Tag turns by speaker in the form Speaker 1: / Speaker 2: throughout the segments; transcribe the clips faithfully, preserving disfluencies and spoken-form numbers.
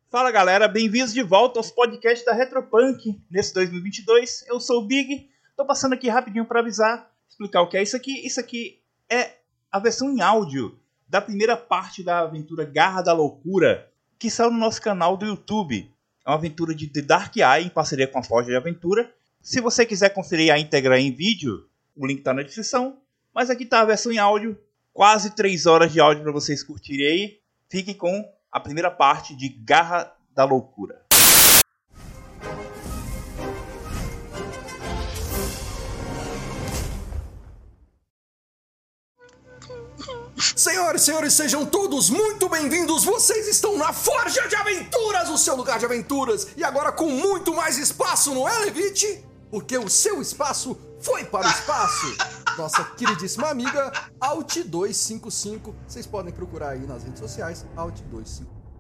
Speaker 1: Fala galera, bem-vindos de volta aos podcasts da Retropunk nesse dois mil e vinte e dois. Eu sou o Big, tô passando aqui rapidinho para avisar, explicar o que é isso aqui. Isso aqui é a versão em áudio da primeira parte da aventura Garra da Loucura, que saiu no nosso canal do YouTube. É uma aventura de The Dark Eye em parceria com a Forja de Aventura. Se você quiser conferir a íntegra em vídeo, o link tá na descrição. Mas aqui tá a versão em áudio, quase três horas de áudio para vocês curtirem aí. Fiquem com a primeira parte de Garra da Loucura.
Speaker 2: Senhoras e senhores, sejam todos muito bem-vindos. Vocês estão na Forja de Aventuras, o seu lugar de aventuras. E agora com muito mais espaço, não é, Levite? Porque o seu espaço foi para o espaço. Nossa queridíssima amiga Alt duzentos e cinquenta e cinco. Vocês podem procurar aí nas redes sociais, Alt duzentos e cinquenta e cinco.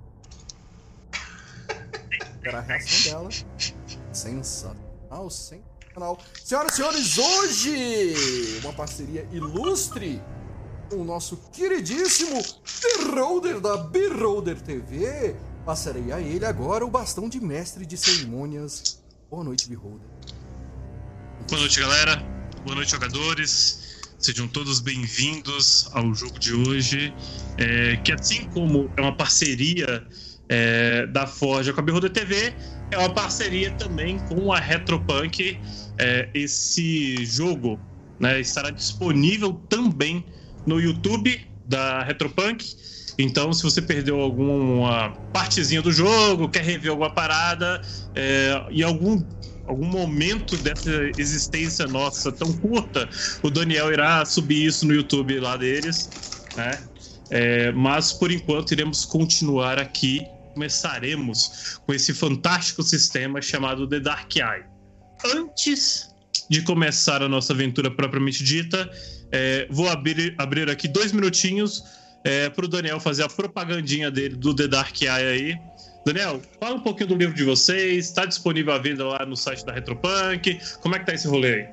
Speaker 2: Era a reação dela. Sensacional, sensacional. Senhoras e senhores, hoje uma parceria ilustre com o nosso queridíssimo Beholder da Beholder T V. Passarei a ele agora o bastão de mestre de cerimônias. Boa noite, Beholder.
Speaker 3: Boa noite, galera. Boa noite, jogadores. Sejam todos bem-vindos ao jogo de hoje. É, que assim como é uma parceria é, da Forja com a Beholder T V, é uma parceria também com a Retropunk. É, esse jogo, né, estará disponível também no YouTube da Retropunk. Então, se você perdeu alguma partezinha do jogo, quer rever alguma parada, é, e algum, algum momento dessa existência nossa tão curta, o Daniel irá subir isso no YouTube lá deles, né? É, mas, por enquanto, iremos continuar aqui. Começaremos com esse fantástico sistema chamado The Dark Eye. Antes de começar a nossa aventura propriamente dita, é, vou abrir, abrir aqui dois minutinhos é, para o Daniel fazer a propagandinha dele do The Dark Eye aí. Daniel, fala um pouquinho do livro de vocês. Está disponível à venda lá no site da Retropunk. Como é que tá esse rolê aí?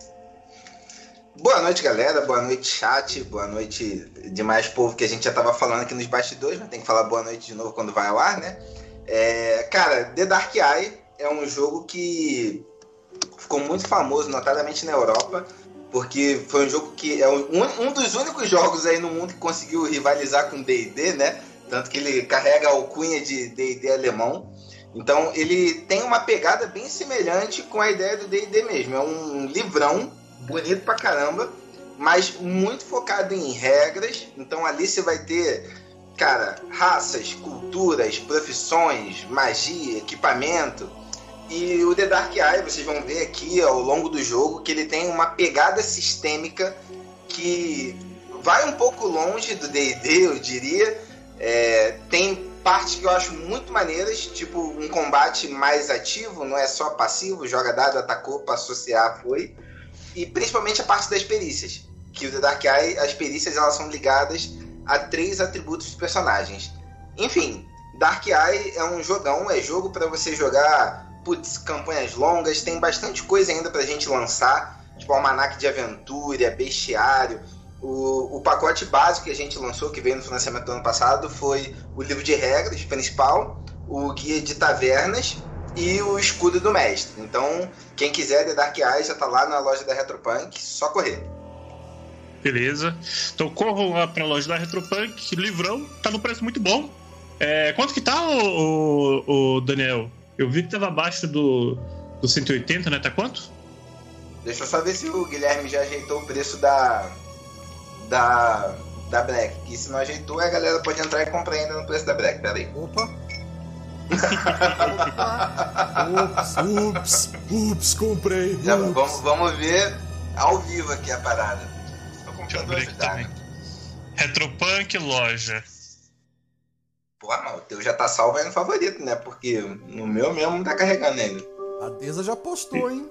Speaker 4: Boa noite, galera. Boa noite, chat. Boa noite demais povo que a gente já tava falando aqui nos bastidores, mas tem que falar boa noite de novo quando vai ao ar, né? É, cara, The Dark Eye é um jogo que ficou muito famoso, notadamente na Europa, porque foi um jogo que é um, um dos únicos jogos aí no mundo que conseguiu rivalizar com D e D, né? Tanto que ele carrega a alcunha de D e D alemão. Então ele tem uma pegada bem semelhante com a ideia do D e D mesmo. É um livrão bonito pra caramba, mas muito focado em regras. Então ali você vai ter, cara, raças, culturas, profissões, magia, equipamento. E o The Dark Eye, vocês vão ver aqui ao longo do jogo que ele tem uma pegada sistêmica que vai um pouco longe do D e D, eu diria. É, tem partes que eu acho muito maneiras, tipo um combate mais ativo, não é só passivo, joga dado, atacou, passou, associar, foi. E principalmente a parte das perícias, que o The Dark Eye, as perícias elas são ligadas a três atributos dos personagens. Enfim, Dark Eye é um jogão, é jogo para você jogar, putz, campanhas longas, tem bastante coisa ainda pra gente lançar, tipo almanaque de aventura, bestiário. O, o pacote básico que a gente lançou, que veio no financiamento do ano passado, foi o livro de regras principal, o guia de tavernas e o escudo do mestre. Então, quem quiser The Dark Eye já tá lá na loja da Retropunk, só correr.
Speaker 3: Beleza. Então corram lá pra loja da Retropunk, livrão, tá no preço muito bom. É, quanto que tá, o, o, o Daniel? Eu vi que tava abaixo do, do cento e oitenta, né? Tá quanto?
Speaker 4: Deixa eu só ver se o Guilherme já ajeitou o preço da, da, da Black. Que se não ajeitou, a galera pode entrar e comprar ainda no preço da Black. Pera aí.
Speaker 2: Opa! Ups, ups, ups, comprei. Ups.
Speaker 4: Já, vamos, vamos ver ao vivo aqui a parada.
Speaker 3: Deixa eu abrir aqui também. Retropunk loja.
Speaker 4: Porra, mas o teu já tá salvo aí no favorito, né? Porque no meu mesmo não tá carregando ainda.
Speaker 2: A Deza já postou, hein?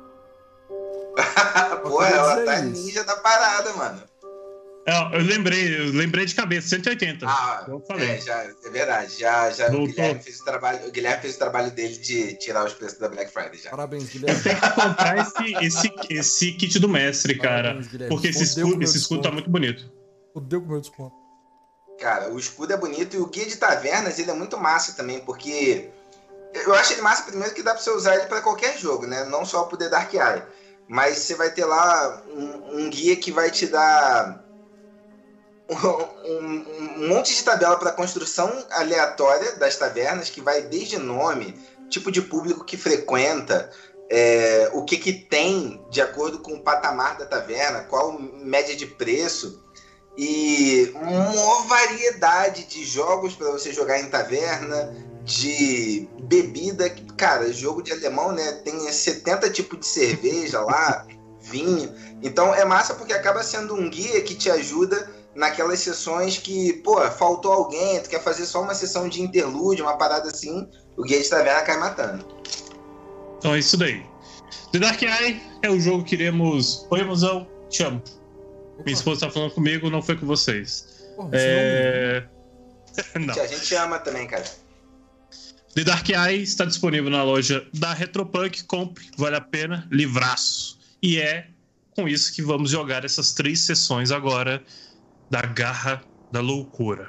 Speaker 4: Porra, ela tá isso. Ninja da parada, mano.
Speaker 3: É, eu lembrei, eu lembrei de cabeça, cento e oitenta.
Speaker 4: Ah,
Speaker 3: eu falei.
Speaker 4: É, já, é verdade. Já, já o, Guilherme fez o, trabalho, o Guilherme fez o trabalho dele de tirar os preços da Black Friday já.
Speaker 2: Parabéns, Guilherme.
Speaker 3: Eu tenho que comprar esse, esse, esse kit do mestre, cara. Parabéns, porque esse escudo, esse escudo tá muito bonito.
Speaker 2: Fudeu com o meu desconto.
Speaker 4: Cara, o escudo é bonito e o guia de tavernas, ele é muito massa também, porque eu acho ele massa primeiro que dá pra você usar ele pra qualquer jogo, né? Não só pro The Dark Eye. Mas você vai ter lá um, um guia que vai te dar um, um, um monte de tabela para construção aleatória das tavernas, que vai desde nome, tipo de público que frequenta, é, o que, que tem de acordo com o patamar da taverna, qual média de preço, e uma variedade de jogos para você jogar em taverna, de bebida. Cara, jogo de alemão, né, tem setenta tipos de cerveja lá, vinho. Então é massa porque acaba sendo um guia que te ajuda naquelas sessões que, pô, faltou alguém, tu quer fazer só uma sessão de interlúdio, uma parada assim, o guia de taverna cai matando.
Speaker 3: Então é isso daí. The Dark Eye é o jogo que iremos... Oi, mozão, te amo. Opa. Minha esposa tá falando comigo, não foi com vocês. Pô, é... não.
Speaker 4: A gente ama também, cara.
Speaker 3: The Dark Eye está disponível na loja da Retropunk. Compre, vale a pena, livraço. E é com isso que vamos jogar essas três sessões agora da Garra da Loucura.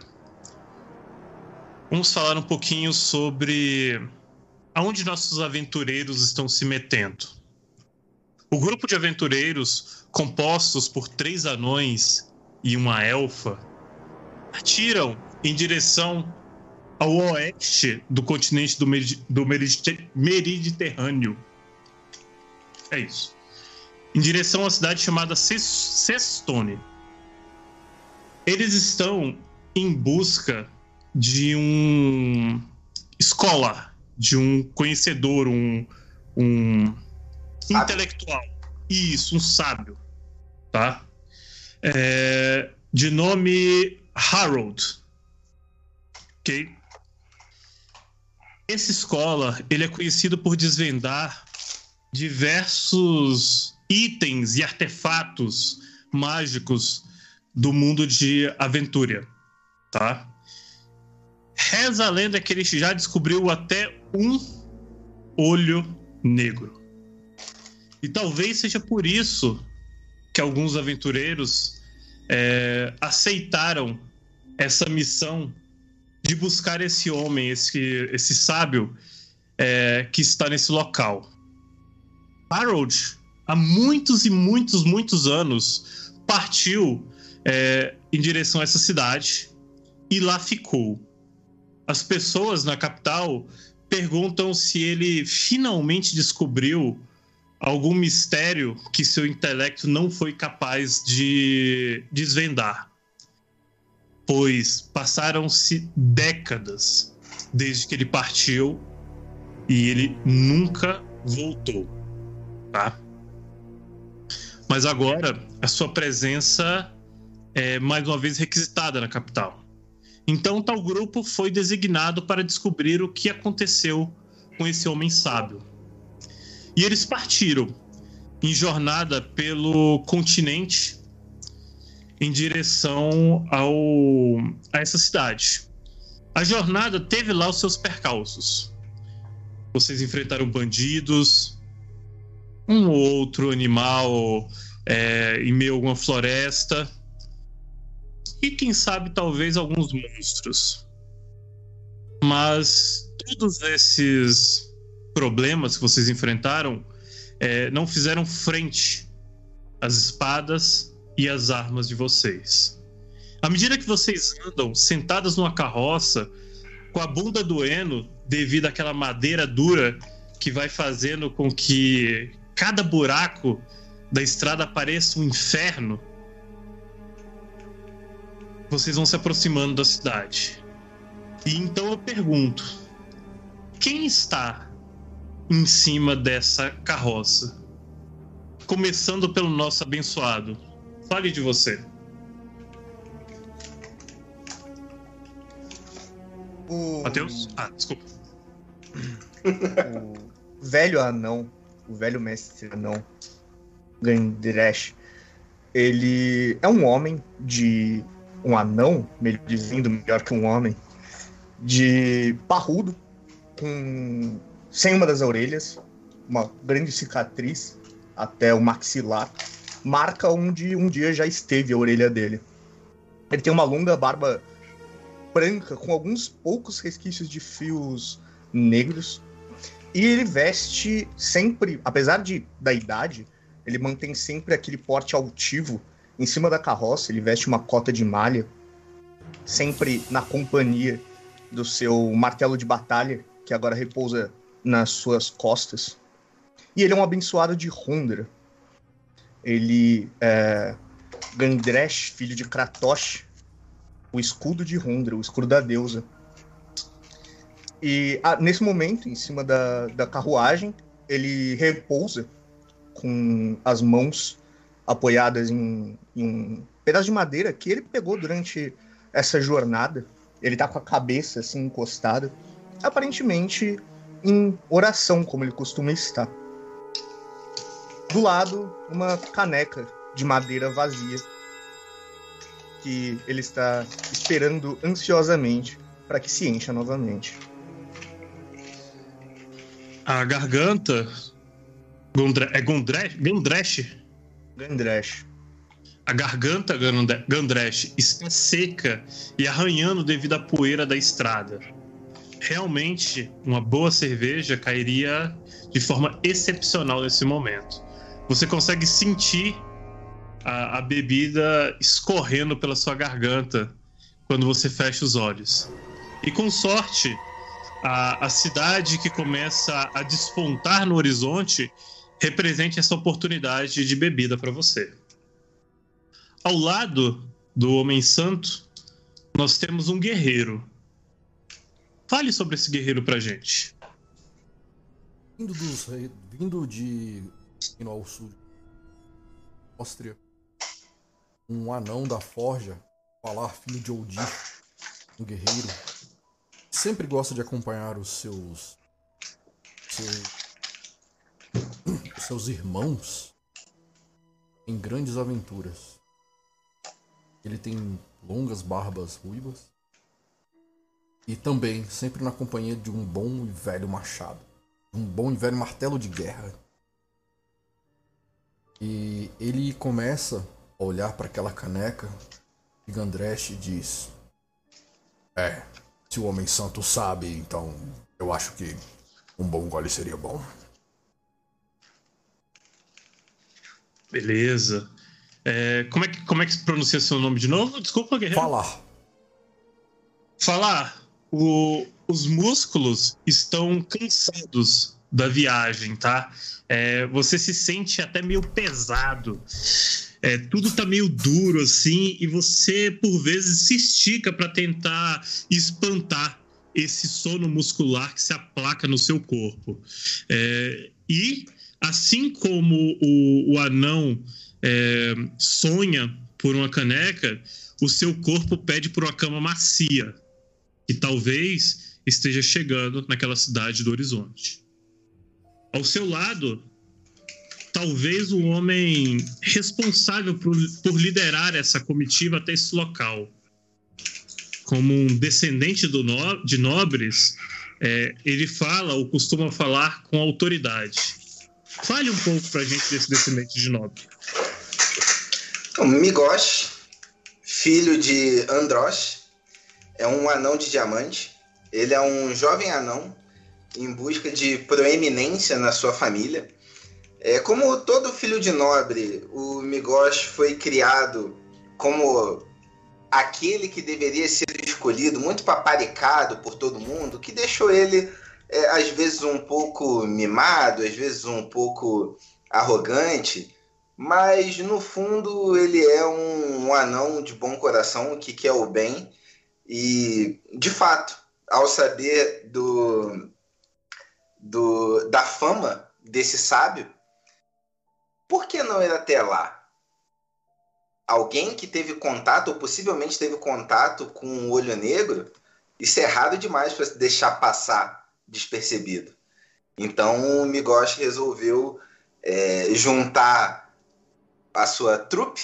Speaker 3: Vamos falar um pouquinho sobre aonde nossos aventureiros estão se metendo. O grupo de aventureiros, compostos por três anões e uma elfa, atiram em direção ao oeste do continente do, Medi- do Meriditer- Mediterrâneo. É isso. Em direção à cidade chamada Cestone. Eles estão em busca de um escola, de um conhecedor, um, um intelectual. Isso, um sábio. Tá? É, de nome Harold. Ok? Essa escola, ele é conhecido por desvendar diversos itens e artefatos mágicos do mundo de aventura, tá? Reza a lenda que ele já descobriu até um olho negro. E talvez seja por isso que alguns aventureiros é, aceitaram essa missão de buscar esse homem, esse, esse sábio é, que está nesse local. Harold, há muitos e muitos, muitos anos, partiu é, em direção a essa cidade e lá ficou. As pessoas na capital perguntam se ele finalmente descobriu algum mistério que seu intelecto não foi capaz de desvendar. Pois passaram-se décadas desde que ele partiu e ele nunca voltou, tá? Mas agora a sua presença é mais uma vez requisitada na capital. Então tal grupo foi designado para descobrir o que aconteceu com esse homem sábio. E eles partiram em jornada pelo continente em direção ao, a essa cidade. A jornada teve lá os seus percalços. Vocês enfrentaram bandidos, um ou outro animal é, em meio a alguma floresta e, quem sabe, talvez alguns monstros. Mas todos esses problemas que vocês enfrentaram é, não fizeram frente às espadas e as armas de vocês. À medida que vocês andam sentadas numa carroça, com a bunda doendo devido àquela madeira dura que vai fazendo com que cada buraco da estrada pareça um inferno, vocês vão se aproximando da cidade. E então eu pergunto: quem está em cima dessa carroça? Começando pelo nosso abençoado. Fale de você.
Speaker 5: O...
Speaker 3: Matheus? Ah, desculpa.
Speaker 5: O velho anão, o velho mestre anão, Gandresh, ele é um homem de... um anão, melhor dizendo, melhor que um homem, de parrudo, com... sem uma das orelhas, uma grande cicatriz até o maxilar, marca onde um dia já esteve a orelha dele. Ele tem uma longa barba branca com alguns poucos resquícios de fios negros. E ele veste sempre, apesar de, da idade, ele mantém sempre aquele porte altivo. Em cima da carroça, ele veste uma cota de malha, sempre na companhia do seu martelo de batalha, que agora repousa nas suas costas. E ele é um abençoado de Rondra. Ele é Gandresh, filho de Kratosh, o escudo de Rondra, o escudo da deusa. E ah, nesse momento, em cima da, da carruagem, ele repousa com as mãos apoiadas em, em um pedaço de madeira que ele pegou durante essa jornada. Ele tá com a cabeça assim encostada, aparentemente em oração, como ele costuma estar. Do lado, uma caneca de madeira vazia que ele está esperando ansiosamente para que se encha novamente.
Speaker 3: A garganta Gondre... é Gondresh? Gandresh?
Speaker 5: Gandresh.
Speaker 3: A garganta Gandresh está seca e arranhando devido à poeira da estrada. Realmente, uma boa cerveja cairia de forma excepcional nesse momento. Você consegue sentir a, a bebida escorrendo pela sua garganta quando você fecha os olhos. E com sorte, a, a cidade que começa a despontar no horizonte representa essa oportunidade de bebida para você. Ao lado do Homem Santo, nós temos um guerreiro. Fale sobre esse guerreiro pra gente.
Speaker 2: Vindo, dos, vindo de indo ao sul, Áustria, um anão da forja, falar filho de Odin, um guerreiro, sempre gosta de acompanhar os seus, seus, seus irmãos em grandes aventuras. Ele tem longas barbas ruivas e também sempre na companhia de um bom e velho machado, um bom e velho martelo de guerra. E ele começa a olhar para aquela caneca e Gandresh diz: É, se o Homem Santo sabe, então eu acho que um bom gole seria bom.
Speaker 3: Beleza. É, como, é que, como é que se pronuncia seu nome de novo? Desculpa, guerreiro.
Speaker 2: Falar.
Speaker 3: Falar. O, os músculos estão cansados da viagem, tá? É, você se sente até meio pesado. É, tudo tá meio duro, assim, e você, por vezes, se estica para tentar espantar esse sono muscular que se aplaca no seu corpo. É, e, assim como o, o anão é, sonha por uma caneca, o seu corpo pede por uma cama macia, que talvez esteja chegando naquela cidade do horizonte. Ao seu lado, talvez o homem responsável por, por liderar essa comitiva até esse local. Como um descendente do no, de nobres, é, ele fala ou costuma falar com autoridade. Fale um pouco pra gente desse descendente de nobre.
Speaker 4: Então, Migosh, filho de Androsh, é um anão de diamante. Ele é um jovem anão em busca de proeminência na sua família. É, como todo filho de nobre, o Migosh foi criado como aquele que deveria ser escolhido, muito paparicado por todo mundo, que deixou ele, é, às vezes, um pouco mimado, às vezes um pouco arrogante, mas, no fundo, ele é um, um anão de bom coração que quer o bem e, de fato, ao saber do, do, da fama desse sábio, por que não ir até lá? Alguém que teve contato, ou possivelmente teve contato com um olho negro, isso é errado demais para deixar passar despercebido. Então o Migosh resolveu é, juntar a sua trupe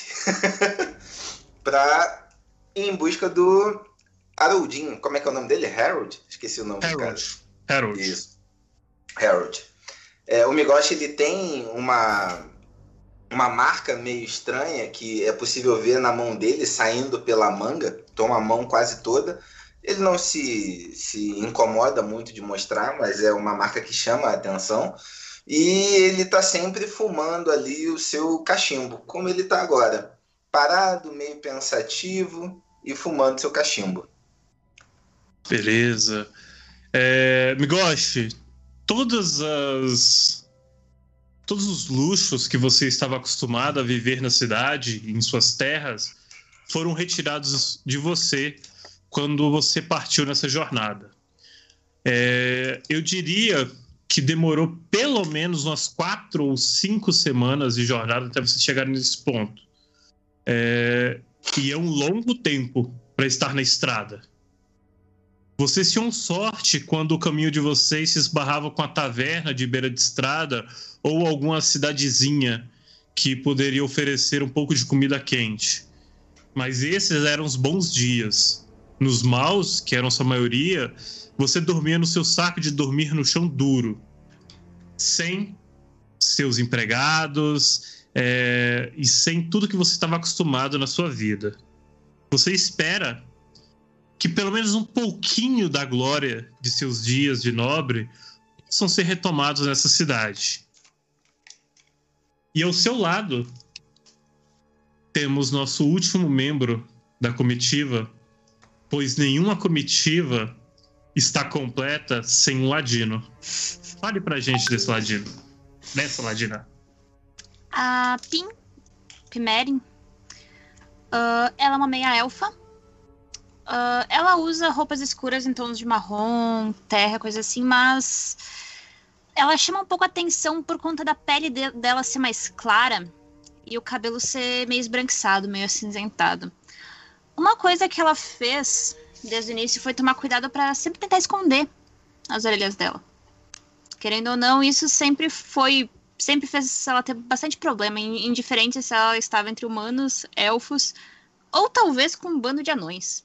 Speaker 4: para ir em busca do Haroldinho. Como é que é o nome dele? Harold? Esqueci o nome do cara.
Speaker 3: Harold.
Speaker 4: Isso. Harold. É, o Migosh, ele tem uma... uma marca meio estranha que é possível ver na mão dele, saindo pela manga, toma a mão quase toda, Ele não se, se incomoda muito de mostrar, mas é uma marca que chama a atenção. E ele está sempre fumando ali o seu cachimbo, como ele está agora. Parado, meio pensativo e fumando seu cachimbo.
Speaker 3: Beleza. É, Migoshi, todas as... todos os luxos que você estava acostumado a viver na cidade, em suas terras, foram retirados de você quando você partiu nessa jornada. É, eu diria que demorou pelo menos umas quatro ou cinco semanas de jornada até você chegar nesse ponto. É, e é um longo tempo para estar na estrada. Vocês tinham sorte quando o caminho de vocês se esbarrava com a taverna de beira de estrada ou alguma cidadezinha que poderia oferecer um pouco de comida quente. Mas esses eram os bons dias. Nos maus, que eram sua maioria, você dormia no seu saco de dormir no chão duro, sem seus empregados é, e sem tudo que você estava acostumado na sua vida. Você espera que pelo menos um pouquinho da glória de seus dias de nobre possam ser retomados nessa cidade. E ao seu lado, temos nosso último membro da comitiva, pois nenhuma comitiva está completa sem um ladino. Fale pra gente desse ladino. Dessa ladina.
Speaker 6: A Pim, Pimerin, uh, ela é uma meia-elfa. Uh, ela usa roupas escuras em tons de marrom, terra, coisa assim, mas ela chama um pouco a atenção por conta da pele de- dela ser mais clara e o cabelo ser meio esbranquiçado, meio acinzentado. Uma coisa que ela fez desde o início foi tomar cuidado para sempre tentar esconder as orelhas dela. Querendo ou não, isso sempre foi, sempre fez ela ter bastante problema, indiferente se ela estava entre humanos, elfos ou talvez com um bando de anões.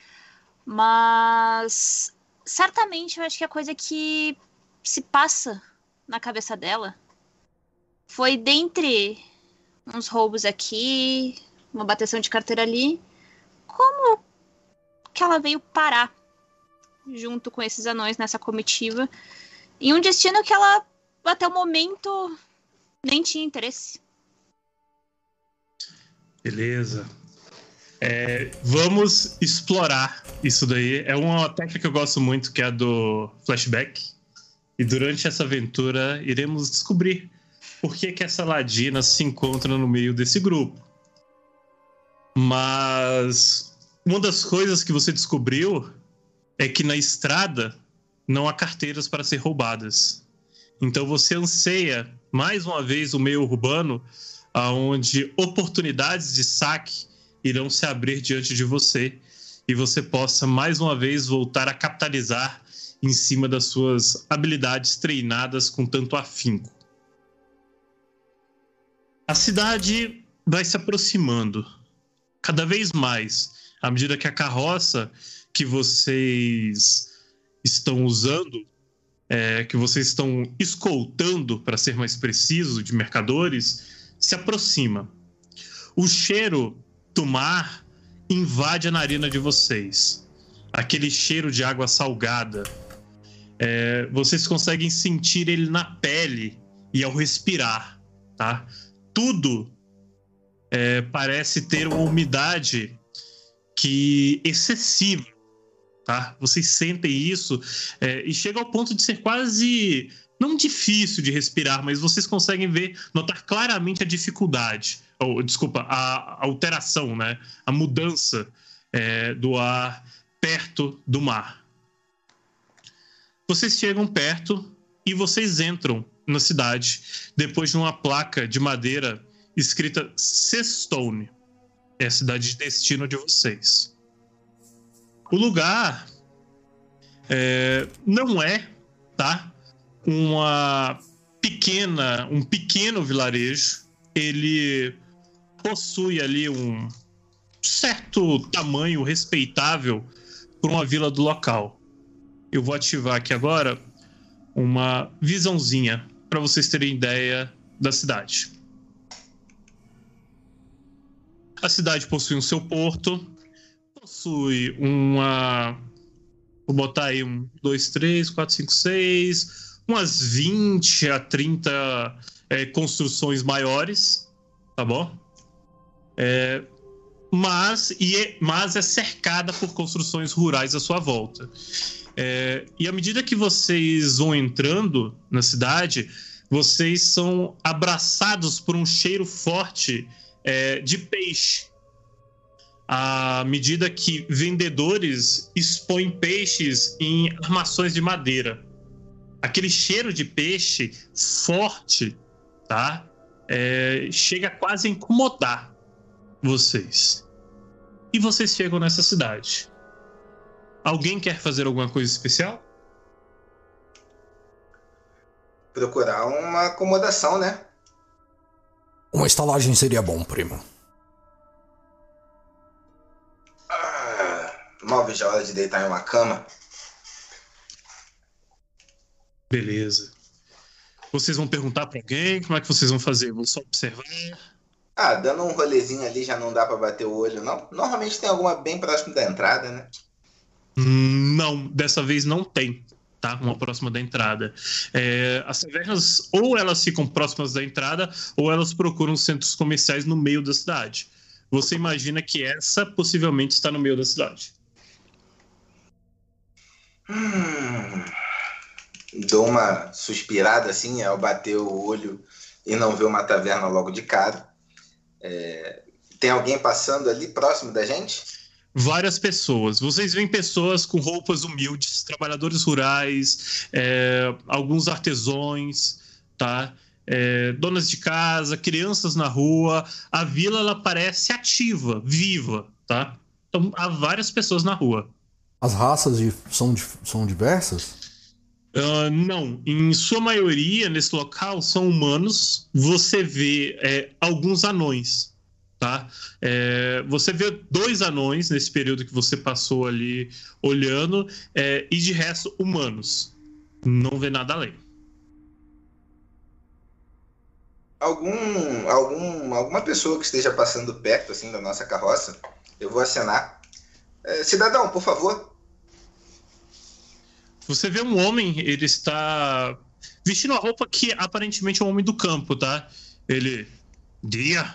Speaker 6: Mas certamente eu acho que a coisa que se passa na cabeça dela foi dentre uns roubos aqui, uma bateção de carteira ali, como que ela veio parar junto com esses anões nessa comitiva em um destino que ela até o momento nem tinha interesse.
Speaker 3: Beleza. É, vamos explorar isso daí. É uma técnica que eu gosto muito, que é a do flashback. E durante essa aventura iremos descobrir por que que essa ladina se encontra no meio desse grupo. Mas uma das coisas que você descobriu é que na estrada não há carteiras para ser roubadas. Então você anseia, mais uma vez, o meio urbano, onde oportunidades de saque irão se abrir diante de você e você possa, mais uma vez, voltar a capitalizar em cima das suas habilidades treinadas com tanto afinco. A cidade vai se aproximando cada vez mais, à medida que a carroça que vocês estão usando, é, que vocês estão escoltando, para ser mais preciso, de mercadores, se aproxima. O cheiro do mar invade a narina de vocês. Aquele cheiro de água salgada. É, vocês conseguem sentir ele na pele e ao respirar, tá? Tudo é, parece ter uma umidade que excessiva, tá? Vocês sentem isso é, e chega ao ponto de ser quase, não difícil de respirar, mas vocês conseguem ver, notar claramente a dificuldade, ou, desculpa, a alteração, né? A mudança é, do ar perto do mar. Vocês chegam perto e vocês entram na cidade depois de uma placa de madeira escrita Seastone. É a cidade de destino de vocês. O lugar é, não é, tá, uma pequena, um pequeno vilarejo. Ele possui ali um certo tamanho respeitável para uma vila do local. Eu vou ativar aqui agora uma visãozinha para vocês terem ideia da cidade. A cidade possui um seu porto, possui uma Vou botar aí um, dois, três, quatro, cinco, seis, umas vinte a trinta é, construções maiores, tá bom? É, mas, e é, mas é cercada por construções rurais à sua volta. É, e à medida que vocês vão entrando na cidade, vocês são abraçados por um cheiro forte é, de peixe. À medida que vendedores expõem peixes em armações de madeira. Aquele cheiro de peixe forte, tá? É, chega quase a incomodar vocês. E vocês chegam nessa cidade. Alguém quer fazer alguma coisa especial?
Speaker 4: Procurar uma acomodação, né?
Speaker 2: Uma estalagem seria bom, primo.
Speaker 4: Mal vejo a hora de deitar em uma cama.
Speaker 3: Beleza. Vocês vão perguntar pra alguém? Como é que vocês vão fazer? Vão só observar?
Speaker 4: Ah, dando um rolezinho ali já não dá pra bater o olho, não? Normalmente tem alguma bem próximo da entrada, né?
Speaker 3: Hum, não, dessa vez não tem, tá? Uma próxima da entrada. É, as tavernas, ou elas ficam próximas da entrada, ou elas procuram centros comerciais no meio da cidade. Você imagina que essa possivelmente está no meio da cidade.
Speaker 4: Hum, dou uma suspirada assim ao bater o olho e não ver uma taverna logo de cara. É, tem alguém passando ali próximo da gente?
Speaker 3: Várias pessoas. Vocês veem pessoas com roupas humildes, trabalhadores rurais, é, alguns artesãos, tá? É, donas de casa, crianças na rua. A vila ela parece ativa, viva, tá? Então há várias pessoas na rua.
Speaker 2: As raças de, são, são diversas?
Speaker 3: Uh, não, em sua maioria nesse local são humanos. Você vê é, alguns anões, tá? É, você vê dois anões nesse período que você passou ali olhando, é, e de resto humanos. Não vê nada além.
Speaker 4: Algum, algum, alguma pessoa que esteja passando perto assim da nossa carroça, eu vou acenar. É, cidadão, por favor.
Speaker 3: Você vê um homem, ele está vestindo a roupa que aparentemente é um homem do campo, tá? Ele... Dia.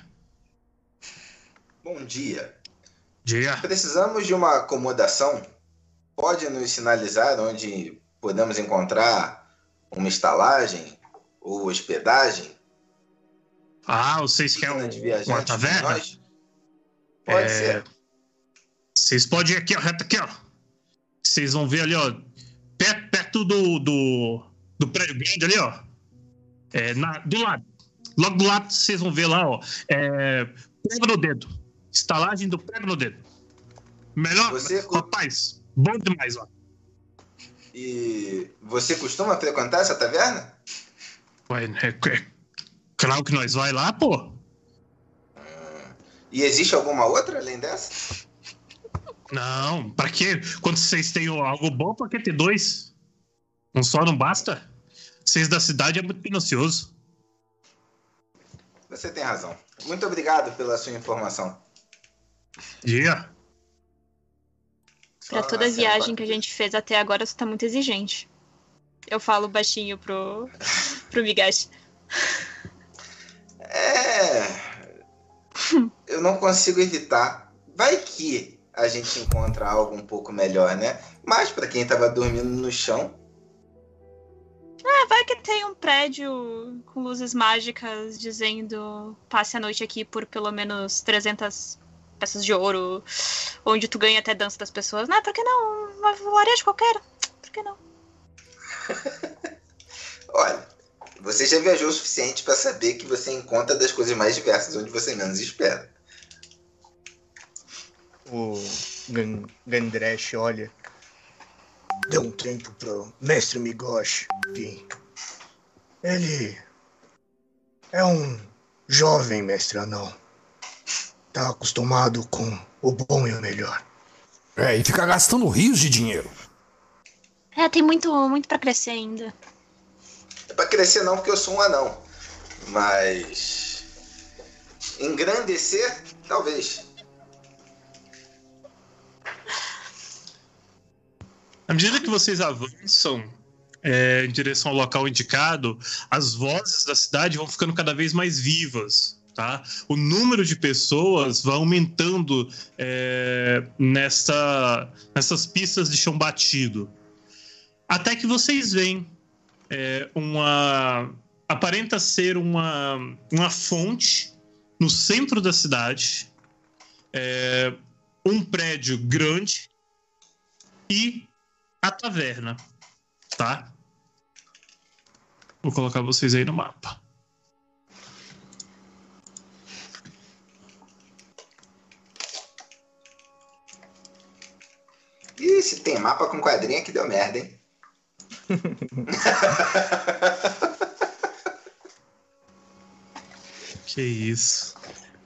Speaker 4: Bom dia.
Speaker 3: Dia.
Speaker 4: Precisamos de uma acomodação. Pode nos sinalizar onde podemos encontrar uma estalagem ou hospedagem?
Speaker 3: Ah, vocês querem um, uma taverna?
Speaker 4: Pode
Speaker 3: é...
Speaker 4: ser.
Speaker 3: Vocês podem ir aqui, ó, reto aqui, ó. Vocês vão ver ali, ó, perto, perto do, do, do prédio grande ali, ó. É, na, do lado. Logo do lado, vocês vão ver lá, ó. É, prego no dedo. Estalagem do prego no dedo. Melhor,
Speaker 4: você...
Speaker 3: rapaz, bom demais, ó.
Speaker 4: E você costuma frequentar essa taverna?
Speaker 3: Ué, é, é, claro que nós vai lá, pô.
Speaker 4: Hum. E existe alguma outra além dessa?
Speaker 3: Não, pra quê? Quando vocês têm algo bom, pra que ter dois? Um só não basta? Vocês da cidade é muito minucioso.
Speaker 4: Você tem razão. Muito obrigado pela sua informação.
Speaker 3: Dia.
Speaker 6: Pra toda a viagem que a gente fez até agora, você tá muito exigente. Eu falo baixinho pro, pro Migashi.
Speaker 4: É... Eu não consigo evitar. Vai que a gente encontra algo um pouco melhor, né? Mas pra quem tava dormindo no chão...
Speaker 6: É, vai que tem um prédio com luzes mágicas dizendo passe a noite aqui por pelo menos trezentas peças de ouro, onde tu ganha até dança das pessoas. Não, por que não? Uma varejo qualquer. Por que não?
Speaker 4: Olha, você já viajou o suficiente pra saber que você encontra das coisas mais diversas onde você menos espera.
Speaker 5: O Gan- Gandresh olha. Dê um tempo pro mestre Migoshi. Enfim, ele é um jovem mestre anão. Tá acostumado com o bom e o melhor.
Speaker 2: É, e fica gastando rios de dinheiro.
Speaker 6: É, tem muito, muito pra crescer ainda.
Speaker 4: É pra crescer não, porque eu sou um anão. Mas... engrandecer, talvez.
Speaker 3: À medida que vocês avançam é, em direção ao local indicado, as vozes da cidade vão ficando cada vez mais vivas, tá? O número de pessoas vai aumentando é, nessa, nessas pistas de chão batido. Até que vocês veem é, uma... aparenta ser uma, uma fonte no centro da cidade, é, um prédio grande e a taverna, tá? Vou colocar vocês aí no mapa.
Speaker 4: Ih, se tem mapa com quadrinha que deu merda, hein?
Speaker 3: Que isso.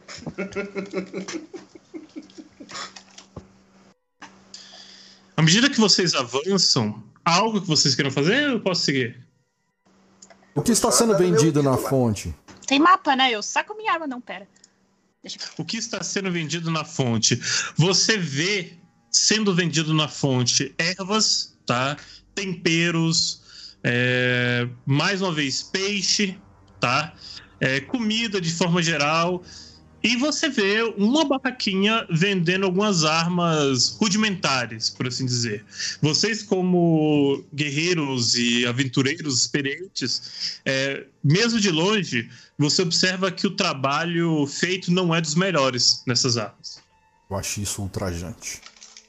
Speaker 3: À medida que vocês avançam, há algo que vocês queiram fazer ou eu posso seguir?
Speaker 2: O que está sendo vendido na fonte?
Speaker 6: Tem mapa, né? Eu saco minha arma, não, pera. Deixa eu...
Speaker 3: O que está sendo vendido na fonte? Você vê sendo vendido na fonte ervas, tá? Temperos, é... mais uma vez peixe, tá? É, comida de forma geral, e você vê uma barraquinha vendendo algumas armas rudimentares, por assim dizer. Vocês, como guerreiros e aventureiros experientes, é, mesmo de longe, você observa que o trabalho feito não é dos melhores nessas armas.
Speaker 2: Eu acho isso ultrajante.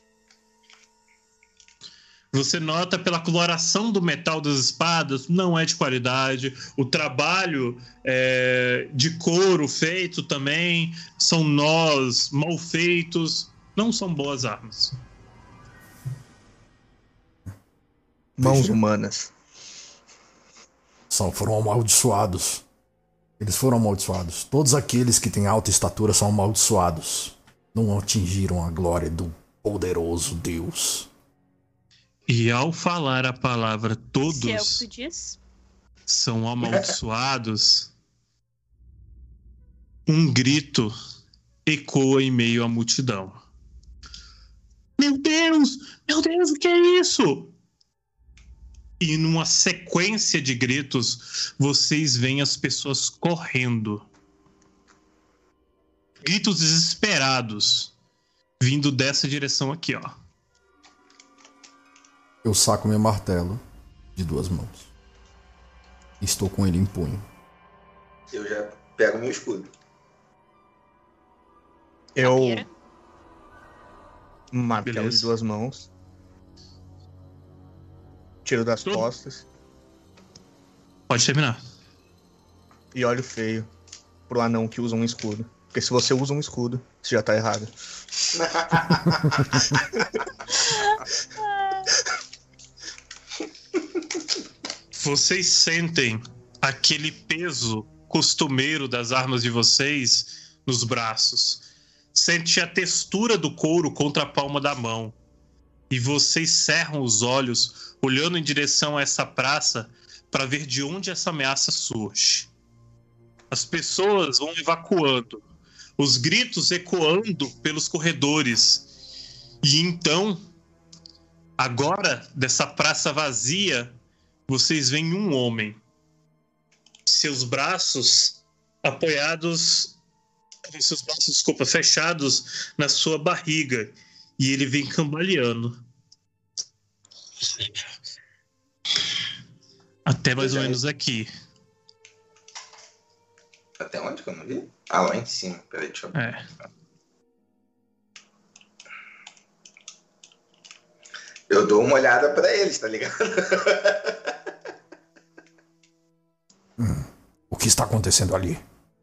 Speaker 3: Você nota pela coloração do metal das espadas, não é de qualidade. O trabalho é, de couro feito também, são nós mal feitos, não são boas armas.
Speaker 5: Mãos humanas.
Speaker 2: São, foram amaldiçoados. Eles foram amaldiçoados. Todos aqueles que têm alta estatura são amaldiçoados. Não atingiram a glória do poderoso Deus.
Speaker 3: E ao falar a palavra todos
Speaker 6: Se é o que tu diz.
Speaker 3: São amaldiçoados, um grito ecoa em meio à multidão. Meu Deus! Meu Deus, o que é isso? E numa sequência de gritos, vocês veem as pessoas correndo. Gritos desesperados, vindo dessa direção aqui, ó.
Speaker 2: Eu saco meu martelo de duas mãos. Estou com ele em punho.
Speaker 4: Eu já pego meu escudo.
Speaker 5: Eu...
Speaker 6: Rapieira.
Speaker 5: Um martelo
Speaker 3: Beleza.
Speaker 5: de duas mãos. Tiro das
Speaker 3: Tudo.
Speaker 5: costas.
Speaker 3: Pode terminar.
Speaker 5: E olho feio pro anão que usa um escudo. Porque se você usa um escudo, você já tá errado.
Speaker 3: Vocês sentem aquele peso costumeiro das armas de vocês nos braços. Sente a textura do couro contra a palma da mão. E vocês cerram os olhos, olhando em direção a essa praça para ver de onde essa ameaça surge. As pessoas vão evacuando, os gritos ecoando pelos corredores. E então, agora, dessa praça vazia, vocês veem um homem, seus braços apoiados, seus braços, desculpa, fechados na sua barriga, e ele vem cambaleando. Até mais ou menos aqui.
Speaker 4: Até onde que eu não vi? Ah, lá em cima. Peraí, deixa eu ver.
Speaker 3: É.
Speaker 4: Eu dou uma olhada pra eles, tá ligado?
Speaker 2: Hum, o que está acontecendo ali?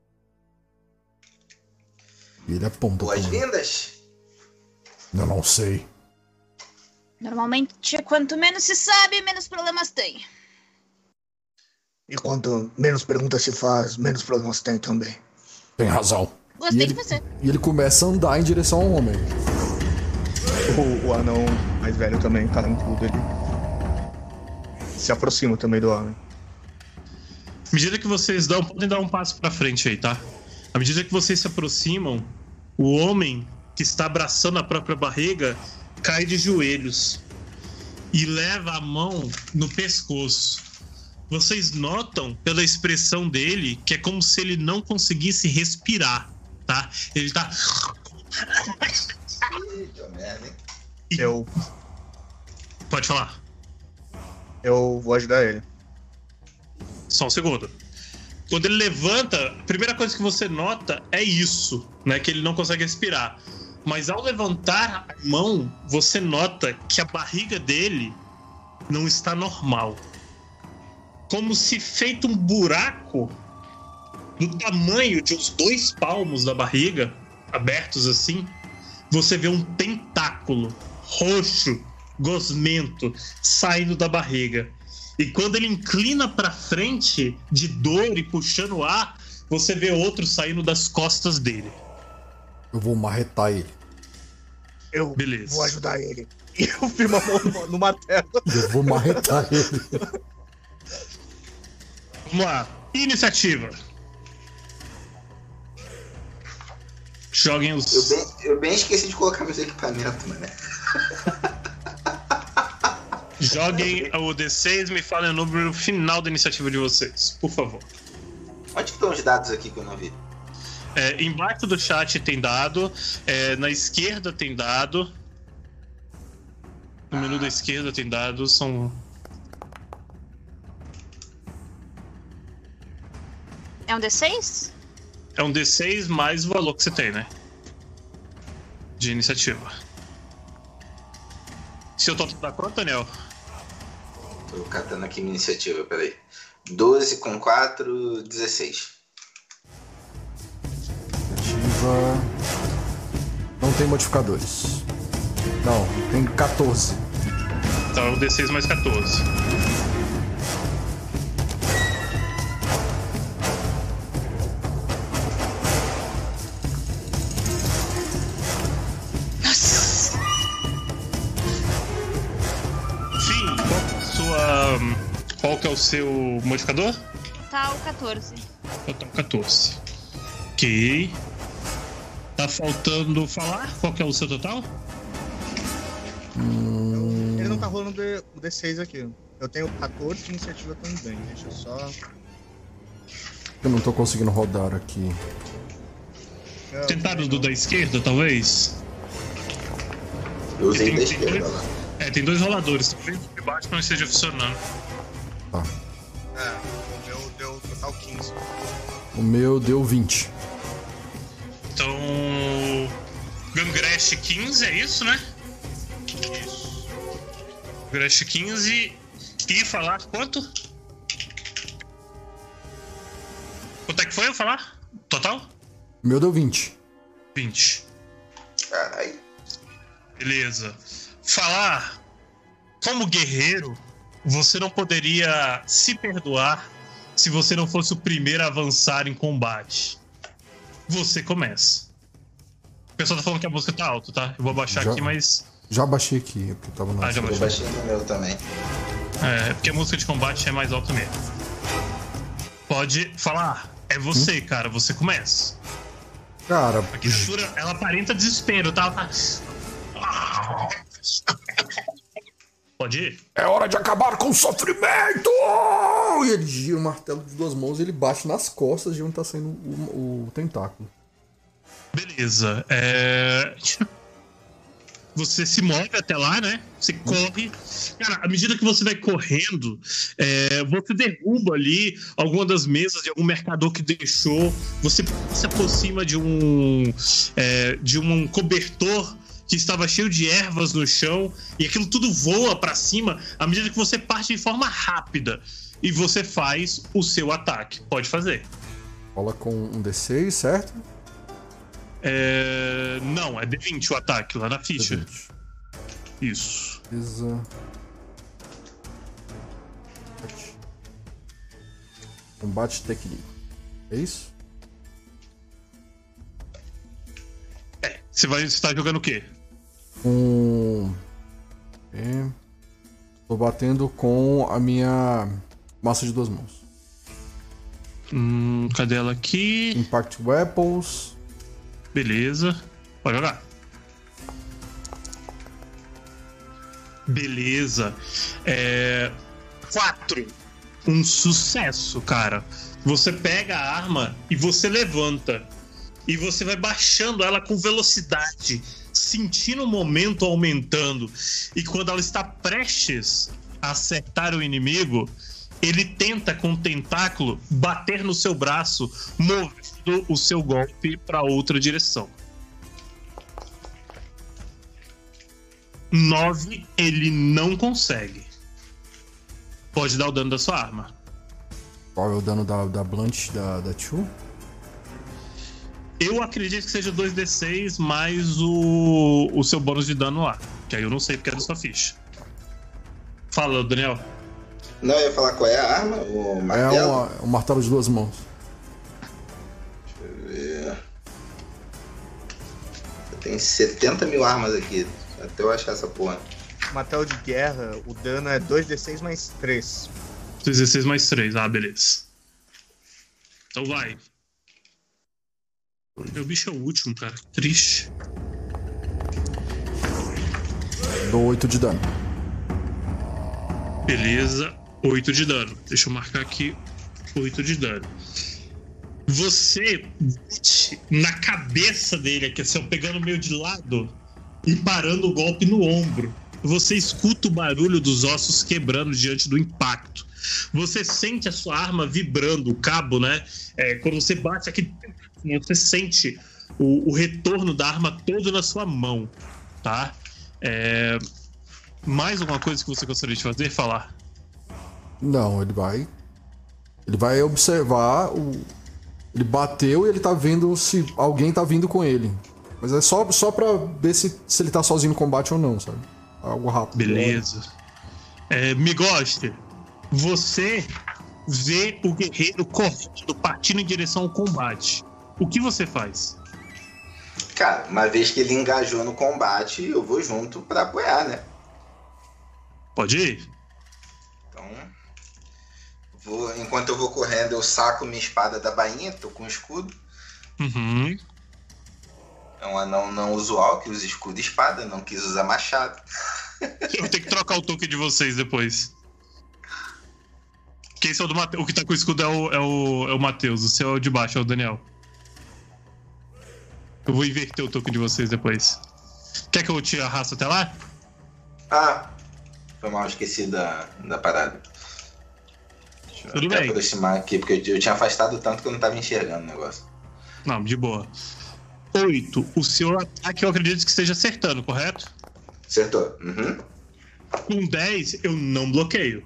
Speaker 2: Ele aponta.
Speaker 4: Boas-vindas.
Speaker 2: Eu não sei.
Speaker 6: Normalmente, quanto menos se sabe, menos problemas tem.
Speaker 5: E quanto menos perguntas se faz, menos problemas tem também.
Speaker 2: Tem razão.
Speaker 6: Gostei
Speaker 2: E ele,
Speaker 6: de você.
Speaker 2: e ele começa a andar em direção ao homem.
Speaker 5: O, o anão mais velho também tá em tudo ali. Se aproxima também do homem.
Speaker 3: À medida que vocês dão, podem dar um passo pra frente aí, tá? À medida que vocês se aproximam, o homem que está abraçando a própria barriga cai de joelhos. e leva a mão no pescoço. Vocês notam pela expressão dele que é como se ele não conseguisse respirar, tá? Ele tá...
Speaker 5: Eu...
Speaker 3: Pode falar.
Speaker 5: Eu vou ajudar ele.
Speaker 3: Só um segundo. Quando ele levanta, a primeira coisa que você nota é isso, né? Que ele não consegue respirar. Mas ao levantar a mão, você nota que a barriga dele não está normal. Como se feito um buraco do tamanho de uns dois palmos da barriga, abertos assim, você vê um tentáculo roxo, gosmento, saindo da barriga. E quando ele inclina pra frente, de dor e puxando o ar, você vê outro saindo das costas dele.
Speaker 7: Eu vou marretar ele.
Speaker 5: Eu
Speaker 3: Beleza.
Speaker 5: vou ajudar ele. E eu firmo a mão no martelo.
Speaker 7: Eu vou marretar ele.
Speaker 3: Vamos lá. Iniciativa. Joguem os...
Speaker 4: Eu bem, eu bem esqueci de colocar meus equipamentos, mano.
Speaker 3: Joguem o D seis, me falem o número final da iniciativa de vocês, por favor.
Speaker 4: Onde que estão os dados aqui que eu não vi?
Speaker 3: É, embaixo do chat tem dado, é, na esquerda tem dado. No menu da esquerda tem dado, são...
Speaker 6: É um D seis?
Speaker 3: É um D seis mais o valor que você tem, né? De iniciativa. Seu total dá quanto, Daniel?
Speaker 4: Tô catando aqui minha iniciativa, peraí. doze com quatro, dezesseis.
Speaker 7: Ativa. Não tem modificadores. Não, tem quatorze.
Speaker 3: Então, o D seis mais quatorze. Fim, qual que é a sua... Qual que é o seu modificador?
Speaker 6: Tá o quatorze.
Speaker 3: Total catorze. Ok. Tá faltando falar? Qual que é o seu total?
Speaker 7: Hum...
Speaker 5: Ele não tá rolando o D seis aqui. Eu tenho quatorze de iniciativa também. Deixa eu só...
Speaker 7: Eu não tô conseguindo rodar aqui.
Speaker 5: Eu
Speaker 3: Tentaram do da esquerda, talvez?
Speaker 4: Eu usei
Speaker 3: Tem-
Speaker 4: da
Speaker 3: tem
Speaker 4: esquerda
Speaker 3: dois-
Speaker 4: lá.
Speaker 3: É, tem dois roladores. Talvez o de baixo não esteja funcionando.
Speaker 7: Tá.
Speaker 5: É, o meu deu total quinze.
Speaker 7: O meu deu vinte.
Speaker 3: Então... Gangresh quinze, é isso, né?
Speaker 5: Isso.
Speaker 3: Gangresh quinze... E falar quanto? Quanto é que foi eu falar? Total?
Speaker 7: O meu deu vinte.
Speaker 3: vinte.
Speaker 4: Caralho.
Speaker 3: Beleza. Falar, como guerreiro, você não poderia se perdoar se você não fosse o primeiro a avançar em combate. Você começa. O pessoal tá falando que a música tá alta, tá? Eu vou abaixar
Speaker 7: Já-
Speaker 3: aqui, mas...
Speaker 7: Já baixei aqui, porque tava na.
Speaker 3: Ah, já
Speaker 4: Eu
Speaker 3: baixou.
Speaker 4: baixei no meu também.
Speaker 3: É, porque a música de combate é mais alta mesmo. Pode falar. É você, cara. Você começa.
Speaker 7: Cara,
Speaker 3: A criatura, ela aparenta desespero, tá? Ela tá... Pode ir?
Speaker 7: é hora de acabar com o sofrimento! E ele gira o martelo de duas mãos e ele bate nas costas de onde tá saindo o, o tentáculo.
Speaker 3: Beleza. É... Você se move até lá, né? Você corre. Cara, à medida que você vai correndo, é, você derruba ali alguma das mesas de algum mercador que deixou. Você se aproxima de um, é, de um cobertor que estava cheio de ervas no chão. E aquilo tudo voa pra cima à medida que você parte de forma rápida. E você faz o seu ataque. Pode fazer.
Speaker 7: Rola com um D seis, certo?
Speaker 3: É... Não, é D vinte o ataque lá na ficha.
Speaker 7: D vinte.
Speaker 3: Isso.
Speaker 7: Beleza. Combate técnico. É isso?
Speaker 3: É. Você vai estar jogando o quê?
Speaker 7: Com. É... Tô batendo com a minha massa de duas mãos.
Speaker 3: Hum, cadê ela aqui?
Speaker 7: Impact Weapons.
Speaker 3: Beleza. Pode jogar. Beleza. É... Quatro. Um sucesso, cara. Você pega a arma e você levanta. E você vai baixando ela com velocidade, sentindo o momento aumentando. E quando ela está prestes a acertar o inimigo, ele tenta com o tentáculo bater no seu braço, movendo o seu golpe para outra direção. Nove, ele não consegue. Pode dar o dano da sua arma.
Speaker 7: Qual é o dano da, da Blunt, da, da Chu?
Speaker 3: Eu acredito que seja dois D seis mais o, o seu bônus de dano lá. Que aí eu não sei porque é da sua ficha. Fala, Daniel.
Speaker 4: Não, eu ia falar qual é a arma, o martelo.
Speaker 7: É uma, um martelo de duas mãos.
Speaker 4: Deixa eu ver. Eu tenho setenta mil armas aqui, até eu achar essa porra.
Speaker 5: Martelo de guerra, o dano é dois D seis mais três.
Speaker 3: dois D seis mais três, ah, beleza. Então vai. Meu bicho é o último, cara. Triste.
Speaker 7: Dou oito de dano.
Speaker 3: Beleza, oito de dano. Deixa eu marcar aqui oito de dano. Você bate na cabeça dele aqui, assim, pegando meio de lado e parando o golpe no ombro. Você escuta o barulho dos ossos quebrando diante do impacto. Você sente a sua arma vibrando, o cabo, né? É, quando você bate aqui, você sente o, o retorno da arma todo na sua mão, tá? É... Mais alguma coisa que você gostaria de fazer? Falar?
Speaker 7: Não, ele vai... Ele vai observar o... Ele bateu e ele tá vendo se alguém tá vindo com ele. Mas é só, só pra ver se, se ele tá sozinho no combate ou não, sabe? Algo rápido.
Speaker 3: Beleza. É, Migoste, você vê o guerreiro correndo, partindo em direção ao combate. O que você faz?
Speaker 4: Cara, uma vez que ele engajou no combate, eu vou junto pra apoiar, né?
Speaker 3: Pode ir?
Speaker 4: Então, vou, enquanto eu vou correndo, eu saco minha espada da bainha, tô com escudo.
Speaker 3: Uhum.
Speaker 4: É um anão não usual que usa escudo e espada, não quis usar machado.
Speaker 3: Eu vou ter que trocar o token de vocês depois. Quem é o do Mate... O que tá com o escudo é o, é o, é o Matheus, o seu é o de baixo, é o Daniel. Eu vou inverter o token de vocês depois. Quer que eu te arraste até lá?
Speaker 4: Ah, foi mal, esqueci da, da parada. Deixa eu
Speaker 3: Tudo
Speaker 4: até
Speaker 3: bem.
Speaker 4: aproximar aqui, porque eu, eu tinha afastado tanto que eu não tava enxergando o negócio.
Speaker 3: Não, de boa. Oito. O seu ataque eu acredito que esteja acertando, correto?
Speaker 4: Acertou. Uhum.
Speaker 3: Com dez, eu não bloqueio.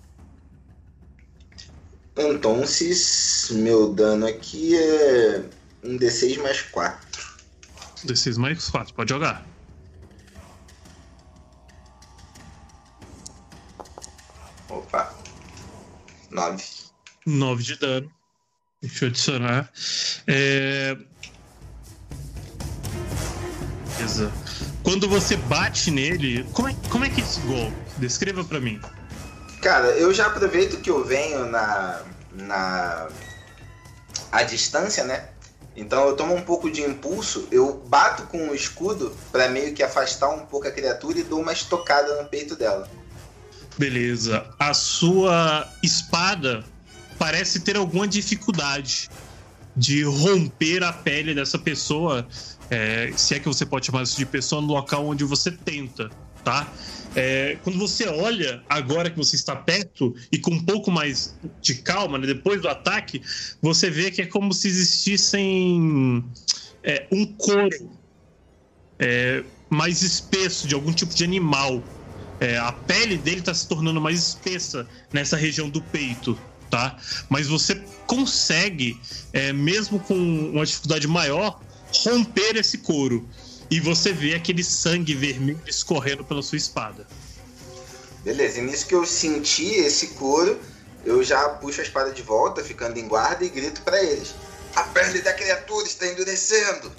Speaker 4: Então, se meu dano aqui é um D seis mais quatro.
Speaker 3: D seis mais quatro, pode jogar.
Speaker 4: Opa. nove.
Speaker 3: nove de dano. Deixa eu adicionar. É... Beleza. Quando você bate nele, como é, como é que é esse golpe? Descreva pra mim.
Speaker 4: Cara, eu já aproveito que eu venho na, na a distância, né? Então eu tomo um pouco de impulso, eu bato com o escudo pra meio que afastar um pouco a criatura e dou uma estocada no peito dela.
Speaker 3: Beleza. A sua espada parece ter alguma dificuldade de romper a pele dessa pessoa, é, se é que você pode chamar isso de pessoa, no local onde você tenta, tá? É, quando você olha, agora que você está perto e com um pouco mais de calma, né, depois do ataque, você vê que é como se existissem é, um couro é, mais espesso de algum tipo de animal. É, a pele dele está se tornando mais espessa nessa região do peito, tá? Mas você consegue, é, mesmo com uma dificuldade maior, romper esse couro. E você vê aquele sangue vermelho escorrendo pela sua espada.
Speaker 4: Beleza, e nisso que eu senti esse couro, eu já puxo a espada de volta, ficando em guarda, e grito pra eles: a pele da criatura está endurecendo!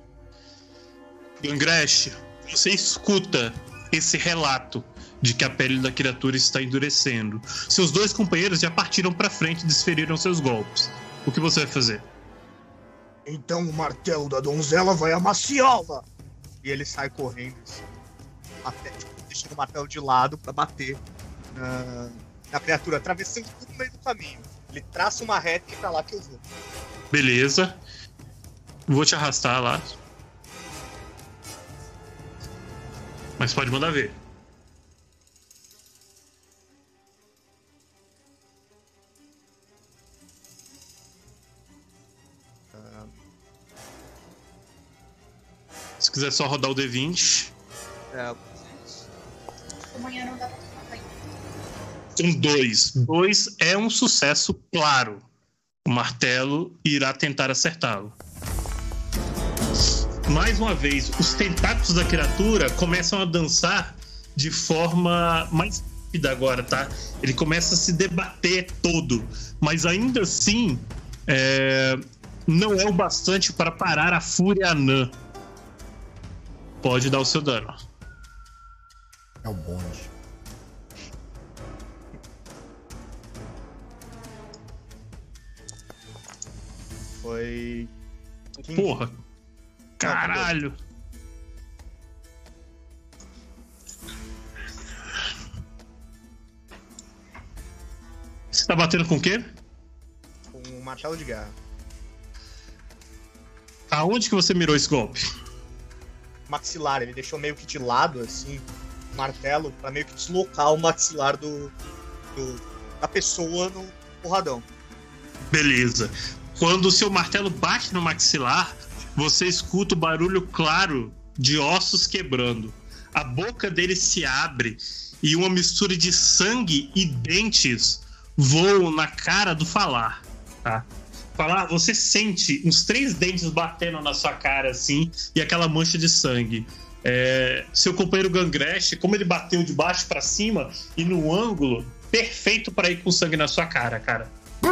Speaker 3: Gangresh, você escuta esse relato de que a pele da criatura está endurecendo. Seus dois companheiros já partiram pra frente e desferiram seus golpes. O que você vai fazer?
Speaker 5: Então o martelo da donzela vai amaciá-la. E ele sai correndo assim, até tipo, deixando o martelo de lado pra bater na, na criatura, atravessando tudo no meio do caminho. Ele traça uma reta e é pra lá que eu vou.
Speaker 3: Beleza. Vou te arrastar lá. Mas pode mandar ver.
Speaker 5: Uh...
Speaker 3: Se quiser só rodar o D vinte.
Speaker 5: É...
Speaker 6: Amanhã não dá pra tomar.
Speaker 3: Um dois. Dois é um sucesso claro. O martelo irá tentar acertá-lo. Mais uma vez, os tentáculos da criatura começam a dançar de forma mais rápida agora, tá? Ele começa a se debater todo, mas ainda assim é... não é o bastante para parar a fúria anã. Pode dar o seu dano.
Speaker 7: É o bonde.
Speaker 5: Foi...
Speaker 3: Porra. Caralho. Você tá batendo com o quê?
Speaker 5: Com um martelo de guerra.
Speaker 3: Aonde que você mirou esse golpe?
Speaker 5: Maxilar, ele deixou meio que de lado, assim, o martelo, pra meio que deslocar o maxilar do, do da pessoa no porradão.
Speaker 3: Beleza. Quando o seu martelo bate no maxilar, você escuta o barulho claro de ossos quebrando. A boca dele se abre e uma mistura de sangue e dentes voam na cara do Falar, tá? Falar, você sente uns três dentes batendo na sua cara, assim, e aquela mancha de sangue. É, seu companheiro Gangresh, como ele bateu de baixo pra cima e no ângulo, perfeito pra ir com sangue na sua cara, cara.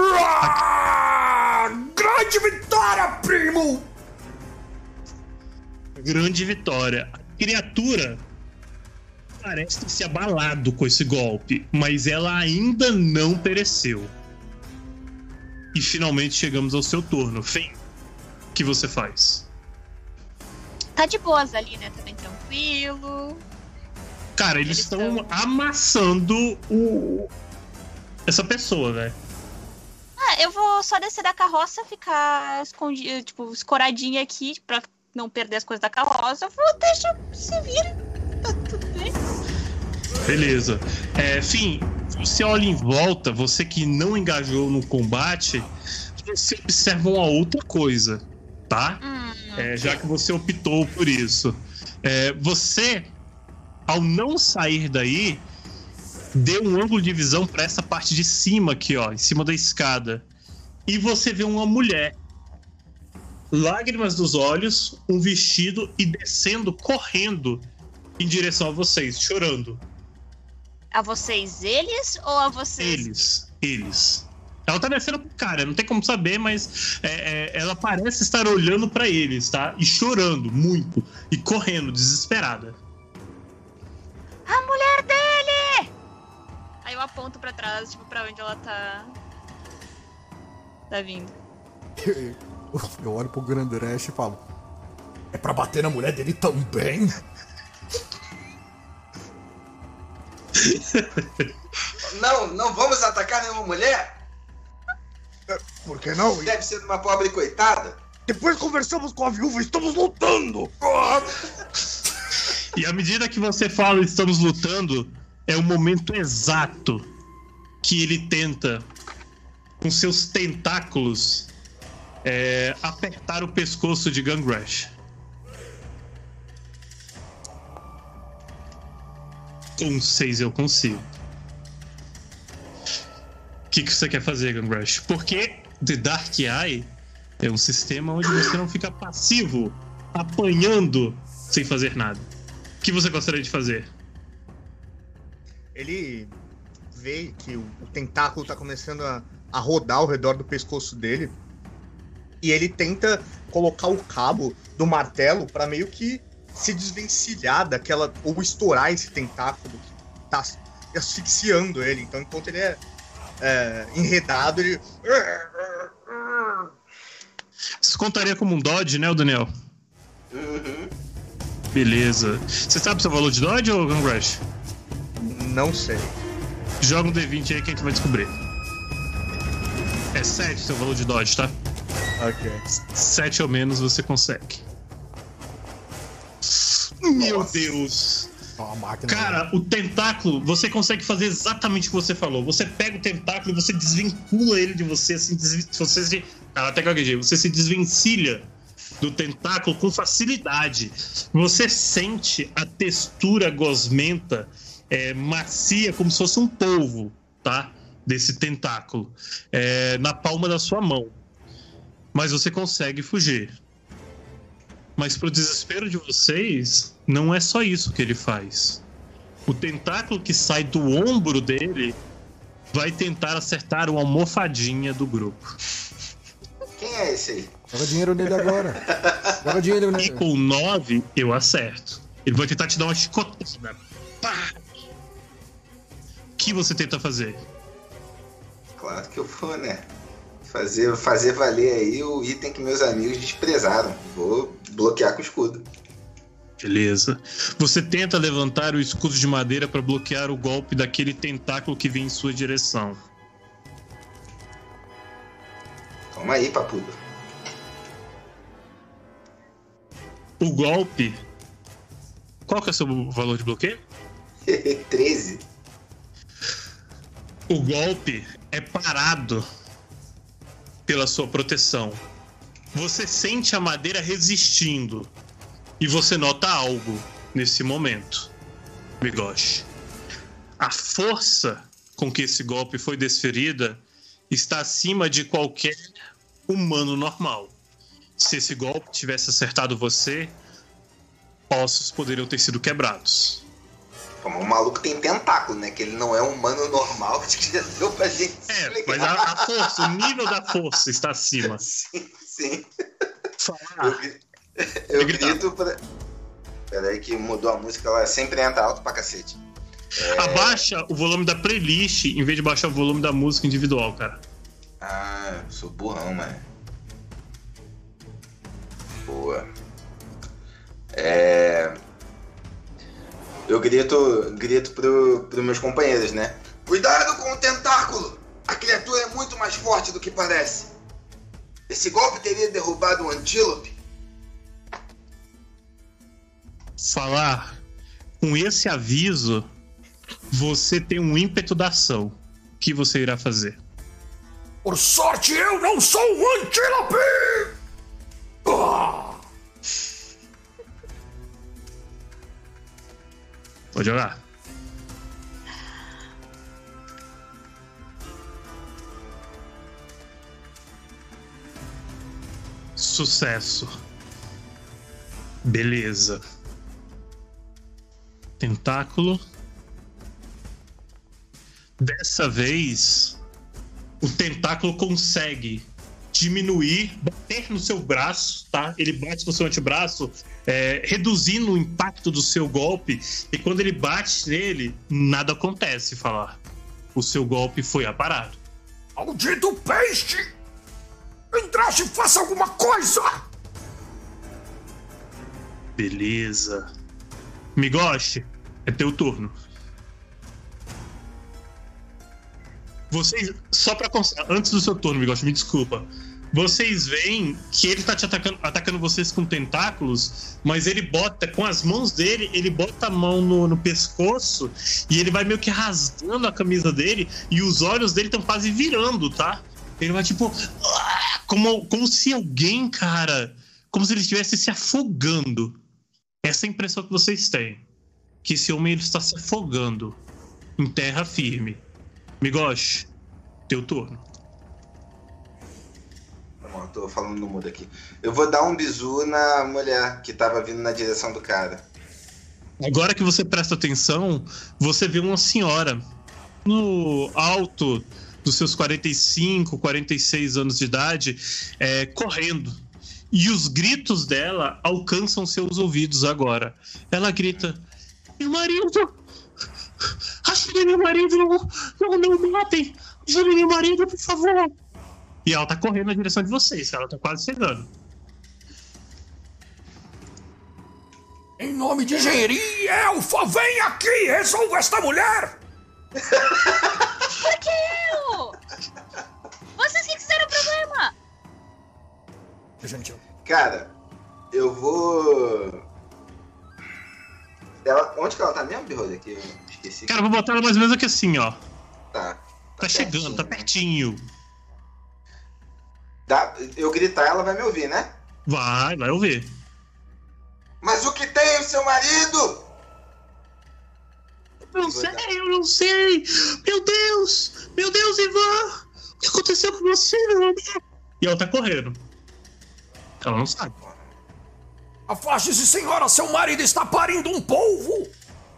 Speaker 2: Grande vitória, primo!
Speaker 3: Grande vitória. A criatura parece ter se abalado com esse golpe, mas ela ainda não pereceu. E finalmente chegamos ao seu turno. Fen, o que você faz?
Speaker 6: Tá de boas ali, né? Tá bem tranquilo.
Speaker 3: Cara, eles estão amassando o... essa pessoa, velho.
Speaker 6: Ah, eu vou só descer da carroça, ficar escondida, tipo, escoradinha aqui pra não perder as coisas da carroça. Eu vou deixar se vir. Tá tudo bem.
Speaker 3: Beleza. É, Fim, você olha em volta, você que não engajou no combate, você observa uma outra coisa, tá?
Speaker 6: Hum,
Speaker 3: É, já que você optou por isso. É, você, ao não sair daí, deu um ângulo de visão para essa parte de cima aqui, ó, em cima da escada. E você vê uma mulher, lágrimas dos olhos, um vestido e descendo, correndo em direção a vocês, chorando.
Speaker 6: a vocês eles ou a vocês?
Speaker 3: Eles, eles. Ela tá descendo pro cara, não tem como saber, mas é, é, ela parece estar olhando pra eles, tá? E chorando muito, e correndo, desesperada.
Speaker 6: A mulher dele! Aí eu aponto pra trás, tipo, pra onde ela tá... Tá vindo.
Speaker 7: Eu olho pro Granderesh e falo:
Speaker 2: É pra bater na mulher dele também?
Speaker 4: Não, não vamos atacar nenhuma mulher?
Speaker 2: Por que não?
Speaker 4: Deve ser uma pobre coitada.
Speaker 2: Depois conversamos com a viúva, estamos lutando!
Speaker 3: E à medida que você fala estamos lutando, é o momento exato que ele tenta, com seus tentáculos, é, apertar o pescoço de Gangresh. Com seis eu consigo. O que, que você quer fazer, Gangresh? Porque The Dark Eye é um sistema onde você não fica passivo, apanhando sem fazer nada. O que você gostaria de fazer?
Speaker 5: Ele vê que o, o tentáculo tá começando a, a rodar ao redor do pescoço dele. E ele tenta colocar o cabo do martelo pra meio que se desvencilhar daquela... ou estourar esse tentáculo que tá asfixiando ele. Então, enquanto ele é, é enredado, ele...
Speaker 3: Isso contaria como um dodge, né, Daniel?
Speaker 4: Uhum.
Speaker 3: Beleza. Você sabe o seu valor de dodge, ou Gangresh?
Speaker 5: Não sei.
Speaker 3: Joga um D vinte aí que a gente vai descobrir. É sete seu valor de dodge, tá?
Speaker 5: Ok.
Speaker 3: sete ou menos você consegue. Meu
Speaker 4: Nossa.
Speaker 3: Deus!
Speaker 7: Uma máquina.
Speaker 3: Cara, o tentáculo, você consegue fazer exatamente o que você falou. Você pega o tentáculo e você desvincula ele de você, assim, desvin... você se... Cara, até gaguejei. Você se desvencilha do tentáculo com facilidade. Você sente a textura gosmenta, é, macia, como se fosse um polvo, tá? Desse tentáculo, é, na palma da sua mão. Mas você consegue fugir. Mas pro desespero de vocês, não é só isso que ele faz. O tentáculo que sai do ombro dele vai tentar acertar uma almofadinha do grupo.
Speaker 4: Quem é esse aí?
Speaker 7: Joga dinheiro nele agora. Joga dinheiro
Speaker 3: E
Speaker 7: nele.
Speaker 3: com nove, eu acerto. Ele vai tentar te dar uma chicotada. Pá! O que você tenta fazer?
Speaker 4: Claro que eu vou, né? Fazer, fazer valer aí o item que meus amigos desprezaram. Vou bloquear com o escudo.
Speaker 3: Beleza. Você tenta levantar o escudo de madeira para bloquear o golpe daquele tentáculo que vem em sua direção.
Speaker 4: Toma aí, papudo.
Speaker 3: O golpe... Qual que é o seu valor de bloqueio?
Speaker 4: treze.
Speaker 3: O golpe é parado pela sua proteção. Você sente a madeira resistindo. E você nota algo nesse momento, Bigode. A força com que esse golpe foi desferida está acima de qualquer humano normal. Se esse golpe tivesse acertado você, ossos poderiam ter sido quebrados.
Speaker 4: Pô, mas o maluco tem tentáculo, né? Que ele não é um humano normal. Acho que já deu pra gente
Speaker 3: É,
Speaker 4: explicar.
Speaker 3: mas a, a força, o nível da força está acima.
Speaker 4: Sim, sim.
Speaker 3: Falar.
Speaker 4: Eu, gri- eu
Speaker 3: gritar.
Speaker 4: grito pra... Peraí que mudou a música, ela sempre entra alto pra cacete.
Speaker 3: Abaixa o volume da playlist em vez de baixar o volume da música individual, cara.
Speaker 4: Ah, eu sou burrão, mano. Boa. É... Eu grito, grito pro, pros meus companheiros, né? Cuidado com o tentáculo! A criatura é muito mais forte do que parece. Esse golpe teria derrubado um antílope?
Speaker 3: Falar, com esse aviso, você tem um ímpeto da ação. O que você irá fazer?
Speaker 2: Por sorte, eu não sou um antílope! Ah!
Speaker 3: Pode jogar. Sucesso. Beleza. Tentáculo. Dessa vez, o tentáculo consegue diminuir, bater no seu braço, tá? Ele bate no seu antebraço, é, reduzindo o impacto do seu golpe. E quando ele bate nele, nada acontece, falar. O seu golpe foi aparado.
Speaker 2: Maldito peixe! Entraste e faça alguma coisa!
Speaker 3: Beleza. Migoshi, é teu turno. Vocês, só pra constar, antes do seu turno, Migoshi, me desculpa. Vocês veem que ele tá te atacando, atacando vocês com tentáculos, mas ele bota, com as mãos dele, ele bota a mão no, no pescoço e ele vai meio que rasgando a camisa dele e os olhos dele estão quase virando, tá? Ele vai tipo... Como, como se alguém, cara... Como se ele estivesse se afogando. Essa é a impressão que vocês têm. Que esse homem ele está se afogando em terra firme. Migoshi, teu turno.
Speaker 4: Tá bom, eu tô falando no mudo aqui. Eu vou dar um bisu na mulher que tava vindo na direção do cara.
Speaker 3: Agora que você presta atenção, você vê uma senhora no alto dos seus quarenta e cinco, quarenta e seis anos de idade, é, correndo. E os gritos dela alcançam seus ouvidos agora. Ela grita: meu marido! Ajude meu marido! Não, não, não me matem! Ajude meu marido, por favor! E ela tá correndo na direção de vocês, ela tá quase chegando.
Speaker 2: Em nome de engenharia, Elfa, vem aqui! Resolva esta mulher!
Speaker 6: Por que eu? Vocês que fizeram o problema?
Speaker 5: Gentil.
Speaker 4: Cara, eu vou... Ela... Onde que ela tá mesmo, Beholder? Aqui, eu esqueci.
Speaker 3: Cara, eu vou botar ela mais ou menos aqui assim, ó.
Speaker 4: Tá.
Speaker 3: Tá,
Speaker 4: Tá
Speaker 3: chegando, tá pertinho.
Speaker 4: Dá... Eu gritar, ela vai me ouvir, né?
Speaker 3: Vai, vai ouvir.
Speaker 4: Mas o que tem, o seu marido?
Speaker 3: Eu não sei, eu não sei. Meu Deus, meu Deus, Ivan. O que aconteceu com você, meu amor? E ela tá correndo. Ela não sabe.
Speaker 2: Afaste-se, senhora, seu marido está parindo um polvo!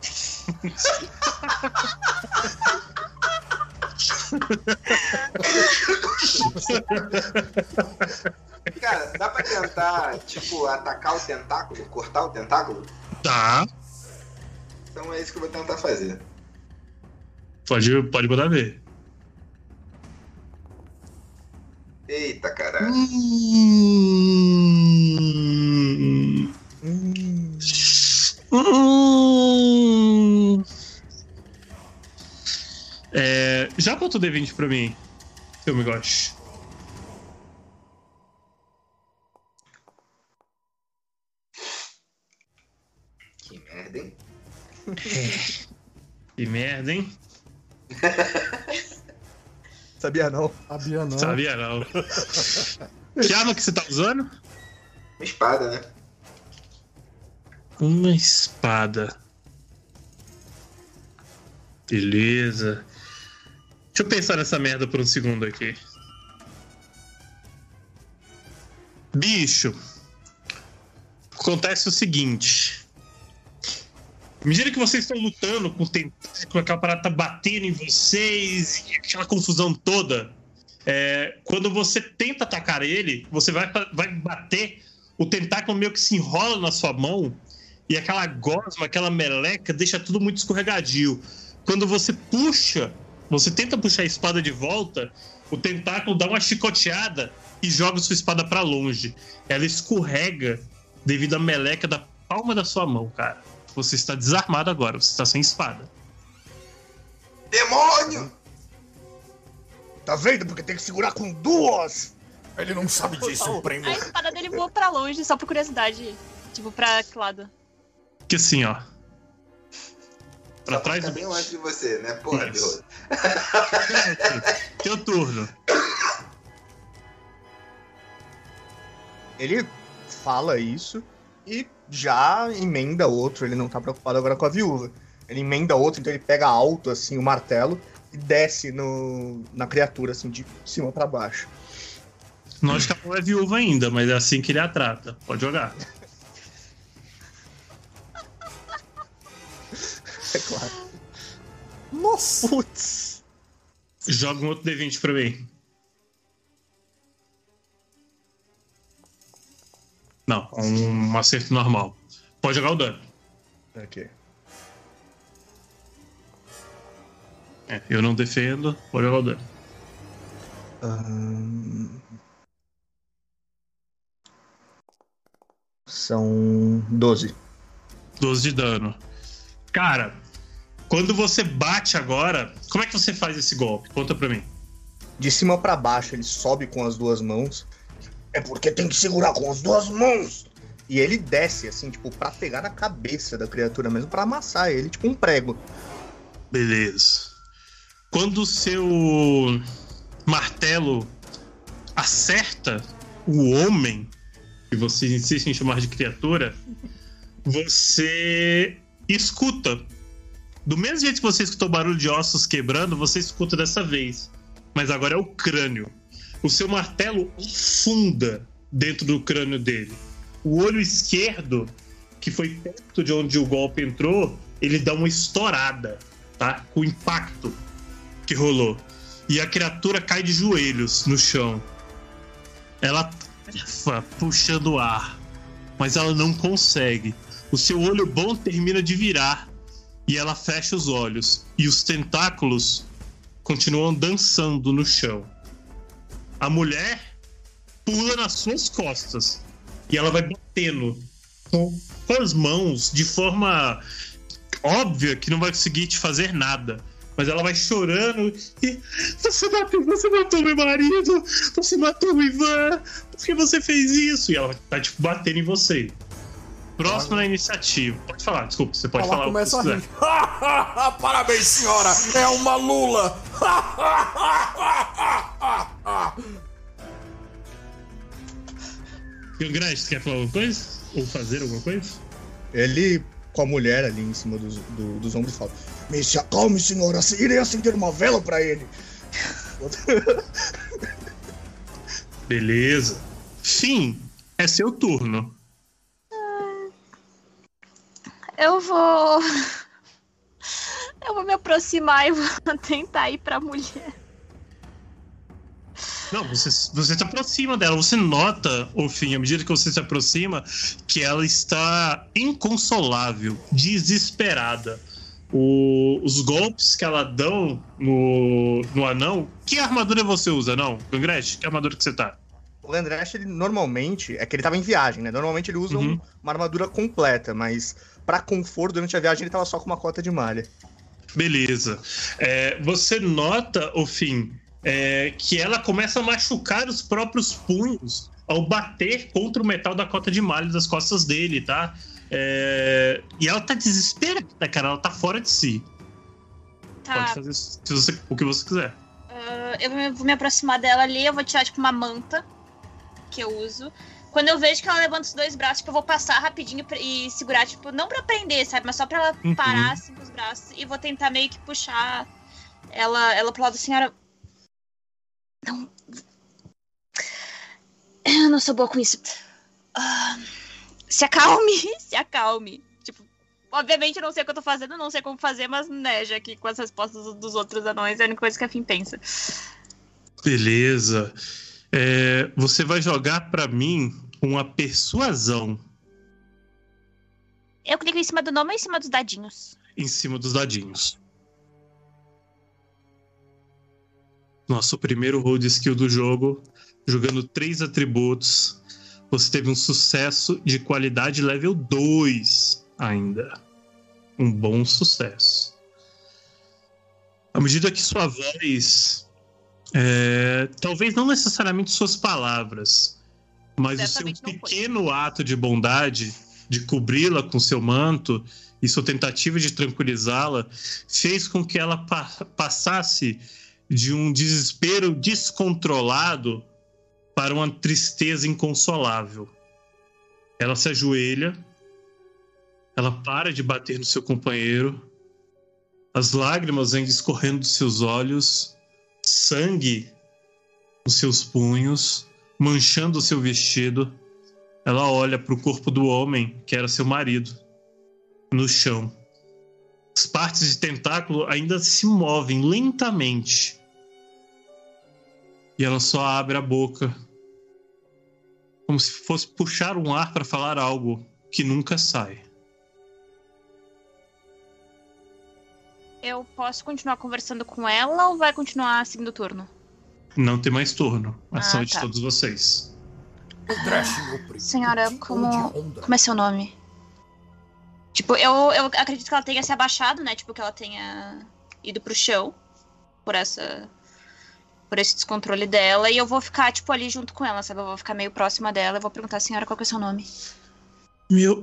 Speaker 4: Cara, dá pra tentar, tipo, atacar o tentáculo, cortar o tentáculo?
Speaker 3: Tá.
Speaker 4: Então é isso que eu vou tentar fazer.
Speaker 3: Pode, pode mandar ver.
Speaker 4: Eita, caralho.
Speaker 3: Hum...
Speaker 5: Hum.
Speaker 3: Hum... É, já botou o D vinte pra mim, seu me goste.
Speaker 4: Que merda, hein?
Speaker 3: Que merda, hein?
Speaker 5: Sabia não.
Speaker 7: Sabia não.
Speaker 3: Sabia não. Que arma que você tá usando?
Speaker 4: Uma espada, né?
Speaker 3: Uma espada. Beleza. Deixa eu pensar nessa merda por um segundo aqui. Bicho. Acontece o seguinte. À medida que vocês estão lutando com o tentáculo, aquela parada tá batendo em vocês e aquela confusão toda, é, quando você tenta atacar ele, você vai, vai bater, o tentáculo meio que se enrola na sua mão e aquela gosma, aquela meleca deixa tudo muito escorregadio. Quando você puxa, você tenta puxar a espada de volta, o tentáculo dá uma chicoteada e joga sua espada pra longe. Ela escorrega devido à meleca da palma da sua mão, cara. Você está desarmado agora, você está sem espada.
Speaker 4: Demônio!
Speaker 5: Tá vendo? Porque tem que segurar com duas!
Speaker 2: Ele não sabe disso, primo.
Speaker 6: A espada dele voou pra longe, só por curiosidade. Tipo, pra que lado?
Speaker 3: Que assim, ó. Pra
Speaker 4: Só
Speaker 3: trás
Speaker 4: ficar
Speaker 3: do...
Speaker 4: bem longe de você, né? Porra,
Speaker 3: Isso.
Speaker 4: Beholder.
Speaker 3: Teu turno.
Speaker 5: Ele fala isso e já emenda outro. Ele não tá preocupado agora com a viúva. Ele emenda outro, então ele pega alto, assim, o martelo e desce no, na criatura, assim, de cima pra baixo.
Speaker 3: Nós que ela não é viúva ainda, mas é assim que ele a trata. Pode jogar.
Speaker 5: É claro.
Speaker 7: Nossa!
Speaker 5: Putz!
Speaker 3: Joga um outro D vinte pra mim. Não, um acerto normal. Pode jogar o dano.
Speaker 5: Ok.
Speaker 3: É, eu não defendo, pode jogar o dano.
Speaker 5: Ahn, São doze.
Speaker 3: doze de dano. Cara, quando você bate agora, como é que você faz esse golpe? Conta pra mim.
Speaker 5: De cima pra baixo, ele sobe com as duas mãos. É porque tem que segurar com as duas mãos. E ele desce, assim, tipo, pra pegar na cabeça da criatura mesmo, pra amassar ele, tipo um prego.
Speaker 3: Beleza. Quando o seu martelo acerta o homem, que vocês insistem em chamar de criatura, você escuta. Do mesmo jeito que você escutou barulho de ossos quebrando, você escuta dessa vez. Mas agora é o crânio. O seu martelo afunda dentro do crânio dele. O olho esquerdo, que foi perto de onde o golpe entrou, ele dá uma estourada, tá? Com o impacto que rolou. E a criatura cai de joelhos no chão. Ela tá puxando o ar, mas ela não consegue. O seu olho bom termina de virar e ela fecha os olhos. E os tentáculos continuam dançando no chão. A mulher pula nas suas costas e ela vai batendo com, com as mãos de forma óbvia que não vai conseguir te fazer nada. mas ela vai chorando e você matou, você matou meu marido, você matou o Ivan, por que você fez isso? E ela tá tipo batendo em você. Próximo na iniciativa. Pode falar, desculpa, você pode
Speaker 7: Ela
Speaker 3: falar
Speaker 7: começa
Speaker 3: o que
Speaker 7: a
Speaker 3: você
Speaker 7: rir.
Speaker 3: quiser.
Speaker 7: Parabéns, senhora! É uma lula!
Speaker 3: E o Grande, você quer falar alguma coisa? Ou fazer alguma coisa?
Speaker 5: Ele, com a mulher ali em cima dos, do, dos ombros, fala: Me se acalme, senhora, irei acender uma vela pra ele.
Speaker 3: Beleza. Fim, é seu turno.
Speaker 6: Eu vou. Eu vou me aproximar e vou tentar ir pra mulher.
Speaker 3: Não, você, você se aproxima dela, você nota, ô Fim, à medida que você se aproxima, que ela está inconsolável, desesperada. O, os golpes que ela dão no, no anão. Que armadura você usa, não? Gangresh, que armadura que você tá?
Speaker 5: O Landresh, ele normalmente, é que ele tava em viagem, né? Normalmente ele usa
Speaker 3: Uhum.
Speaker 5: um, uma armadura completa, mas pra conforto durante a viagem ele tava só com uma cota de malha.
Speaker 3: Beleza. É, você nota, ô Fim, é, que ela começa a machucar os próprios punhos ao bater contra o metal da cota de malha das costas dele, tá? É, e ela tá desesperada, cara. Ela tá fora de si.
Speaker 6: Tá.
Speaker 3: Pode fazer se você, o que você quiser.
Speaker 6: Uh, eu vou me- vou me aproximar dela ali, eu vou tirar, tipo, uma manta que eu uso. Quando eu vejo que ela levanta os dois braços, tipo, eu vou passar rapidinho pra- e segurar, tipo, não pra prender, sabe? Mas só pra ela
Speaker 3: Uhum.
Speaker 6: parar, assim, com os braços. E vou tentar meio que puxar ela, ela pro lado, senhora... Não... Eu não sou boa com isso. Ah, se acalme, se acalme. Tipo, obviamente eu não sei o que eu tô fazendo, não sei como fazer, mas, né, já que com as respostas dos- dos outros anões é a única coisa que a Fim pensa.
Speaker 3: Beleza. É, você vai jogar pra mim uma persuasão
Speaker 6: Eu clico em cima do nome ou em cima dos dadinhos?
Speaker 3: em cima dos dadinhos. Nosso primeiro roll de skill do jogo, jogando três atributos. Você teve um sucesso de qualidade level dois ainda. Um bom sucesso. À medida que sua voz, é, talvez não necessariamente suas palavras, mas o seu
Speaker 6: Certamente não foi.
Speaker 3: pequeno ato de bondade de cobri-la com seu manto e sua tentativa de tranquilizá-la fez com que ela pa- passasse de um desespero descontrolado para uma tristeza inconsolável. Ela se ajoelha, ela para de bater no seu companheiro, as lágrimas vêm escorrendo dos seus olhos, sangue nos seus punhos, manchando o seu vestido. Ela olha para o corpo do homem, que era seu marido, no chão. As partes de tentáculo ainda se movem lentamente. E ela só abre a boca, como se fosse puxar um ar para falar algo que nunca sai.
Speaker 6: Eu posso continuar conversando com ela ou vai continuar seguindo o turno?
Speaker 3: Não tem mais turno. Ação
Speaker 6: Ah,
Speaker 3: de
Speaker 6: tá.
Speaker 3: todos vocês.
Speaker 7: Landresh, meu primo.
Speaker 6: Senhora,
Speaker 7: que
Speaker 6: como,
Speaker 7: onda.
Speaker 6: como é seu nome? Tipo, eu, eu acredito que ela tenha se abaixado, né? Tipo, que ela tenha ido pro chão por essa... por esse descontrole dela. E eu vou ficar, tipo, ali junto com ela, sabe? Eu vou ficar meio próxima dela. Eu vou perguntar, senhora, qual que é o seu nome?
Speaker 3: Meu...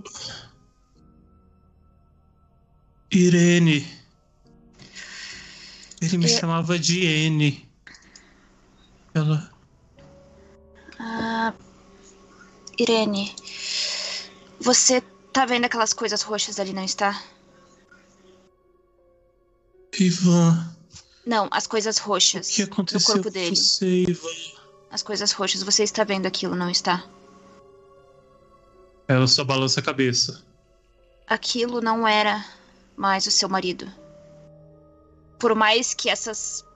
Speaker 3: Irene. Ele me
Speaker 6: É-
Speaker 3: chamava de N. Ela...
Speaker 6: Ah... Irene... Você tá vendo aquelas coisas roxas ali, não está?
Speaker 3: Ivan,
Speaker 6: Não, as coisas
Speaker 3: o
Speaker 6: roxas
Speaker 3: que
Speaker 6: no
Speaker 3: aconteceu
Speaker 6: corpo
Speaker 3: com
Speaker 6: dele.
Speaker 3: você, Ivan?
Speaker 6: As coisas roxas, você está vendo aquilo, não está?
Speaker 3: Ela só balança a cabeça.
Speaker 6: Aquilo não era mais o seu marido. Por mais que essas...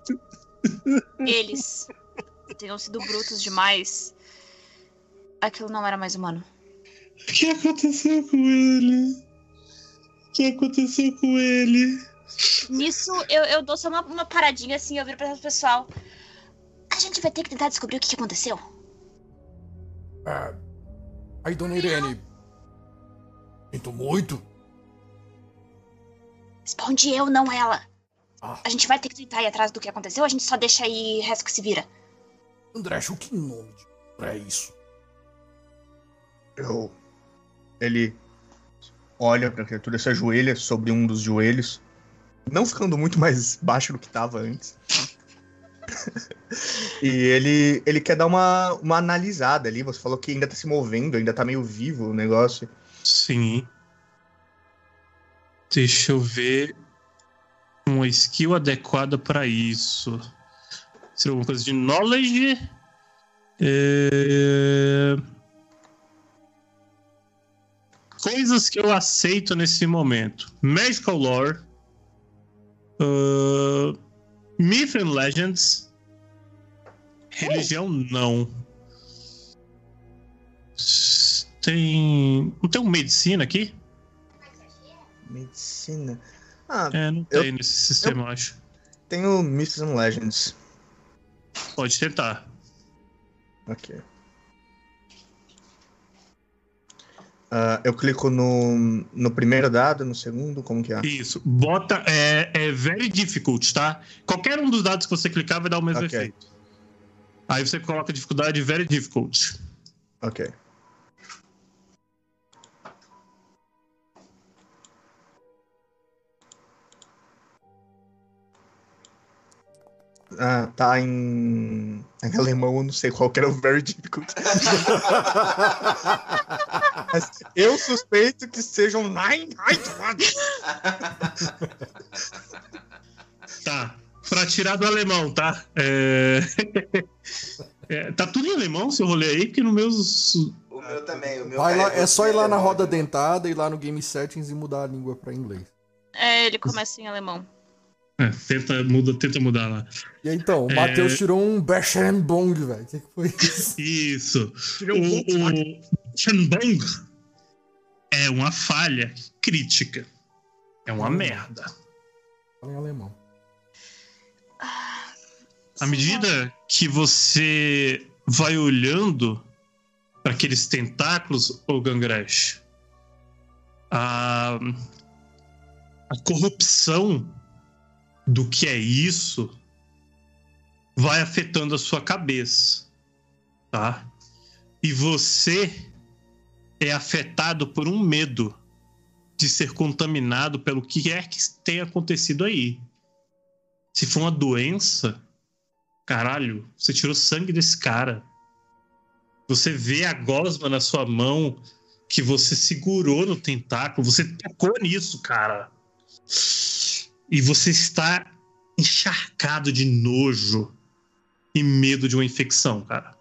Speaker 6: eles tenham sido brutos demais, aquilo não era mais humano.
Speaker 3: O que aconteceu com ele? O que aconteceu com ele?
Speaker 6: Nisso, eu, eu dou só uma, uma paradinha assim, eu viro para o pessoal. A gente vai ter que tentar descobrir o que, que aconteceu.
Speaker 7: É. Aí, dona Irene. Sinto muito.
Speaker 6: Responde eu, não ela.
Speaker 7: Ah.
Speaker 6: A gente vai ter que tentar ir atrás do que aconteceu ou a gente só deixa aí e o resto que se vira?
Speaker 7: André, o que nome de é isso?
Speaker 5: Eu... Ele olha pra criatura, se ajoelha sobre um dos joelhos, não ficando muito mais baixo do que tava antes. E ele, ele quer dar uma, uma analisada ali. Você falou que ainda tá se movendo, ainda tá meio vivo o negócio.
Speaker 3: Sim. Deixa eu ver uma skill adequada pra isso. Seria alguma coisa de knowledge? É... Coisas que eu aceito nesse momento. Magical Lore. Uh... Myth and Legends. Religião, não. Tem... Não tem um medicina aqui?
Speaker 5: Medicina? Ah,
Speaker 3: É, não
Speaker 5: eu-
Speaker 3: tem nesse sistema, eu acho.
Speaker 5: tenho Myths and Legends.
Speaker 3: Pode tentar.
Speaker 5: Ok. Ah, eu clico no, no primeiro dado, no segundo, como que é?
Speaker 3: Isso. Bota. É, é very difficult, tá? Qualquer um dos dados que você clicar vai dar o mesmo
Speaker 5: Ok.
Speaker 3: efeito. Aí você coloca a dificuldade very difficult.
Speaker 5: Ok. Ah, tá em... em alemão, eu não sei qual que era o very difficult. Mas eu suspeito que sejam nine.
Speaker 3: Tá. Pra tirar do alemão, tá? É... é, tá tudo em alemão seu rolê aí, porque no meu.
Speaker 4: O meu também, o meu
Speaker 7: Vai lá,
Speaker 4: carregou
Speaker 7: é só ir lá na
Speaker 4: alemão.
Speaker 7: roda dentada, ir lá no Game Settings e mudar a língua pra inglês.
Speaker 6: É, ele começa em alemão.
Speaker 3: É, tenta, muda, tenta mudar lá.
Speaker 7: E aí, então, o
Speaker 3: É.
Speaker 7: Matheus tirou um Bershenbong, velho. O que, que foi isso?
Speaker 3: Isso. O, o Shenbong é uma falha crítica. É uma
Speaker 7: Hum.
Speaker 3: merda.
Speaker 7: Fala em alemão.
Speaker 3: À medida que você vai olhando para aqueles tentáculos, ô Gangresh, a, a corrupção do que é isso vai afetando a sua cabeça, tá? E você é afetado por um medo de ser contaminado pelo que é que tenha acontecido aí. Se for uma doença, caralho, você tirou sangue desse cara. Você vê a gosma na sua mão que você segurou no tentáculo, você tocou nisso, cara. E você está encharcado de nojo e medo de uma infecção, cara.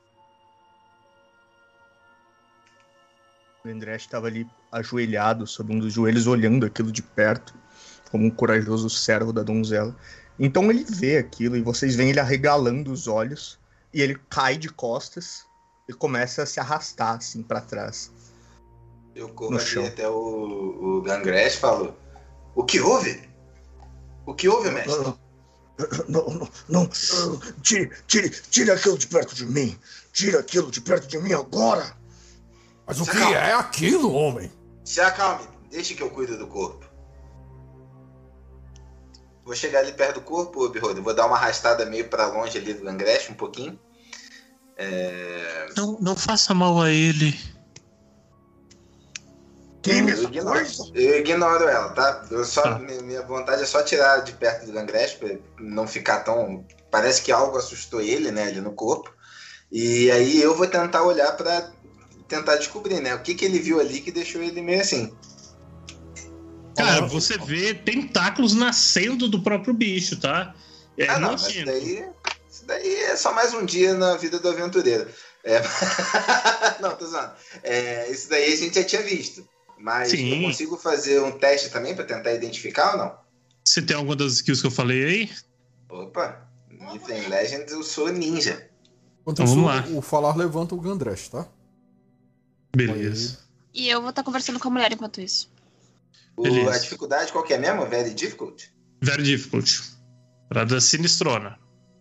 Speaker 5: O André estava ali ajoelhado sobre um dos joelhos, olhando aquilo de perto, como um corajoso servo da donzela. Então ele vê aquilo e vocês veem ele arregalando os olhos e ele cai de costas e começa a se arrastar assim pra trás.
Speaker 4: Eu corro
Speaker 5: No
Speaker 4: ali
Speaker 5: chão.
Speaker 4: até o, o Gangresh e falo: O que houve? O que houve, mestre?
Speaker 5: Não, não, não. Tire, tire, tire aquilo de perto de mim. Tire aquilo de perto de mim agora.
Speaker 7: Mas o
Speaker 4: Se
Speaker 7: que
Speaker 4: acalma.
Speaker 7: é aquilo, homem?
Speaker 4: Se acalme, deixe que eu cuido do corpo. Vou chegar ali perto do corpo, Birrodo. Vou dar uma arrastada meio pra longe ali do Gangresh, um pouquinho. É...
Speaker 3: Não, não faça mal a ele.
Speaker 5: Queime
Speaker 4: Eu
Speaker 5: essa
Speaker 4: ignoro,
Speaker 5: coisa.
Speaker 4: eu ignoro ela, tá? Eu só,
Speaker 3: Tá.
Speaker 4: mi- Minha vontade é só tirar de perto do Gangresh pra não ficar tão... Parece que algo assustou ele, né, ali no corpo. E aí eu vou tentar olhar pra tentar descobrir, né? O que que ele viu ali que deixou ele meio assim.
Speaker 3: Cara, você vê tentáculos nascendo do próprio bicho, tá? É
Speaker 4: ah, não, mas isso
Speaker 3: nojento.
Speaker 4: daí, isso daí é só mais um dia na vida do aventureiro. É... não, tô zoando. É, isso daí a gente já tinha visto. Mas
Speaker 3: Sim.
Speaker 4: eu consigo fazer um teste também pra tentar identificar ou não?
Speaker 3: Você tem alguma das skills que eu falei aí?
Speaker 4: Opa, Myth and Legends eu sou ninja.
Speaker 7: Enquanto
Speaker 3: Então,
Speaker 7: isso,
Speaker 3: vamos lá.
Speaker 7: o falar levanta o Gandresh, tá?
Speaker 3: Beleza.
Speaker 6: E eu vou estar conversando com a mulher enquanto isso.
Speaker 4: O-
Speaker 3: Beleza.
Speaker 4: a dificuldade qual que é mesmo? Very difficult?
Speaker 3: Very difficult. Pra dar sinistrona.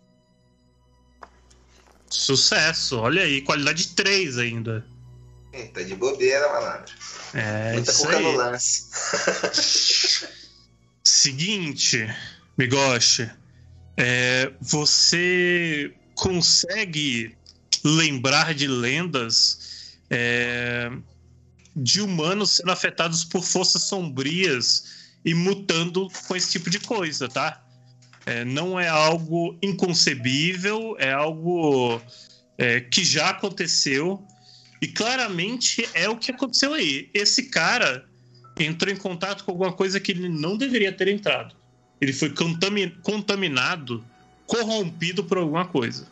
Speaker 3: Sucesso. Olha aí, qualidade três ainda.
Speaker 4: Eita, de bobeira, malandro.
Speaker 3: É
Speaker 4: Muita
Speaker 3: isso
Speaker 4: cuca no
Speaker 3: aí.
Speaker 4: lance.
Speaker 3: Seguinte, Migoshi, é, você consegue lembrar de lendas é, de humanos sendo afetados por forças sombrias e mutando com esse tipo de coisa, tá? É, não é algo inconcebível, é algo é, que já aconteceu e claramente é o que aconteceu aí. Esse cara entrou em contato com alguma coisa que ele não deveria ter entrado. Ele foi contami- contaminado, corrompido por alguma coisa.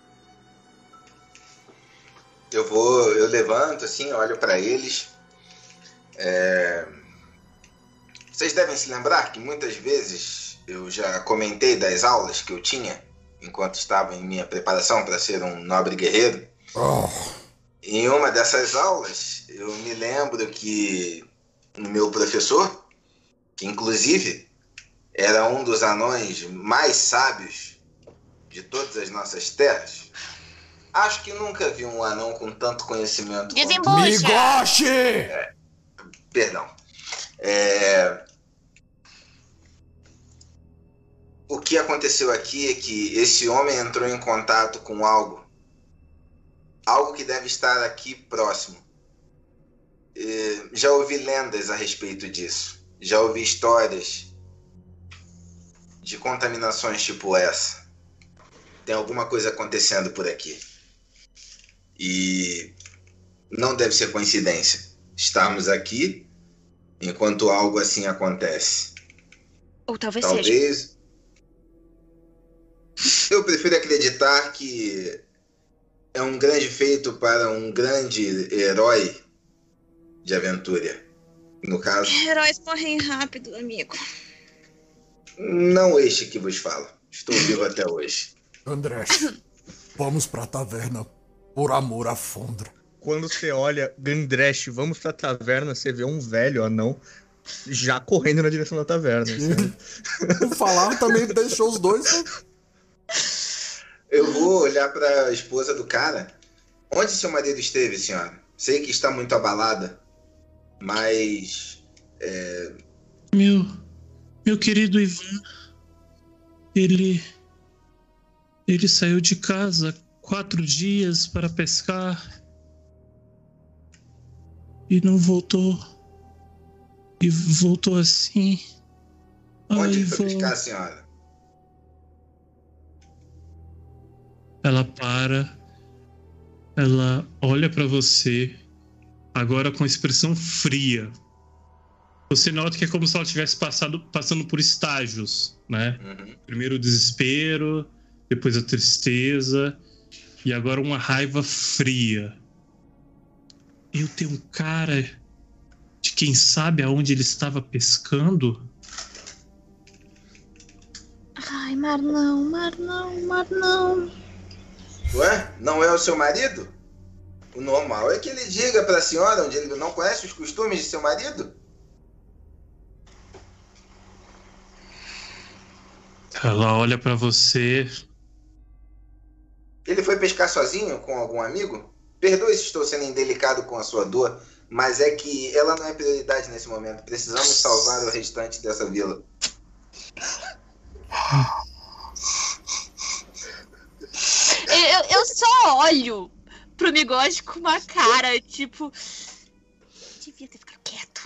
Speaker 4: Eu vou, eu levanto assim, olho para eles. É... Vocês devem se lembrar que muitas vezes eu já comentei das aulas que eu tinha enquanto estava em minha preparação para ser um nobre guerreiro.
Speaker 7: Oh.
Speaker 4: Em uma dessas aulas, eu me lembro que o meu professor, que inclusive era um dos anões mais sábios de todas as nossas terras, acho que nunca vi um anão com tanto conhecimento.
Speaker 6: Desembucha!
Speaker 7: Migoshi!
Speaker 4: É, perdão. É... O que aconteceu aqui é que esse homem entrou em contato com algo. Algo que deve estar aqui próximo. É, já ouvi lendas a respeito disso. Já ouvi histórias de contaminações tipo essa. Tem alguma coisa acontecendo por aqui. E não deve ser coincidência estarmos aqui enquanto algo assim acontece.
Speaker 6: Ou talvez,
Speaker 4: Talvez...
Speaker 6: seja.
Speaker 4: Eu prefiro acreditar que é um grande feito para um grande herói de aventura. No caso...
Speaker 6: Heróis morrem rápido, amigo.
Speaker 4: Não este que vos falo. Estou vivo até hoje.
Speaker 7: André, vamos pra taverna. Por amor à Fondra.
Speaker 5: Quando você olha, Gandresh, vamos pra taverna, você vê um velho anão já correndo na direção da taverna.
Speaker 7: O falar também deixou os dois.
Speaker 4: Eu vou olhar para a esposa do cara. Onde seu marido esteve, senhora? Sei que está muito abalada, mas... É...
Speaker 3: Meu, meu querido Ivan, ele, ele saiu de casa quatro dias para pescar e não voltou. E voltou assim.
Speaker 4: Onde
Speaker 3: Ai,
Speaker 4: foi
Speaker 3: vou...
Speaker 4: pescar, senhora?
Speaker 3: Ela para, ela olha pra você, agora com expressão fria. Você nota que é como se ela estivesse passado, passando por estágios, né?
Speaker 4: Uhum.
Speaker 3: Primeiro o desespero, depois a tristeza e agora uma raiva fria. Eu tenho um cara de quem sabe aonde ele estava pescando?
Speaker 6: Ai, mar não, mar não, mar não.
Speaker 4: Ué? Não é o seu marido? O normal é que ele diga para a senhora onde ele não conhece os costumes de seu marido.
Speaker 3: Ela olha pra você.
Speaker 4: Ele foi pescar sozinho com algum amigo? Perdoe se estou sendo indelicado com a sua dor, mas é que ela não é prioridade nesse momento. Precisamos salvar o restante dessa vila.
Speaker 6: Eu, eu só olho pro Migoshi com uma cara, tipo... Devia ter ficado quieto.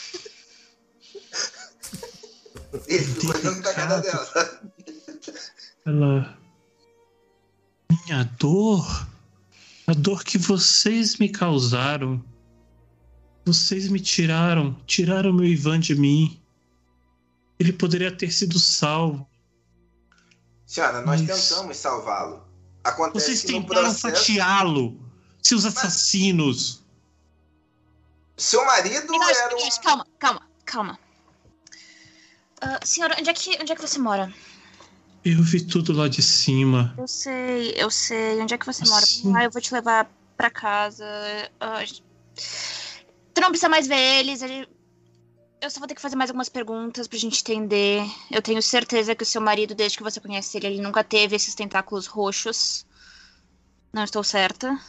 Speaker 4: Ele ficou olhando pra cara dela.
Speaker 3: Ela... Minha dor... A dor que vocês me causaram. Vocês me tiraram. Tiraram meu Ivan de mim. Ele poderia ter sido salvo.
Speaker 4: Senhora, nós
Speaker 3: Mas...
Speaker 4: tentamos salvá-lo. Acontece
Speaker 3: Vocês
Speaker 4: que no
Speaker 3: tentaram
Speaker 4: processo...
Speaker 3: fatiá-lo. Seus assassinos.
Speaker 4: Seu marido
Speaker 6: Migoshi,
Speaker 4: era um...
Speaker 6: Migoshi, calma, calma, calma. Uh, senhora, onde é, que, onde é que você mora?
Speaker 3: Eu vi tudo lá de cima.
Speaker 6: Eu sei, eu sei. Onde é que você
Speaker 3: Assim.
Speaker 6: mora? Ah, eu vou te levar pra casa. Uh, tu não precisa mais ver eles. Ele... Eu só vou ter que fazer mais algumas perguntas pra gente entender. Eu tenho certeza que o seu marido, desde que você conhece ele, ele nunca teve esses tentáculos roxos. Não estou certa?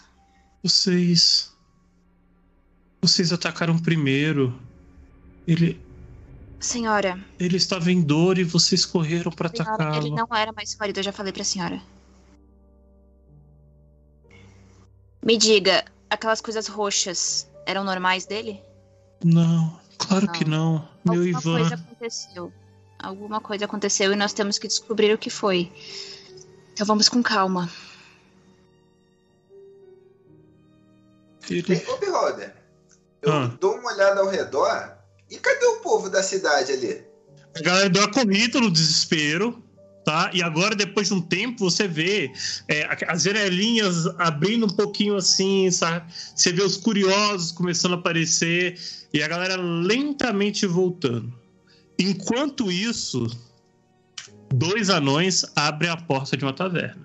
Speaker 3: Vocês... Vocês atacaram primeiro. Ele...
Speaker 6: Senhora.
Speaker 3: Ele estava em dor e vocês correram para atacá-lo.
Speaker 6: Ele não era mais seu marido, eu já falei pra senhora. Me diga, aquelas coisas roxas eram normais dele?
Speaker 3: Não, claro não. que não. Meu
Speaker 6: Alguma
Speaker 3: Ivan.
Speaker 6: coisa aconteceu. Alguma coisa aconteceu e nós temos que descobrir o que foi. Então vamos com calma.
Speaker 3: Ele...
Speaker 4: Tem Bob Holder. Eu ah. dou uma olhada ao redor. E cadê o povo da cidade ali?
Speaker 3: A galera deu uma corrida no desespero, tá? E agora, depois de um tempo, você vê é, as janelinhas abrindo um pouquinho assim, sabe? Você vê os curiosos começando a aparecer e a galera lentamente voltando. Enquanto isso, dois anões abrem a porta de uma taverna.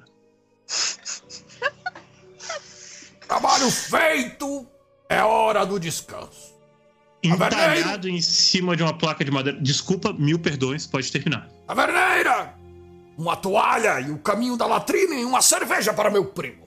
Speaker 2: Trabalho feito! É hora do descanso.
Speaker 3: Entalhado em cima de uma placa de madeira. Desculpa, mil perdões, pode terminar.
Speaker 2: Taverneira! Uma toalha e o caminho da latrina e uma cerveja para meu primo.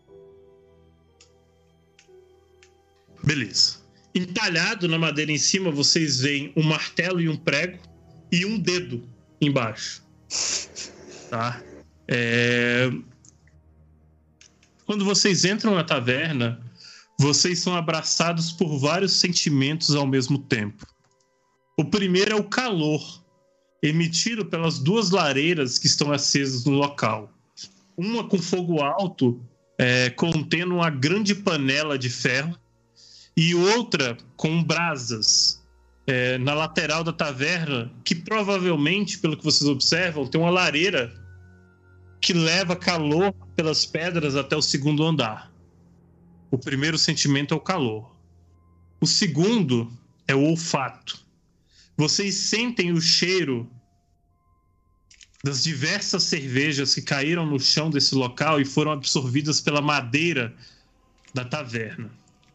Speaker 3: Beleza. Entalhado na madeira em cima, vocês veem um martelo e um prego e um dedo embaixo. Tá? É... Quando vocês entram na taverna, vocês são abraçados por vários sentimentos ao mesmo tempo. O primeiro é o calor, emitido pelas duas lareiras que estão acesas no local. Uma com fogo alto, é, contendo uma grande panela de ferro, e outra com brasas é, na lateral da taverna, que provavelmente, pelo que vocês observam, tem uma lareira que leva calor pelas pedras até o segundo andar. O primeiro sentimento é o calor. O segundo é o olfato. Vocês sentem o cheiro das diversas cervejas que caíram no chão desse local e foram absorvidas pela madeira da taverna.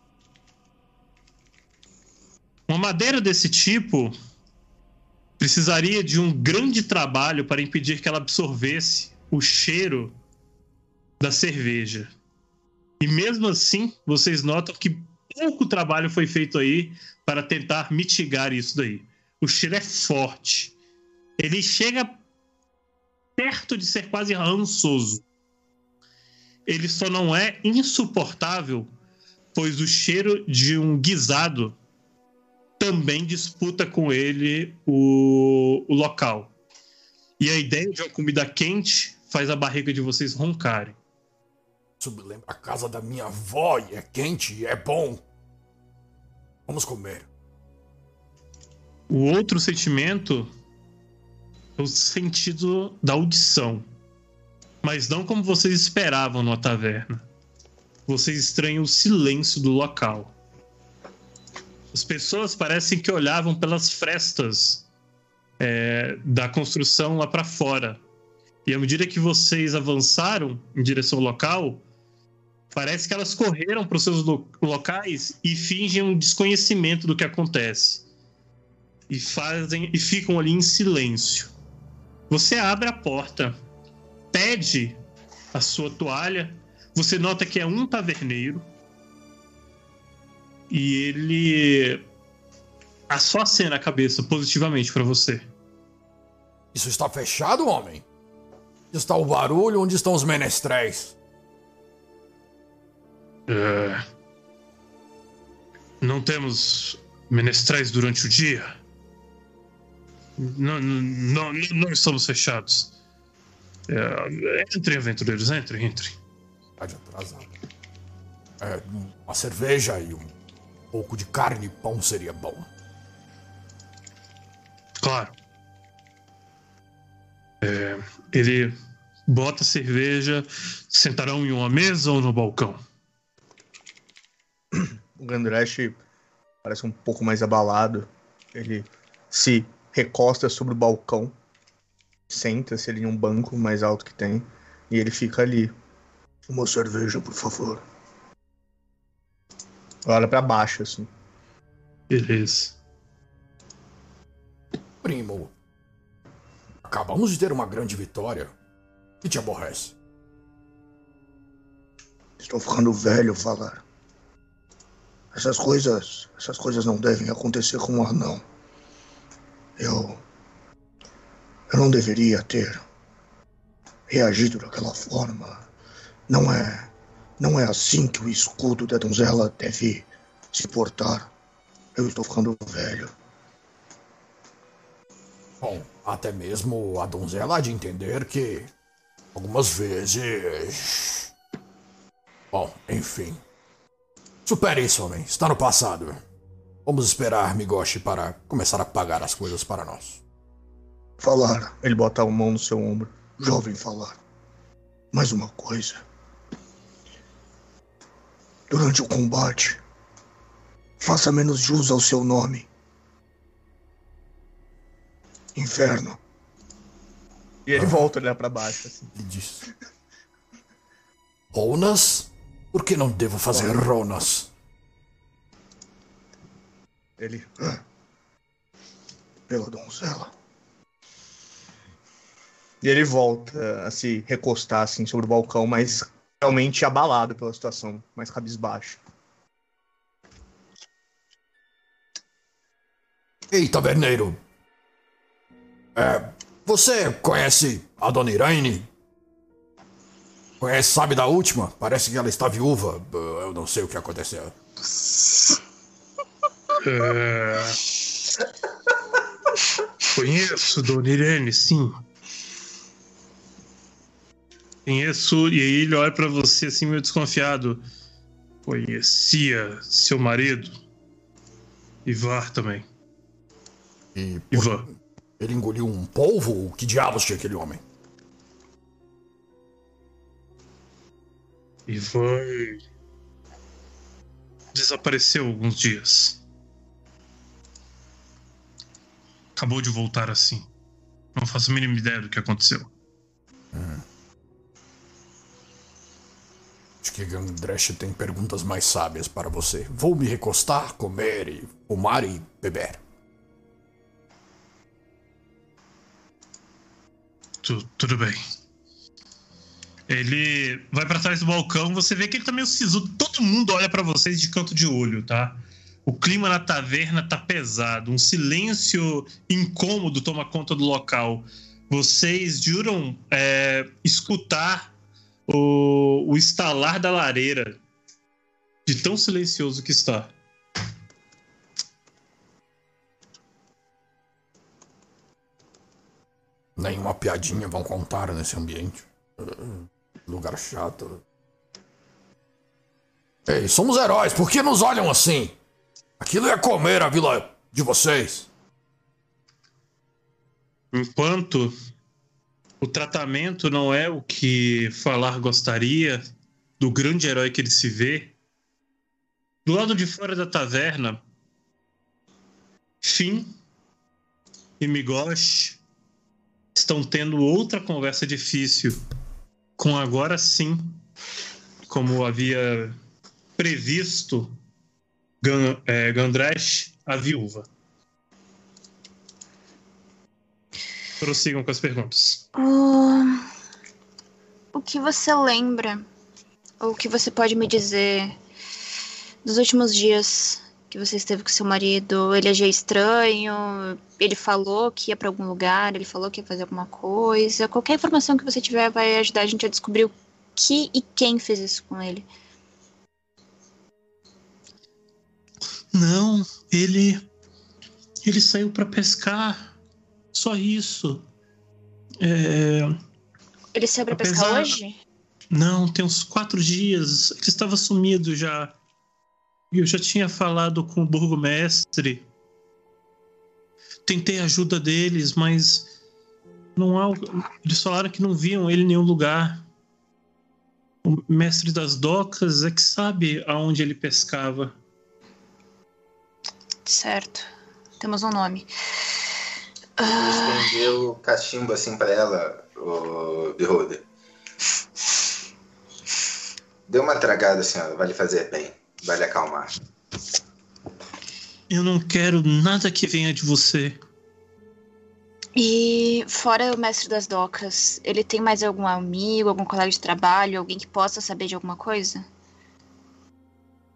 Speaker 3: Uma madeira desse tipo precisaria de um grande trabalho para impedir que ela absorvesse o cheiro da cerveja. E mesmo assim, vocês notam que pouco trabalho foi feito aí para tentar mitigar isso daí. O cheiro é forte. Ele chega perto de ser quase rançoso. Ele só não é insuportável, pois o cheiro de um guisado também disputa com ele o, o local. E a ideia de uma comida quente faz a barriga de vocês roncarem.
Speaker 2: Isso me lembra a casa da minha avó e é quente e é bom. Vamos comer.
Speaker 3: O outro sentimento é o sentido da audição. Mas não como vocês esperavam numa taverna. Vocês estranham o silêncio do local. As pessoas parecem que olhavam pelas frestas é, da construção lá para fora. E à medida que vocês avançaram em direção ao local, parece que elas correram para os seus lo- locais e fingem um desconhecimento do que acontece. E, fazem, e ficam ali em silêncio. Você abre a porta, pede a sua toalha, você nota que é um taverneiro e ele a só acena a cabeça positivamente para você.
Speaker 2: Isso está fechado, homem? Onde está o barulho? Onde estão os menestréis?
Speaker 3: Uh, não temos menestréis durante o dia? Não, não, não, não estamos fechados. É, entrem, aventureiros, entrem, entrem.
Speaker 2: Tá de atrasado. É, uma cerveja e um pouco de carne e pão seria bom.
Speaker 3: Claro. É, ele bota a cerveja. Sentarão em uma mesa ou no balcão?
Speaker 5: O Gandresh parece um pouco mais abalado. Ele se recosta sobre o balcão, senta-se ali em um banco mais alto que tem, e ele fica ali. Uma cerveja, por favor. Olha pra baixo, assim.
Speaker 3: Beleza.
Speaker 2: Primo, acabamos de ter uma grande vitória. O que te aborrece?
Speaker 8: Estou ficando velho, Valar. Essas coisas, essas coisas não devem acontecer com um anão. Eu. Eu não deveria ter reagido daquela forma. Não é. Não é assim que o escudo da donzela deve se portar. Eu estou ficando velho.
Speaker 7: Bom, até mesmo a donzela há de entender que algumas vezes... Bom, enfim. Supere isso, homem. Está no passado. Vamos esperar Migoshi para começar a pagar as coisas para nós.
Speaker 8: Falar. Ele bota a mão no seu ombro. Jovem falar. Mais uma coisa. Durante o combate, faça menos jus ao seu nome. Inferno.
Speaker 5: E ele volta a olhar pra baixo, assim.
Speaker 7: Ele diz: Ronas? Por que não devo fazer Ronas?
Speaker 8: Ele... Ah, pela donzela.
Speaker 5: E ele volta a se recostar, assim, sobre o balcão, mas realmente abalado pela situação, mais cabisbaixo.
Speaker 7: Ei, taverneiro. É, você conhece a Dona Iraine? Conhece, sabe da última? Parece que ela está viúva. Eu não sei o que aconteceu.
Speaker 3: É... Conheço Dona Irene, sim. Conheço, e aí ele olha pra você assim meio desconfiado. Conhecia seu marido? Ivar também.
Speaker 7: E
Speaker 3: Ivar.
Speaker 7: Ele engoliu um polvo? Que diabos tinha aquele homem?
Speaker 3: Ivan desapareceu alguns dias. Acabou de voltar assim. Não faço a mínima ideia do que aconteceu.
Speaker 7: Hum. Acho que Gandresh tem perguntas mais sábias para você. Vou me recostar, comer, e fumar e beber.
Speaker 3: Tu, tudo bem. Ele vai pra trás do balcão, você vê que ele tá meio sisudo. Todo mundo olha pra vocês de canto de olho, tá? O clima na taverna tá pesado, um silêncio incômodo toma conta do local. Vocês juram é, escutar o, o estalar da lareira, de tão silencioso que está.
Speaker 7: Nenhuma piadinha vão contar nesse ambiente. Lugar chato. Ei, somos heróis, por que nos olham assim? Aquilo ia comer a vila de vocês.
Speaker 3: Enquanto o tratamento não é o que Falar gostaria do grande herói que ele se vê, do lado de fora da taverna, Finn e Migosh estão tendo outra conversa difícil com, agora sim, como havia previsto, Gan, é, Gandresh, a viúva. Prossigam com as perguntas.
Speaker 6: O... o que você lembra, ou o que você pode me dizer dos últimos dias que você esteve com seu marido? Ele agia estranho? Ele falou que ia pra algum lugar? Ele falou que ia fazer alguma coisa? Qualquer informação que você tiver vai ajudar a gente a descobrir o que e quem fez isso com ele.
Speaker 3: Não, ele... Ele saiu pra pescar. Só isso. É...
Speaker 6: Ele saiu pra
Speaker 3: Apesar...
Speaker 6: pescar hoje?
Speaker 3: Não, tem uns quatro dias. Ele estava sumido já. E eu já tinha falado com o burgomestre. Tentei a ajuda deles, mas não há... Eles falaram que não viam ele em nenhum lugar. O mestre das docas é que sabe aonde ele pescava.
Speaker 6: Certo. Temos um nome.
Speaker 4: Estender o cachimbo assim pra ela, o Beholder. Dê uma tragada, senhora. Vai lhe fazer bem. Vai lhe acalmar.
Speaker 3: Eu não quero nada que venha de você.
Speaker 6: E fora o mestre das docas, ele tem mais algum amigo, algum colega de trabalho, alguém que possa saber de alguma coisa?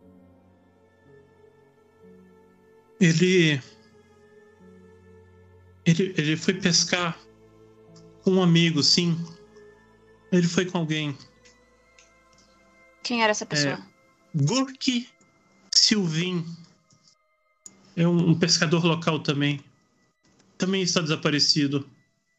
Speaker 3: Ele... Ele, ele foi pescar com um amigo, sim. Ele foi com alguém.
Speaker 6: Quem era essa pessoa?
Speaker 3: É, Gurk Silvin. É um, um pescador local também. Também está desaparecido.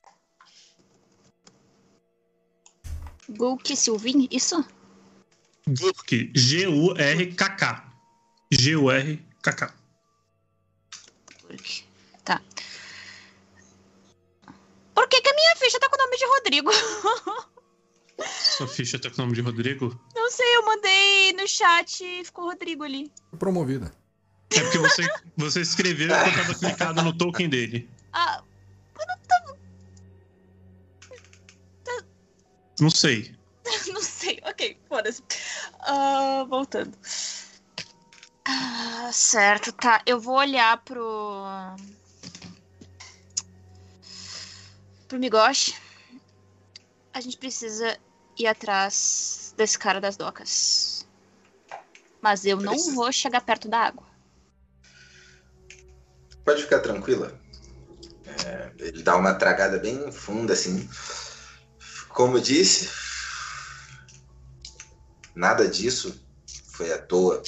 Speaker 6: Gurk Silvin, isso?
Speaker 3: Gurk, G U R K K. G U R K K.
Speaker 6: Gurk. Tá. Por que que a minha ficha tá com o nome de Rodrigo?
Speaker 3: Sua ficha tá com o nome de Rodrigo?
Speaker 6: Não sei, eu mandei no chat e ficou Rodrigo ali.
Speaker 7: Promovida.
Speaker 3: É porque você, você escreveu e eu tava clicado no token dele.
Speaker 6: Ah, eu não tava...
Speaker 3: Não sei.
Speaker 6: Não sei, ok, foda-se. Uh, voltando. Ah, certo, tá. Eu vou olhar pro... Pro Migoshi. A gente precisa ir atrás desse cara das docas. Mas eu não
Speaker 4: Precisa.
Speaker 6: vou chegar perto da água.
Speaker 4: Pode ficar tranquila. É, ele dá uma tragada bem funda, assim. Como eu disse, nada disso foi à toa.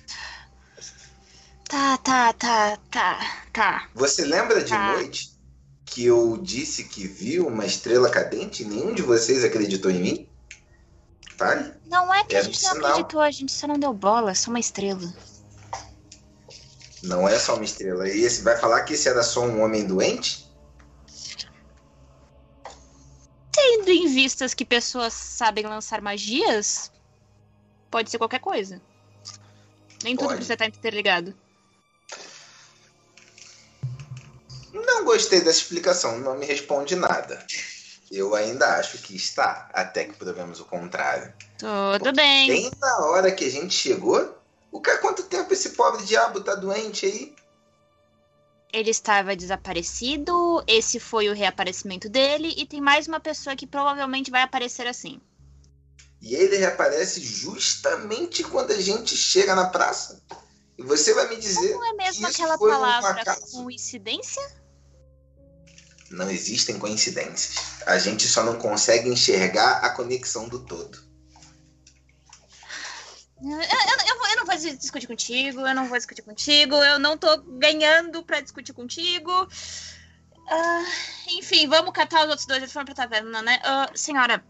Speaker 6: Tá, tá, tá, tá, tá.
Speaker 4: Você lembra de
Speaker 6: Tá.
Speaker 4: noite que eu disse que viu uma estrela cadente e nenhum de vocês acreditou em mim? Tá?
Speaker 6: Não é que a
Speaker 4: Era um
Speaker 6: gente não
Speaker 4: sinal.
Speaker 6: acreditou, a gente só não deu bola, é só uma estrela.
Speaker 4: Não é só uma estrela. E esse vai falar que esse era só um homem doente?
Speaker 6: Tendo em vistas que pessoas sabem lançar magias, pode ser qualquer coisa. Nem tudo
Speaker 4: Pode.
Speaker 6: precisa estar interligado.
Speaker 4: Não gostei dessa explicação, não me responde nada. Eu ainda acho que está, até que provemos o contrário.
Speaker 6: Tudo bem.
Speaker 4: Bem na hora que a gente chegou, o que, há quanto tempo esse pobre diabo tá doente aí?
Speaker 6: Ele estava desaparecido, esse foi o reaparecimento dele, e tem mais uma pessoa que provavelmente vai aparecer assim.
Speaker 4: E ele reaparece justamente quando a gente chega na praça. E você vai me dizer
Speaker 6: Não é mesmo
Speaker 4: que isso
Speaker 6: aquela
Speaker 4: foi um
Speaker 6: palavra
Speaker 4: acaso?
Speaker 6: coincidência?
Speaker 4: Não existem coincidências. A gente só não consegue enxergar a conexão do todo.
Speaker 6: Eu, eu, eu, vou- eu não vou discutir contigo, eu não vou discutir contigo, eu não tô ganhando pra discutir contigo. Ah, enfim, vamos catar os outros dois, eles foram pra taverna, né? Ah, senhora,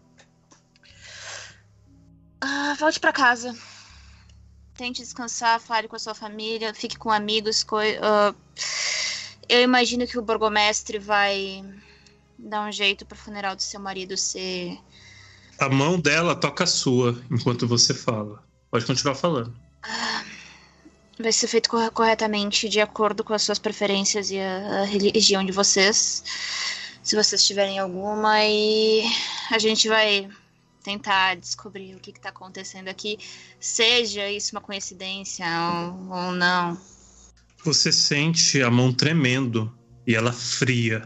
Speaker 6: ah, volte pra casa. Tente descansar, fale com a sua família, fique com amigos. coi- ah, eu imagino que o burgomestre vai dar um jeito pro funeral do seu marido ser...
Speaker 3: A mão dela toca a sua enquanto você fala. Pode continuar falando.
Speaker 6: Vai ser feito cor- corretamente, de acordo com as suas preferências e a, a religião de vocês. Se vocês tiverem alguma, e a gente vai tentar descobrir o que está acontecendo aqui. Seja isso uma coincidência ou, ou não.
Speaker 3: Você sente a mão tremendo e ela fria.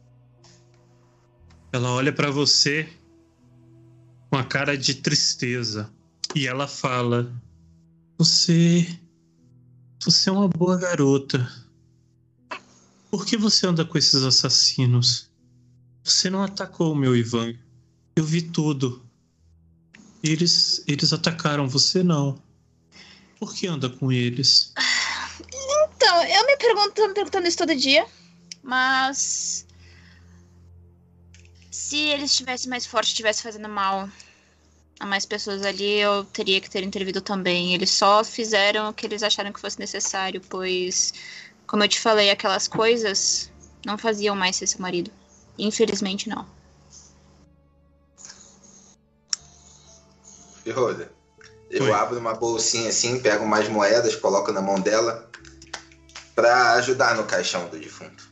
Speaker 3: Ela olha pra você com a cara de tristeza e ela fala: Você. Você é uma boa garota. Por que você anda com esses assassinos? Você não atacou o meu Ivan. Eu vi tudo. Eles, eles atacaram você, não. Por que anda com eles?
Speaker 6: Então, eu me pergunto, tô me perguntando isso todo dia, mas se eles estivessem mais fortes, estivessem fazendo mal a mais pessoas ali, eu teria que ter intervido também. Eles só fizeram o que eles acharam que fosse necessário, pois, como eu te falei, aquelas coisas não faziam mais ser seu marido. Infelizmente, não.
Speaker 4: Ferroda, eu
Speaker 3: Oi.
Speaker 4: abro uma bolsinha assim, pego umas moedas, coloco na mão dela pra ajudar no caixão do defunto.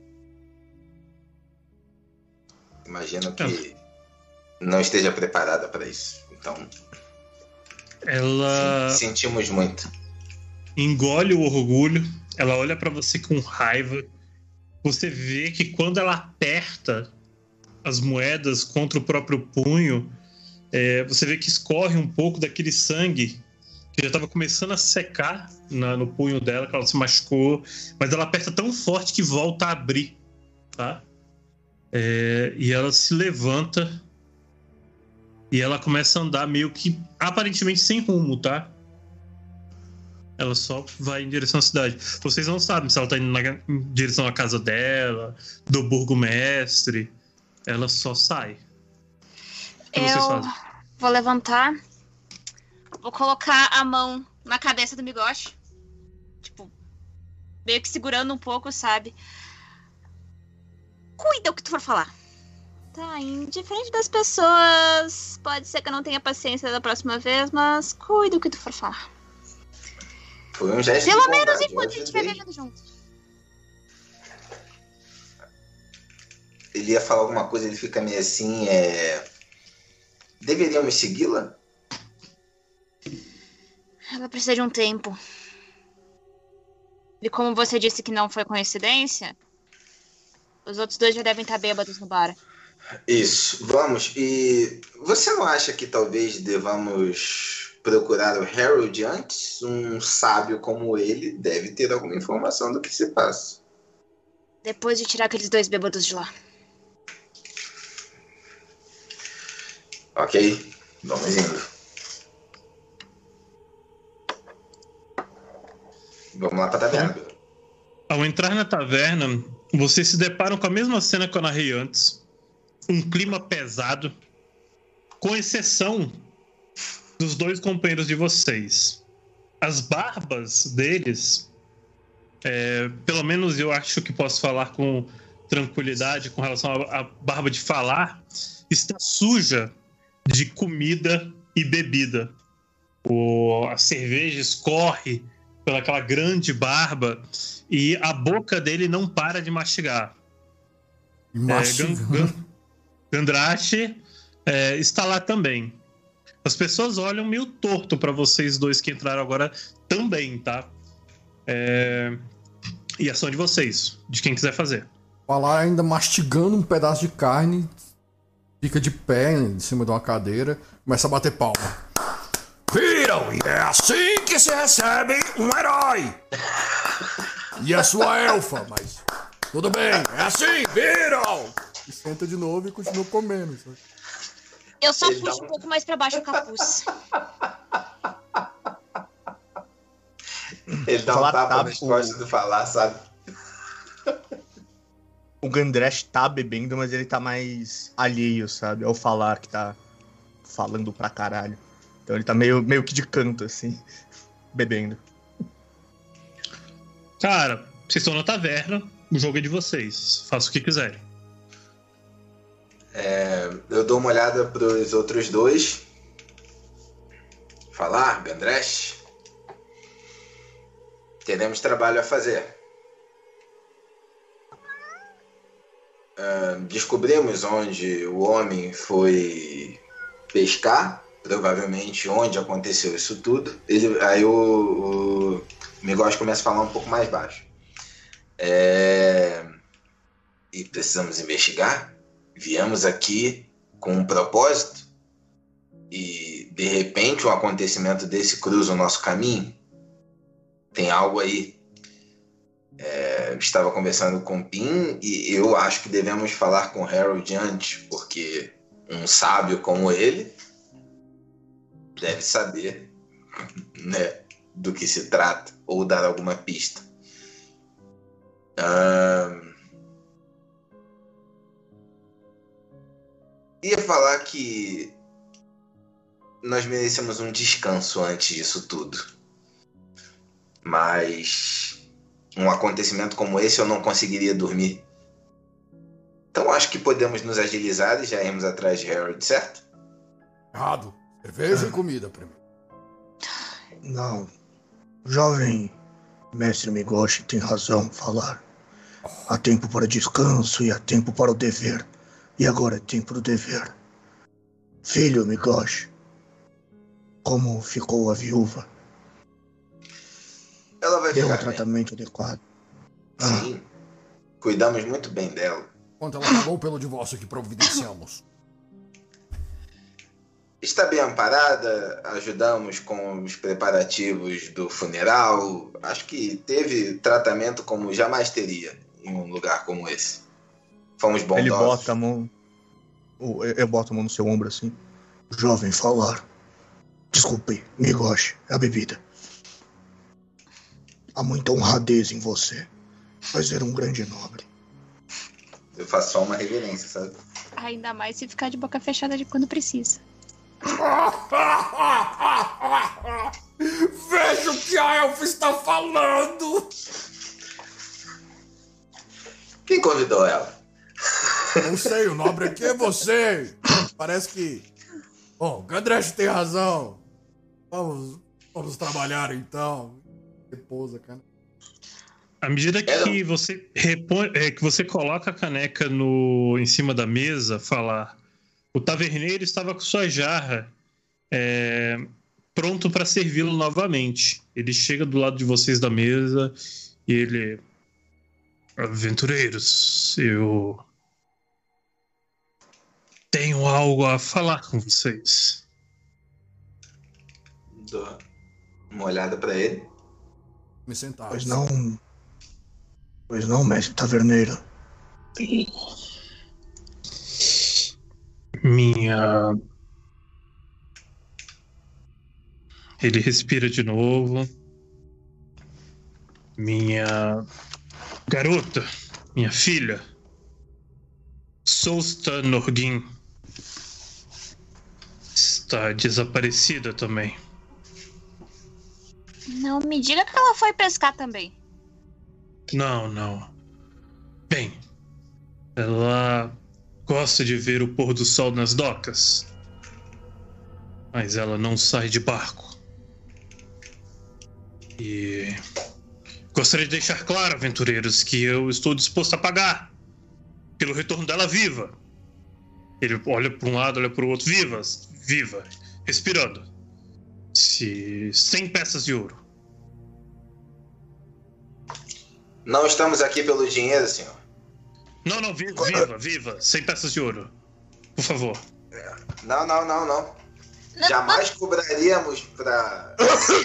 Speaker 4: Imagino que não esteja preparada para isso. Então,
Speaker 3: Ela
Speaker 4: sim, sentimos muito.
Speaker 3: engole o orgulho, ela olha pra você com raiva. Você vê que quando ela aperta as moedas contra o próprio punho, é, você vê que escorre um pouco daquele sangue que já estava começando a secar na- no punho dela, que ela se machucou, mas ela aperta tão forte que volta a abrir. tá? É, e ela se levanta e ela começa a andar meio que aparentemente sem rumo, tá? Ela só vai em direção à cidade. Vocês não sabem se ela tá indo na, em direção à casa dela, do burgomestre. Ela só sai. O que
Speaker 6: Eu
Speaker 3: vocês fazem?
Speaker 6: vou levantar, vou colocar a mão na cabeça do Migoshi. Tipo, meio que segurando um pouco, sabe? Cuida o que tu for falar. Tá, indiferente das pessoas, pode ser que eu não tenha paciência da próxima vez, mas cuida o que tu for falar.
Speaker 4: Foi um gesto
Speaker 6: Pelo
Speaker 4: de
Speaker 6: menos
Speaker 4: bondade,
Speaker 6: enquanto
Speaker 4: eu
Speaker 6: a gente estiver
Speaker 4: ajudei.
Speaker 6: bebendo junto.
Speaker 4: Ele ia falar alguma coisa, ele fica meio assim, é... Deveríamos segui-la?
Speaker 6: Ela precisa de um tempo. E como você disse que não foi coincidência, os outros dois já devem estar bêbados no bar.
Speaker 4: Isso, vamos. E você não acha que talvez devamos procurar o Harold antes? Um sábio como ele deve ter alguma informação do que se passa.
Speaker 6: Depois de tirar aqueles dois bêbados de lá.
Speaker 4: Ok, vamos indo. Vamos lá pra taverna.
Speaker 3: Ao entrar na taverna, vocês se deparam com a mesma cena que eu narrei antes. Um clima pesado, com exceção dos dois companheiros de vocês. As barbas deles, é, pelo menos eu acho que posso falar com tranquilidade com relação à barba de falar, está suja de comida e bebida. O, a cerveja escorre pelaquela grande barba e a boca dele não para de mastigar.
Speaker 7: Mastigando.
Speaker 3: É, Gan- Gan- Gandrache é, está lá também. As pessoas olham meio torto para vocês dois que entraram agora também, tá? É... E ação de vocês, de quem quiser fazer.
Speaker 7: Falar ainda mastigando um pedaço de carne, fica de pé em cima de uma cadeira, começa a bater palma.
Speaker 8: Viram? E é assim que se recebe um herói.
Speaker 7: E a sua elfa, mas tudo bem, é assim, viram? E senta de novo e continua comendo. Sabe?
Speaker 6: Eu só
Speaker 4: Ele
Speaker 6: puxo
Speaker 4: dá um-
Speaker 6: um pouco mais pra baixo o capuz.
Speaker 4: Ele dá um
Speaker 5: Falar
Speaker 4: tapa
Speaker 5: tá,
Speaker 4: nas
Speaker 5: o-
Speaker 4: costas do falar, sabe?
Speaker 5: O Gandresh tá bebendo, mas ele tá mais alheio, sabe? Ao falar que tá falando pra caralho. Então ele tá meio, meio que de canto, assim, bebendo.
Speaker 3: Cara, vocês estão na taverna, o jogo é de vocês. Faça o que quiserem.
Speaker 4: É, eu dou uma olhada pros outros dois. Falar, Gandresh. Teremos trabalho a fazer. Ah, descobrimos onde o homem foi pescar, provavelmente onde aconteceu isso tudo. Ele, aí o, o Migoshi começa a falar um pouco mais baixo. É, e precisamos investigar. Viemos aqui com um propósito e de repente um acontecimento desse cruza o nosso caminho. Tem algo aí. É, estava conversando com o Pin e eu acho que devemos falar com o Harold antes, porque um sábio como ele deve saber, né, do que se trata ou dar alguma pista. Ah, ia falar que nós merecemos um descanso antes disso tudo. Mas um acontecimento como esse eu não conseguiria dormir. Então acho que podemos nos agilizar e já irmos atrás de Harold, certo?
Speaker 7: Errado. Cerveja e comida primeiro.
Speaker 8: Não. O jovem mestre Migoshi tem razão falar. Há tempo para descanso e há tempo para o dever. E agora é tempo do dever. Filho Migoshi, como ficou a viúva?
Speaker 4: Ela vai
Speaker 8: Deu um
Speaker 4: ficar bem.
Speaker 8: tratamento adequado.
Speaker 4: Sim. Cuidamos muito bem dela.
Speaker 7: Quanto ela pagou pelo divórcio que providenciamos?
Speaker 4: Está bem amparada, ajudamos com os preparativos do funeral. Acho que teve tratamento como jamais teria em um lugar como esse. Fomos bondosos.
Speaker 5: Ele bota a mão. Eu, eu boto a mão no seu ombro assim.
Speaker 8: Jovem falar. Desculpe, Migoshi, é a bebida. Há muita honradez em você. Vai ser um grande nobre.
Speaker 4: Eu faço só uma reverência, sabe?
Speaker 6: Ainda mais se ficar de boca fechada de quando precisa.
Speaker 2: Veja o que a elfa está falando!
Speaker 4: Quem convidou ela?
Speaker 7: Não sei, o nobre aqui é você. Parece que... Bom, o Gandresh tem razão. Vamos, vamos trabalhar então. Repousa, cara.
Speaker 3: À medida que você repõe, é, que você coloca a caneca no, em cima da mesa, falar, o taverneiro estava com sua jarra é, pronto para servi-lo novamente. Ele chega do lado de vocês da mesa e ele... Aventureiros, eu tenho algo a falar com vocês.
Speaker 4: Dou uma olhada pra ele.
Speaker 7: Me sentar.
Speaker 8: Pois não. Pois não, mestre taverneiro.
Speaker 3: Minha... Ele respira de novo. Minha garota, minha filha, Solsta Norgin, está desaparecida também.
Speaker 6: Não me diga que ela foi pescar também.
Speaker 3: Não, não. Bem, ela gosta de ver o pôr do sol nas docas, mas ela não sai de barco. E gostaria de deixar claro, aventureiros, que eu estou disposto a pagar pelo retorno dela viva. Ele olha para um lado, olha para o outro, viva, viva, respirando. Se cem peças de ouro.
Speaker 4: Não estamos aqui pelo dinheiro, senhor.
Speaker 3: Não, não, viva, viva, viva, cem peças de ouro. Por favor.
Speaker 4: Não, não, não, não. Jamais cobraríamos para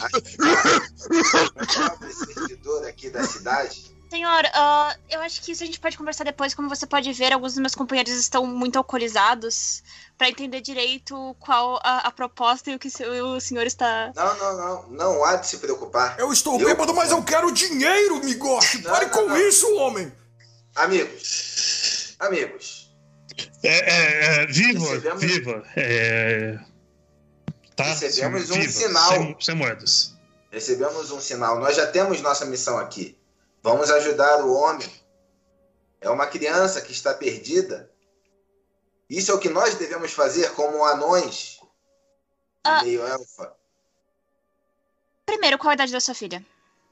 Speaker 4: a servidora aqui da cidade.
Speaker 6: Senhor, uh, eu acho que isso a gente pode conversar depois. Como você pode ver, alguns dos meus companheiros estão muito alcoolizados para entender direito qual a, a proposta e o que o senhor está...
Speaker 4: Não, não, não. Não há de se preocupar.
Speaker 2: Eu estou
Speaker 4: eu...
Speaker 2: bêbado, mas eu quero dinheiro, Migoshi. Pare não, com não. isso, homem.
Speaker 4: Amigos. Amigos.
Speaker 3: É, é, é viva, Recebemos... viva. É... Tá?
Speaker 4: Recebemos
Speaker 3: Sim,
Speaker 4: um
Speaker 3: viva,
Speaker 4: sinal.
Speaker 3: Sem, sem moedas.
Speaker 4: Recebemos um sinal. Nós já temos nossa missão aqui. Vamos ajudar o homem. É uma criança que está perdida. Isso é o que nós devemos fazer como anões.
Speaker 6: Ah,
Speaker 4: meio elfa.
Speaker 6: Primeiro, qual a idade da sua filha?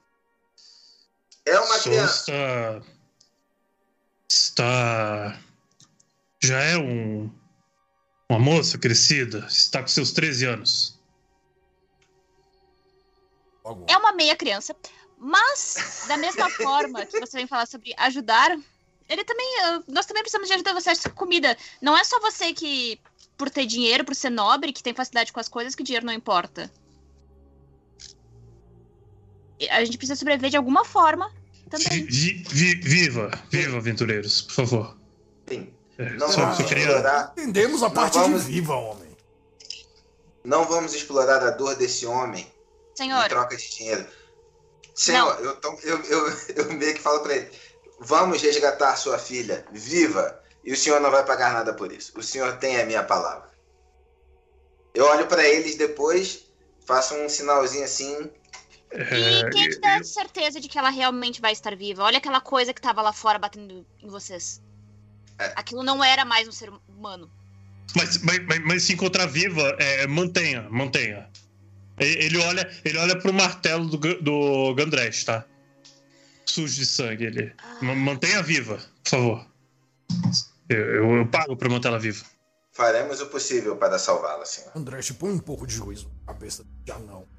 Speaker 4: É uma
Speaker 3: Só
Speaker 4: criança.
Speaker 3: Está... está... Já é um... uma moça crescida. Está com seus treze anos.
Speaker 6: É uma meia criança. Mas, da mesma forma que você vem falar sobre ajudar, ele também, nós também precisamos de ajuda você com comida. Não é só você que, por ter dinheiro, por ser nobre, que tem facilidade com as coisas, que o dinheiro não importa. A gente precisa sobreviver de alguma forma também.
Speaker 3: Vi, vi, viva, viva, aventureiros, por favor.
Speaker 4: Sim.
Speaker 3: É,
Speaker 4: não
Speaker 3: só,
Speaker 4: vamos
Speaker 3: só queria...
Speaker 2: explorar. Entendemos a parte
Speaker 4: vamos...
Speaker 2: de viva, homem.
Speaker 4: Não vamos explorar a dor desse homem.
Speaker 6: Senhor.
Speaker 4: Em troca de dinheiro. Senhor, eu, eu, eu, eu meio que falo pra ele, vamos resgatar sua filha viva e o senhor não vai pagar nada por isso. O senhor tem a minha palavra. Eu olho pra eles depois, faço um sinalzinho assim.
Speaker 6: E quem te dá certeza de que ela realmente vai estar viva? Olha aquela coisa que tava lá fora batendo em vocês. É. Aquilo não era mais um ser humano.
Speaker 3: Mas, mas, mas se encontrar viva, é, mantenha, mantenha. Ele olha, ele olha pro martelo do, do Gandresh, tá? Sujo de sangue, ele. Ah. Mantenha viva, por favor. Eu, eu, eu pago pra manter ela viva.
Speaker 4: Faremos o possível para salvá-la, senhor.
Speaker 2: Gandresh, põe um pouco de juízo na cabeça de anão.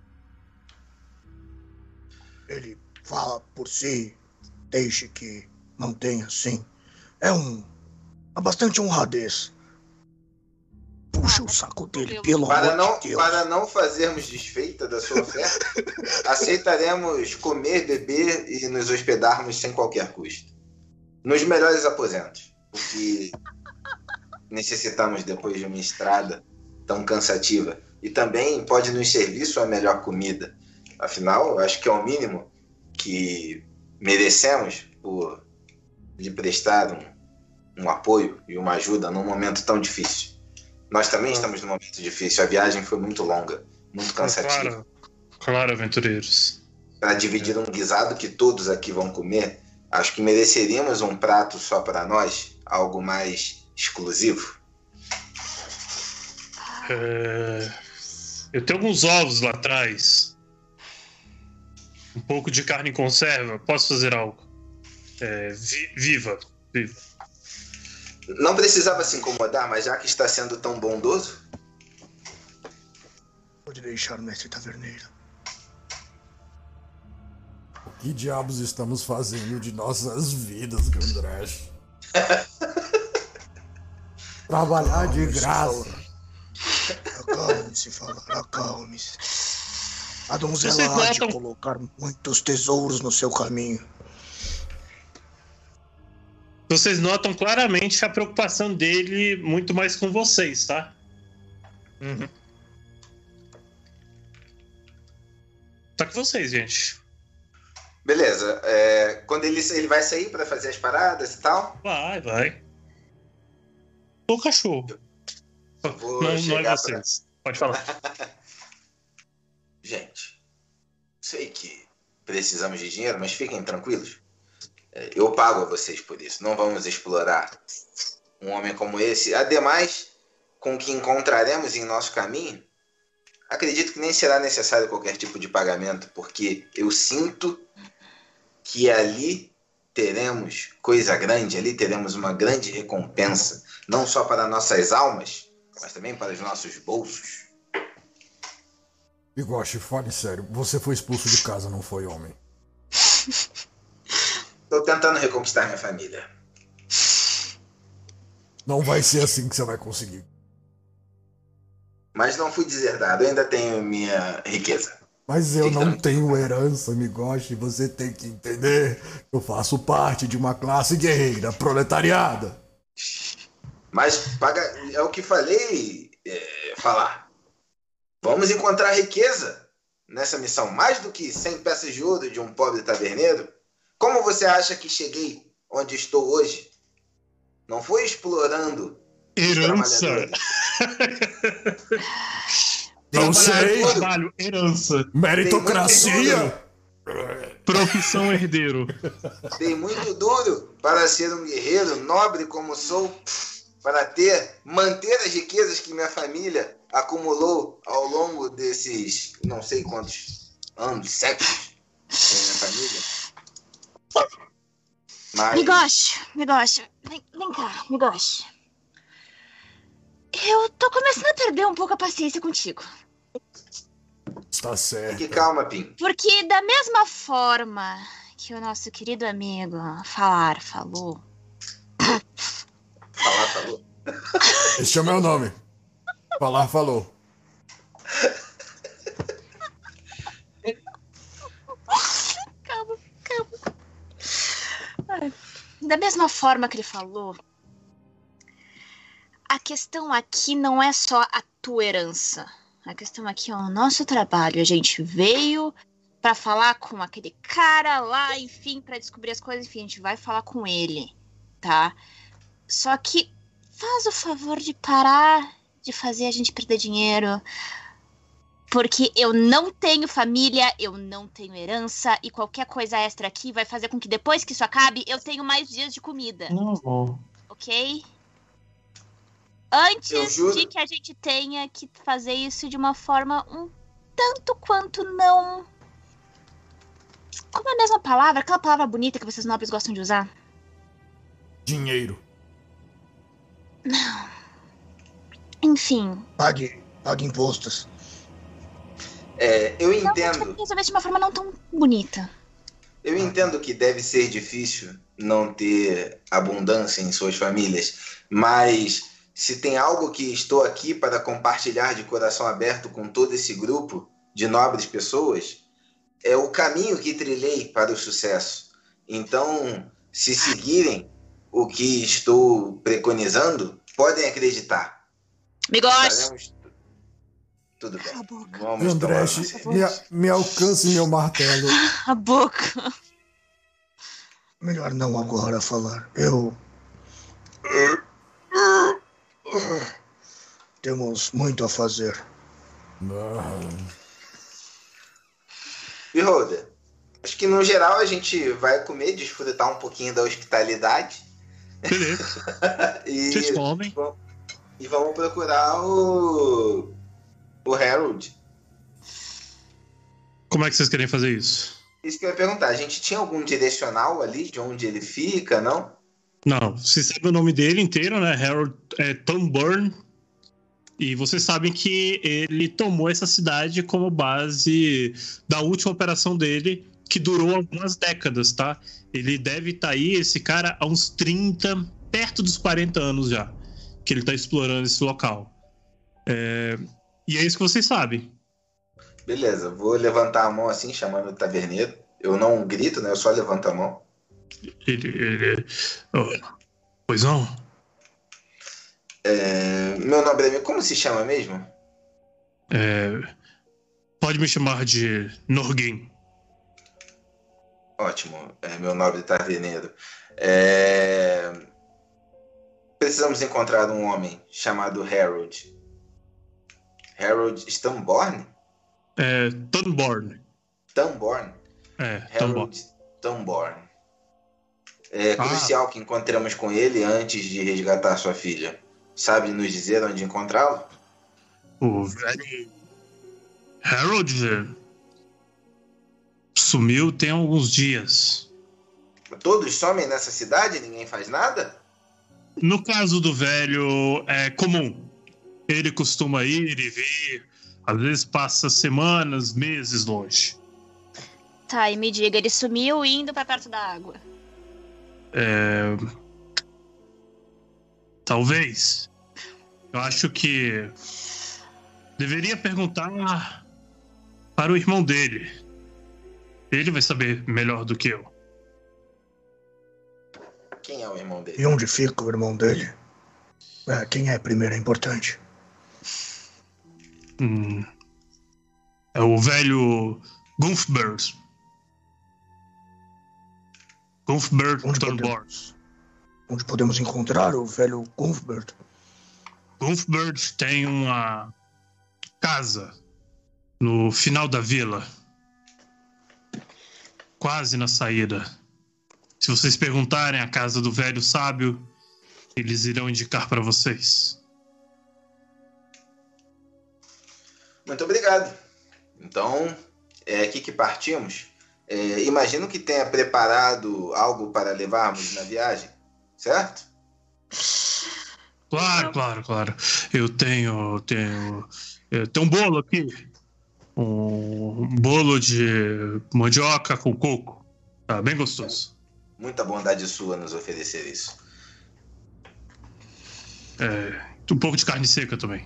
Speaker 8: Ele fala por si. Deixe que mantenha assim. É um... Há bastante honradez. Puxa o saco dele, pelo
Speaker 4: para
Speaker 8: amor
Speaker 4: não,
Speaker 8: de Deus.
Speaker 4: Para não fazermos desfeita da sua oferta, aceitaremos comer, beber e nos hospedarmos sem qualquer custo. Nos melhores aposentos. que necessitamos depois de uma estrada tão cansativa. E também pode nos servir sua melhor comida. Afinal, acho que é o mínimo que merecemos por lhe prestar um, um apoio e uma ajuda num momento tão difícil. Nós também estamos num momento difícil. A viagem foi muito longa, muito cansativa.
Speaker 3: Claro, claro, aventureiros.
Speaker 4: Para dividir um guisado que todos aqui vão comer, acho que mereceríamos um prato só para nós, algo mais exclusivo.
Speaker 3: É... Eu tenho alguns ovos lá atrás. Um pouco de carne em conserva. Posso fazer algo? É... Vi... Viva, viva.
Speaker 4: Não precisava se incomodar, mas já que está sendo tão bondoso...
Speaker 8: Pode deixar, mestre taverneiro.
Speaker 7: O que diabos estamos fazendo de nossas vidas, Gandrash? Trabalhar de graça.
Speaker 8: Acalme-se, falar, acalme-se. A donzela
Speaker 3: Vocês
Speaker 8: há de
Speaker 3: notam-
Speaker 8: colocar muitos tesouros no seu caminho.
Speaker 3: Vocês notam claramente a preocupação dele muito mais com vocês, tá?
Speaker 5: Uhum.
Speaker 3: Tá com vocês, gente.
Speaker 4: Beleza. É, quando ele, ele vai sair para fazer as paradas e tal,
Speaker 3: Vai, vai. O cachorro.
Speaker 4: vou
Speaker 3: Não, não é
Speaker 4: chegar
Speaker 3: vocês. Pode falar.
Speaker 4: Gente, sei que precisamos de dinheiro, mas fiquem tranquilos. É, Eu pago a vocês por isso. Não vamos explorar um homem como esse. Ademais, com o que encontraremos em nosso caminho, acredito que nem será necessário qualquer tipo de pagamento, porque eu sinto que ali teremos coisa grande, ali teremos uma grande recompensa, não só para nossas almas, mas também para os nossos bolsos.
Speaker 7: Bigoshi, fale sério. Você foi expulso de casa, não foi, homem?
Speaker 4: Estou tentando reconquistar minha família.
Speaker 7: Não vai ser assim que você vai conseguir.
Speaker 4: Mas não fui deserdado, eu ainda tenho minha riqueza.
Speaker 7: Mas eu
Speaker 4: Fique
Speaker 7: não
Speaker 4: tranquilo.
Speaker 7: tenho herança, Bigoshi. Você tem que entender. Eu faço parte de uma classe guerreira proletariada.
Speaker 4: Mas paga, é o que falei, é, falar. Vamos encontrar riqueza nessa missão, mais do que cem peças de ouro de um pobre taverneiro. Como você acha que cheguei onde estou hoje? Não foi explorando os
Speaker 3: Herança.
Speaker 4: trabalhadores.
Speaker 7: Não sei.
Speaker 3: Trabalho, herança.
Speaker 7: Meritocracia?
Speaker 3: Profissão herdeiro.
Speaker 4: Dei muito duro para ser um guerreiro nobre como sou, para ter, manter as riquezas que minha família acumulou ao longo desses não sei quantos anos, séculos com minha família. Mas
Speaker 6: Bigoshi, Bigoshi, vem, vem cá, Bigoshi. Eu tô começando a perder um pouco a paciência contigo.
Speaker 7: Está certo.
Speaker 4: fique calma, Pim.
Speaker 6: Porque da mesma forma que o nosso querido amigo Falar falou,
Speaker 4: Falar, falou.
Speaker 7: Este é o meu nome. Falar falou.
Speaker 6: calma, calma. Ai, da mesma forma que ele falou, a questão aqui não é só a tua herança. A questão aqui é o nosso trabalho. A gente veio pra falar com aquele cara lá, enfim, pra descobrir as coisas. Enfim, a gente vai falar com ele, tá? Só que faz o favor de parar de fazer a gente perder dinheiro. Porque eu não tenho família, eu não tenho herança, e qualquer coisa extra aqui vai fazer com que depois que isso acabe, eu tenha mais dias de comida,
Speaker 3: Não, bom.
Speaker 6: ok?
Speaker 4: Eu
Speaker 6: Antes
Speaker 4: juro.
Speaker 6: de que a gente tenha que fazer isso de uma forma um tanto quanto não... Como é a mesma palavra? Aquela palavra bonita que vocês nobres gostam de usar?
Speaker 7: Dinheiro.
Speaker 6: Enfim,
Speaker 8: Pague, pague impostos.
Speaker 4: É, eu
Speaker 6: não, a gente vai
Speaker 4: entendo.
Speaker 6: resolver de uma forma não tão bonita.
Speaker 4: Eu entendo que deve ser difícil não ter abundância em suas famílias, mas se tem algo que estou aqui para compartilhar de coração aberto com todo esse grupo de nobres pessoas, é o caminho que trilhei para o sucesso. Então, se seguirem o que estou preconizando, podem acreditar.
Speaker 6: Me gosto.
Speaker 4: Faremos... Tudo bem.
Speaker 6: Cala a boca.
Speaker 4: Vamos tomar
Speaker 7: Andreche,
Speaker 4: nossa
Speaker 7: me, me alcance meu martelo.
Speaker 6: A boca.
Speaker 8: Melhor não agora falar. Eu. Temos muito a fazer.
Speaker 4: Beholder, acho que no geral a gente vai comer, desfrutar um pouquinho da hospitalidade.
Speaker 3: Beleza.
Speaker 4: e,
Speaker 3: Vocês comem.
Speaker 4: e vamos procurar o. o Harold.
Speaker 3: Como é que vocês querem fazer isso?
Speaker 4: Isso que eu ia perguntar. A gente tinha algum direcional ali de onde ele fica, não?
Speaker 3: Não, você sabe o nome dele inteiro, né? Harold é, Thornburn. E vocês sabem que ele tomou essa cidade como base da última operação dele, que durou algumas décadas, tá? Ele deve estar aí, esse cara, há uns trinta, perto dos quarenta anos já, que ele está explorando esse local. É... E é isso que vocês sabem.
Speaker 4: Beleza, vou levantar a mão assim, chamando o taverneiro. Eu não grito, né? Eu só levanto a mão.
Speaker 3: Ele... ele... Oh, pois não?
Speaker 4: É... Meu nome é... Como se chama mesmo?
Speaker 3: É... Pode me chamar de Norgin.
Speaker 4: Ótimo, é meu nobre taverneiro. É... Precisamos encontrar um homem chamado Harold. Harold Stamborn?
Speaker 3: É... Thornburn.
Speaker 4: Tamborn?
Speaker 3: É, Thornburn.
Speaker 4: Harold Tamborn. É
Speaker 3: Ah.
Speaker 4: crucial que encontremos com ele antes de resgatar sua filha. Sabe nos dizer onde encontrá-lo?
Speaker 3: O velho Harold sumiu tem alguns dias.
Speaker 4: Todos somem nessa cidade e ninguém faz nada?
Speaker 3: No caso do velho, é comum. Ele costuma ir e vir. Às vezes passa semanas, meses longe.
Speaker 6: Tá, e me diga, ele sumiu indo pra perto da água.
Speaker 3: É... Talvez. Eu acho que deveria perguntar para o irmão dele. Ele vai saber melhor do que eu.
Speaker 4: Quem é o irmão dele?
Speaker 8: E onde fica o irmão dele? É, quem é primeiro é importante.
Speaker 3: Hum. É o velho Gunfbird. Gunfbird
Speaker 8: Onde
Speaker 3: Thornburn.
Speaker 8: podemos, onde podemos encontrar o velho Gunfbert?
Speaker 3: Gunfbird tem uma casa no final da vila. Quase na saída. Se vocês perguntarem a casa do velho sábio, eles irão indicar para vocês.
Speaker 4: Muito obrigado. Então, é aqui que partimos. É, imagino que tenha preparado algo para levarmos na viagem, certo?
Speaker 3: Claro, claro, claro. Eu tenho, tenho, eu tenho um bolo aqui. Um bolo de mandioca com coco. Tá bem gostoso.
Speaker 4: Muita bondade sua nos oferecer isso.
Speaker 3: É, um pouco de carne seca também.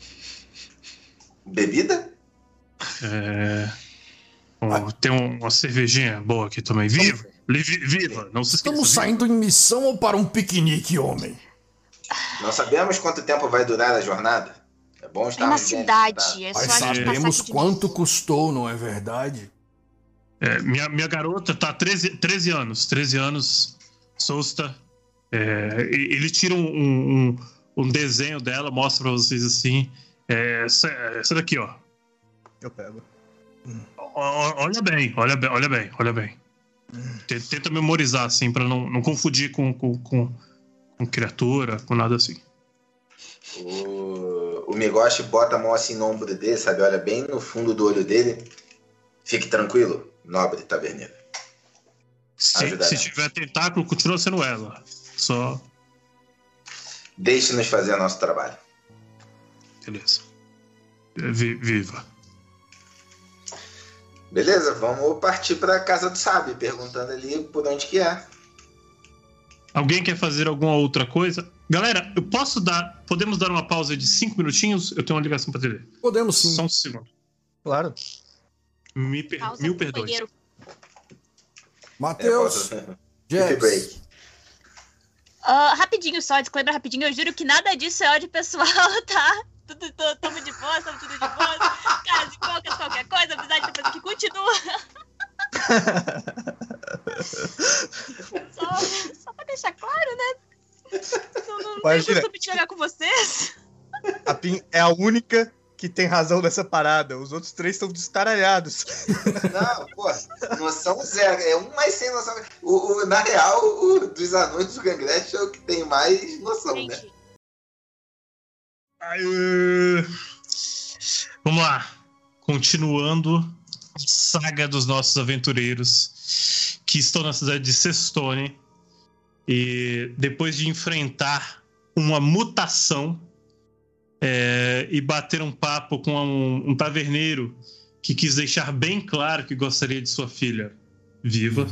Speaker 4: Bebida?
Speaker 3: É, um, tem um- uma cervejinha boa aqui também. Viva! Li- Viva! Não se esqueça.
Speaker 7: Estamos
Speaker 3: viva.
Speaker 7: saindo em missão ou para um piquenique, homem?
Speaker 4: Não sabemos quanto tempo vai durar a jornada. É bom
Speaker 6: É
Speaker 4: estarmos
Speaker 6: na
Speaker 4: bem
Speaker 6: cidade, é só
Speaker 7: Mas
Speaker 6: a gente passar
Speaker 7: sabemos
Speaker 6: aqui de
Speaker 7: quanto
Speaker 6: novo.
Speaker 7: custou, não é verdade?
Speaker 3: É, minha, minha garota tá treze, treze anos. treze anos, Sosta. É, e- ele tira um, um, um- um desenho dela, mostra pra vocês assim. É, essa, essa daqui, ó.
Speaker 5: Eu pego.
Speaker 3: Ó, ó, Olha bem, olha bem, olha bem, olha bem. Te- Tenta memorizar, assim, pra não, não confundir com, com, com, com criatura, com nada assim.
Speaker 4: O, o Migoshi bota a mão assim no ombro dele, sabe? Olha bem no fundo do olho dele. Fique tranquilo, nobre taverneiro.
Speaker 3: Se,
Speaker 4: Ajudará.
Speaker 3: se tiver tentáculo, continua sendo ela. Só.
Speaker 4: Deixe-nos fazer nosso trabalho.
Speaker 3: Beleza. É, vi- Viva.
Speaker 4: Beleza, vamos partir para a casa do sábio, perguntando ali por onde que é.
Speaker 3: Alguém quer fazer alguma outra coisa? Galera, eu posso dar. Podemos dar uma pausa de cinco minutinhos? Eu tenho uma ligação pra atender.
Speaker 7: Podemos sim.
Speaker 3: Só um segundo.
Speaker 5: Claro.
Speaker 3: Me per...
Speaker 6: Pausa
Speaker 3: Mil
Speaker 6: pro
Speaker 3: perdões.
Speaker 6: banheiro.
Speaker 7: Matheus,
Speaker 4: É, posso-
Speaker 7: Jax,
Speaker 4: break.
Speaker 6: Uh, rapidinho só, disclaimer rapidinho. Eu juro que nada disso é ódio pessoal, tá? Tudo, tudo, tamo de boa, tamo tudo de boa. Caras e poucas, qualquer coisa, amizade depois aqui continua. só, só pra deixar claro, né? Não, não, não tenho costume de jogar com vocês.
Speaker 5: A Pin é a única que tem razão nessa parada. Os outros três estão destaralhados.
Speaker 4: Não, pô, noção zero. É um mais sem noção. O, o, na real, o dos anões do Gangresh é o que tem mais noção,
Speaker 6: Gente.
Speaker 4: né?
Speaker 3: Aí, uh, vamos lá. Continuando a saga dos nossos aventureiros que estão na cidade de Cestone. E depois de enfrentar uma mutação é, e bater um papo com um, um taverneiro que quis deixar bem claro que gostaria de sua filha viva,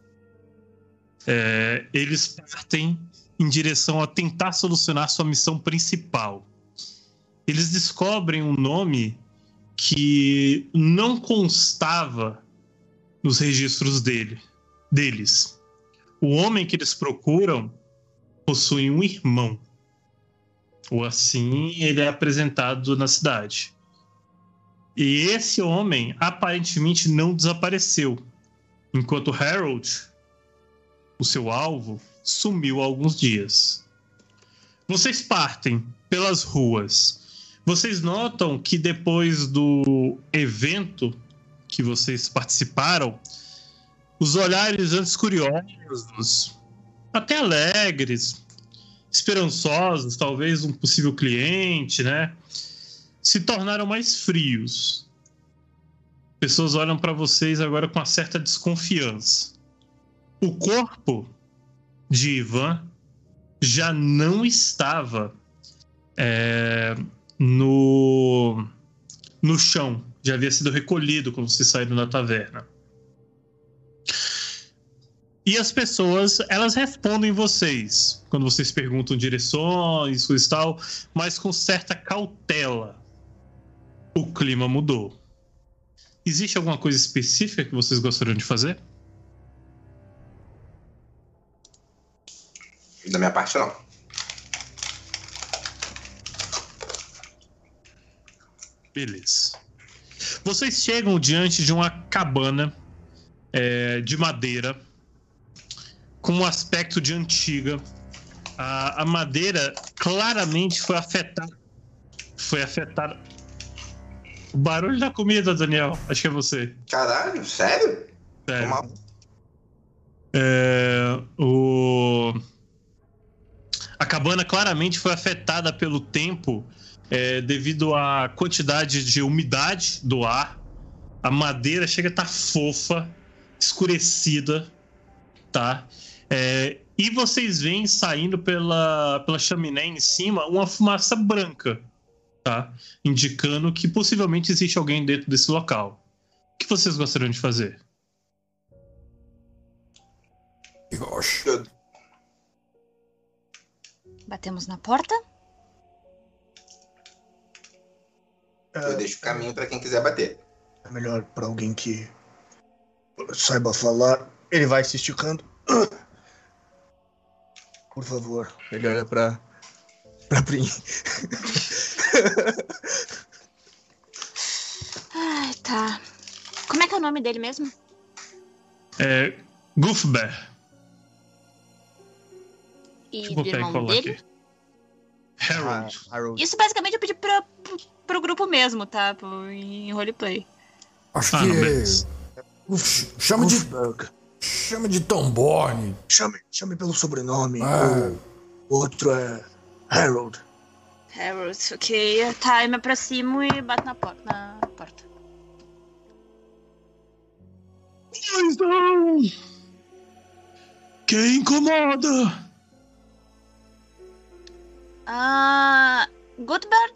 Speaker 3: é, eles partem em direção a tentar solucionar sua missão principal. Eles descobrem um nome que não constava nos registros dele, deles. O homem que eles procuram possui um irmão. Ou assim ele é apresentado na cidade. E esse homem aparentemente não desapareceu, enquanto Harold, o seu alvo, sumiu há alguns dias. Vocês partem pelas ruas. Vocês notam que depois do evento que vocês participaram, os olhares antes curiosos, até alegres, esperançosos, talvez um possível cliente, né, se tornaram mais frios. Pessoas olham para vocês agora com uma certa desconfiança. O corpo de Ivan já não estava é, no, no chão, já havia sido recolhido quando vocês saíram da taverna. E as pessoas, elas respondem vocês quando vocês perguntam direções, coisa e tal, mas com certa cautela. O clima mudou. Existe alguma coisa específica que vocês gostariam de fazer?
Speaker 4: Da minha parte, não.
Speaker 3: Beleza. Vocês chegam diante de uma cabana é, de madeira com um aspecto de antiga. A, a madeira claramente foi afetada. Foi afetada. O barulho da comida, Daniel. Acho que é você.
Speaker 4: Caralho, sério?
Speaker 3: Sério.
Speaker 4: Uma...
Speaker 3: É, o... A cabana claramente foi afetada pelo tempo é, devido à quantidade de umidade do ar. A madeira chega a estar fofa, escurecida, tá? É, e vocês veem saindo pela, pela chaminé em cima uma fumaça branca, tá? Indicando que possivelmente existe alguém dentro desse local. O que vocês gostariam de fazer?
Speaker 8: Eu...
Speaker 6: Batemos na porta?
Speaker 4: Eu deixo o caminho pra quem quiser bater.
Speaker 8: É melhor pra alguém que saiba falar.
Speaker 5: Ele vai se esticando. Por favor. Ele olha pra... pra Prim.
Speaker 6: Ai, tá. Como é que é o nome dele mesmo?
Speaker 3: É... Goofbear.
Speaker 6: E
Speaker 3: Deixa eu
Speaker 6: do
Speaker 3: botar e
Speaker 6: irmão
Speaker 3: colar
Speaker 6: dele?
Speaker 3: aqui. Harold.
Speaker 5: Ah, Harold.
Speaker 6: Isso basicamente eu pedi pra, pro, pro grupo mesmo, tá? Pro, em roleplay.
Speaker 7: Acho
Speaker 3: Ah,
Speaker 7: que
Speaker 3: não,
Speaker 7: é.
Speaker 3: beleza.
Speaker 7: Uf, chama de.
Speaker 8: Wolfberg.
Speaker 7: Chama de Tomborn.
Speaker 8: Chame, chame pelo sobrenome.
Speaker 7: Ah.
Speaker 8: O outro é Harold.
Speaker 6: Harold, ok. Tá, eu me aproximo e bato na, por na porta.
Speaker 3: Pois não! Quem incomoda?
Speaker 6: Ah... Goodbird?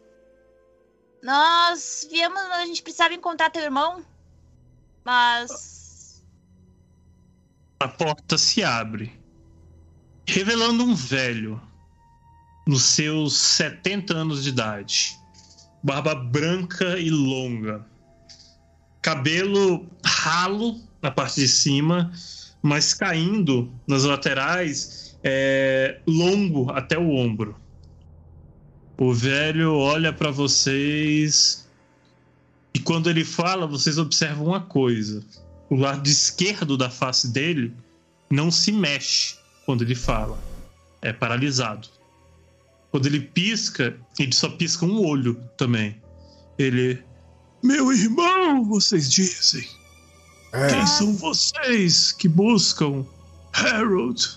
Speaker 6: Nós viemos... A gente precisava encontrar teu irmão. Mas...
Speaker 3: A porta se abre, revelando um velho, nos seus setenta anos de idade. Barba branca e longa. Cabelo ralo na parte de cima, mas caindo nas laterais é, longo até o ombro. O velho olha pra vocês e quando ele fala, vocês observam uma coisa. O lado esquerdo da face dele não se mexe quando ele fala. É paralisado. Quando ele pisca, ele só pisca um olho também. Ele... Meu irmão, vocês dizem.
Speaker 7: É.
Speaker 3: Quem são vocês que buscam Harold?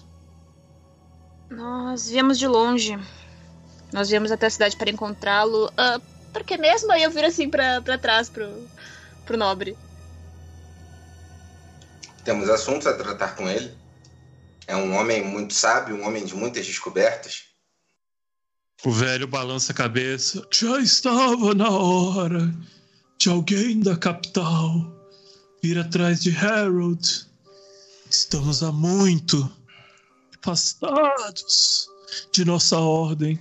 Speaker 6: Nós viemos de longe. Nós viemos até a cidade para encontrá-lo. Uh, por que mesmo? Aí eu viro assim pra, pra trás pro, pro nobre.
Speaker 4: Temos assuntos a tratar com ele. É um homem muito sábio, um homem de muitas descobertas.
Speaker 3: O velho balança a cabeça. Já estava na hora de alguém da capital vir atrás de Harold. Estamos há muito afastados de nossa ordem.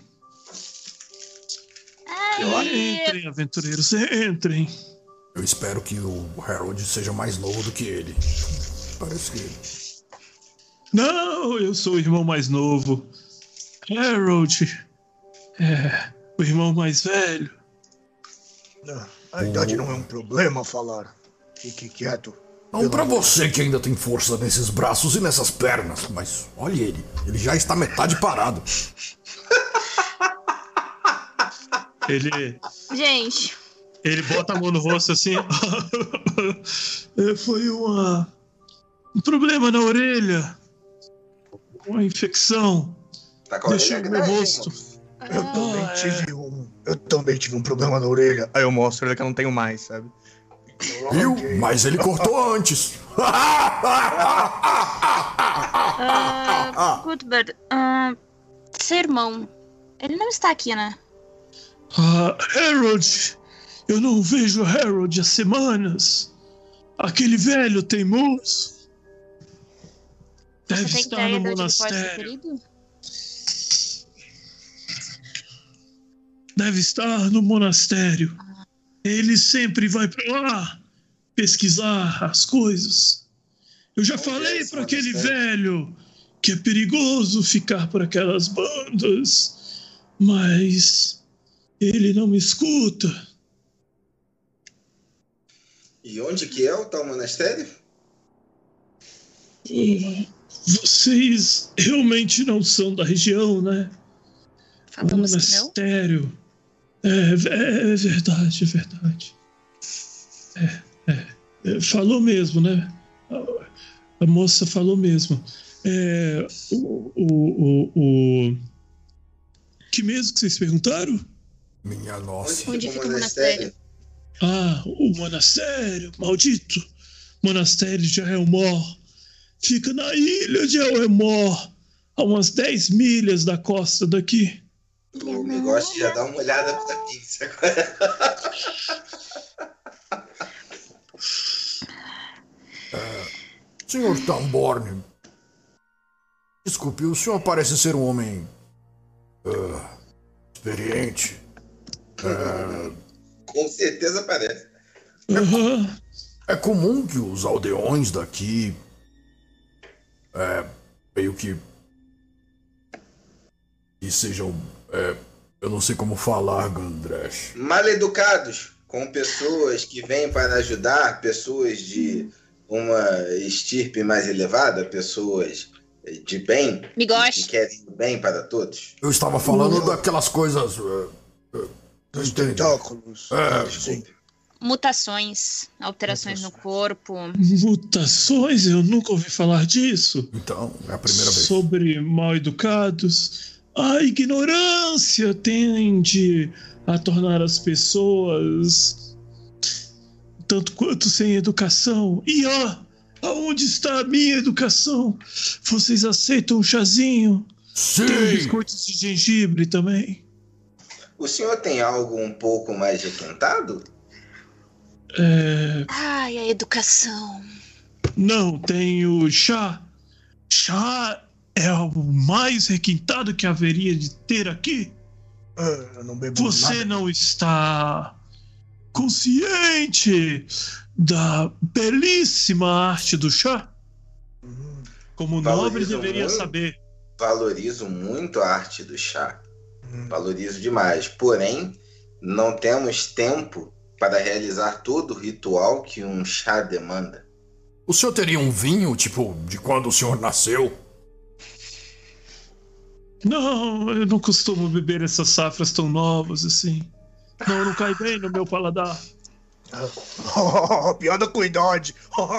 Speaker 6: Ai.
Speaker 3: Entrem, aventureiros, entrem.
Speaker 7: Eu espero que o Harold seja mais novo do que ele. Parece que ele.
Speaker 3: Não, eu sou o irmão mais novo. Harold é o irmão mais velho.
Speaker 8: Não, a idade não é um problema falar. Fique quieto.
Speaker 7: Não pra você que ainda tem força nesses braços e nessas pernas, mas olha ele, ele já está metade parado.
Speaker 3: Ele...
Speaker 6: Gente...
Speaker 3: Ele bota a mão no rosto assim... Foi uma... um problema na orelha. Uma infecção.
Speaker 4: Tá com a
Speaker 3: Deixei
Speaker 4: orelha
Speaker 3: o meu
Speaker 4: grande,
Speaker 3: rosto.
Speaker 8: Eu também
Speaker 3: Ah,
Speaker 8: tive um. Eu também tive um problema na orelha.
Speaker 5: Aí eu mostro ele que eu não tenho mais, sabe?
Speaker 7: Viu? Mas ele cortou antes.
Speaker 6: Uh, Cuthbert, uh, seu irmão, ele não está aqui, né?
Speaker 3: Ah, Harold, eu não vejo Harold há semanas. Aquele velho teimoso deve
Speaker 6: Você tem
Speaker 3: estar
Speaker 6: ideia
Speaker 3: no
Speaker 6: de onde ele pode ter
Speaker 3: monastério.
Speaker 6: ido?
Speaker 3: Deve estar no monastério. Ele sempre vai pra lá pesquisar as coisas. Eu já
Speaker 4: Onde
Speaker 3: falei
Speaker 4: é esse
Speaker 3: pra aquele
Speaker 4: monastério?
Speaker 3: velho que é perigoso ficar por aquelas bandas, mas ele não me escuta.
Speaker 4: E onde que é o tal monastério?
Speaker 3: Vocês realmente não são da região, né? O
Speaker 6: Falamos que não.
Speaker 3: monastério. É, é, é verdade, é verdade. É, é, é, falou mesmo, né? A, a moça falou mesmo. É, o, o, o, o... Que mesmo que vocês perguntaram?
Speaker 7: Minha nossa.
Speaker 6: Onde fica o monastério?
Speaker 3: Ah, o monastério, maldito. Monastério de Elmore. Fica na ilha de Elmore, a umas dez milhas da costa daqui.
Speaker 4: O negócio já dá uma olhada pra mim agora.
Speaker 7: Senhor Tamborne, desculpe, o senhor parece ser um homem ah, experiente. Ah,
Speaker 4: Com certeza parece.
Speaker 3: Aham.
Speaker 7: é comum que os aldeões daqui é, meio que que sejam, é, eu não sei como falar, Gandresh.
Speaker 4: Mal educados com pessoas que vêm para ajudar, pessoas de uma estirpe mais elevada, pessoas de bem,
Speaker 6: Me goste.
Speaker 4: que querem o bem para todos.
Speaker 7: Eu estava falando daquelas coisas. É, é,
Speaker 8: Dos
Speaker 7: entende?
Speaker 8: tentáculos.
Speaker 7: É.
Speaker 8: Sim.
Speaker 6: Mutações, alterações no corpo.
Speaker 3: Mutações? Eu nunca ouvi falar disso.
Speaker 7: Então, é a primeira vez.
Speaker 3: Sobre mal educados. A ignorância tende a tornar as pessoas tanto quanto sem educação. E ó, aonde está a minha educação? Vocês aceitam um chazinho? Tem
Speaker 7: Sim!
Speaker 3: biscoitos de gengibre também.
Speaker 4: O senhor tem algo um pouco mais requintado?
Speaker 3: É,
Speaker 6: Ai, a educação.
Speaker 3: não, tenho chá. Chá é o mais requintado que haveria de ter aqui.
Speaker 8: Ah, eu não bebo
Speaker 3: Você
Speaker 8: nada.
Speaker 3: não está consciente da belíssima arte do chá? Como nobre
Speaker 4: Valoriza
Speaker 3: deveria
Speaker 4: muito.
Speaker 3: saber.
Speaker 4: valorizo muito a arte do chá. Valorizo demais. Porém, não temos tempo para realizar todo o ritual que um chá demanda.
Speaker 9: O senhor teria um vinho, tipo, de quando o senhor nasceu?
Speaker 3: Não, eu não costumo beber essas safras tão novas assim. Não, não cai bem no meu paladar.
Speaker 8: Oh, piada com idade.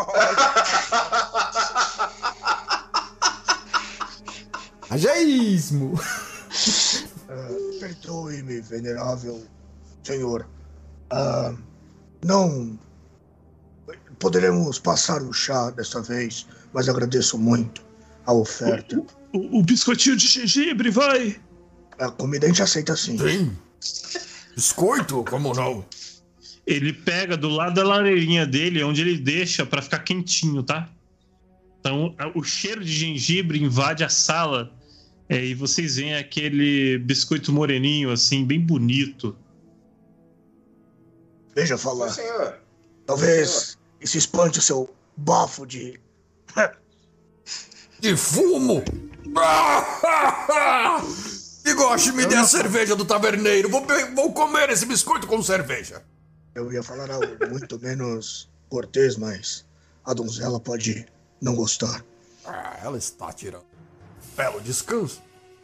Speaker 7: Ageísmo.
Speaker 8: Uh, Perdoe-me, venerável senhor. Uh, não poderemos passar o chá dessa vez, mas agradeço muito a oferta.
Speaker 3: O, o, o biscoitinho de gengibre, vai!
Speaker 8: A comida a gente aceita sim.
Speaker 9: Sim. Biscoito? Como não?
Speaker 3: Ele pega do lado da lareirinha dele, onde ele deixa pra ficar quentinho, tá? Então, o cheiro de gengibre invade a sala. É, e vocês veem aquele biscoito moreninho, assim, bem bonito.
Speaker 8: Veja falar.
Speaker 4: Sim, senhor.
Speaker 8: Talvez
Speaker 4: Sim, senhor.
Speaker 8: isso espante o seu bafo de...
Speaker 9: De fumo? Bigoche, me dê a cerveja do taverneiro. Vou, vou comer esse biscoito com cerveja.
Speaker 8: Eu ia falar algo muito menos cortês, mas a donzela pode não gostar.
Speaker 9: Ah, ela está tirando belo descanso.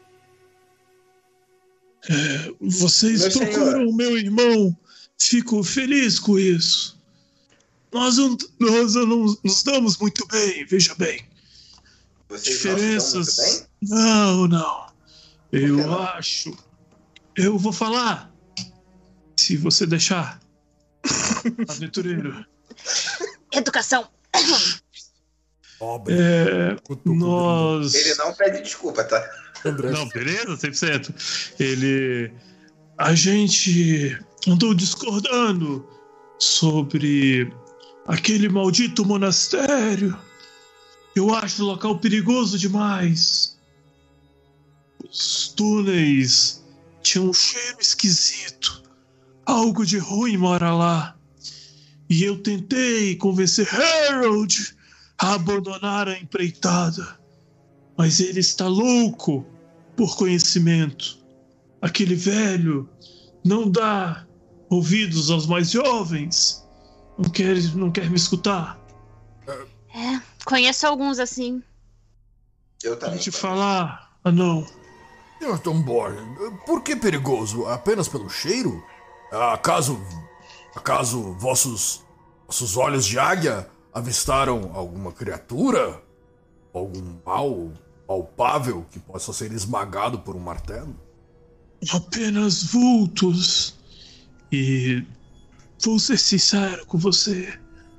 Speaker 3: É, vocês
Speaker 4: Meu
Speaker 3: procuram
Speaker 4: senhor.
Speaker 3: o meu irmão. Fico feliz com isso. Nós não, nós não nos damos muito bem, veja bem.
Speaker 4: Vocês
Speaker 3: Diferenças.
Speaker 4: não se dão muito bem?
Speaker 3: Não, não. Eu
Speaker 4: que não?
Speaker 3: acho. Eu vou falar. Se você deixar. Aventureiro.
Speaker 6: Educação.
Speaker 9: Pobre.
Speaker 3: É,
Speaker 9: Cutuco
Speaker 3: nós.
Speaker 4: Ele não pede desculpa, tá?
Speaker 7: André.
Speaker 3: Não, beleza, cem por cento. Ele. A gente andou discordando sobre aquele maldito monastério. Eu acho o local perigoso demais. Os túneis tinham um cheiro esquisito. Algo de ruim mora lá. E eu tentei convencer Harold a abandonar a empreitada. Mas ele está louco por conhecimento. Aquele velho não dá ouvidos aos mais jovens. Não quer, não quer me escutar.
Speaker 6: É, conheço alguns assim.
Speaker 4: Eu
Speaker 3: Pra
Speaker 4: também.
Speaker 3: te falar, ah não.
Speaker 9: Senhor Tomborn, por que perigoso? Apenas pelo cheiro? Acaso... Acaso vossos... Vossos olhos de águia avistaram alguma criatura? Algum mal palpável que possa ser esmagado por um martelo?
Speaker 3: Apenas vultos. E vou ser sincero com você.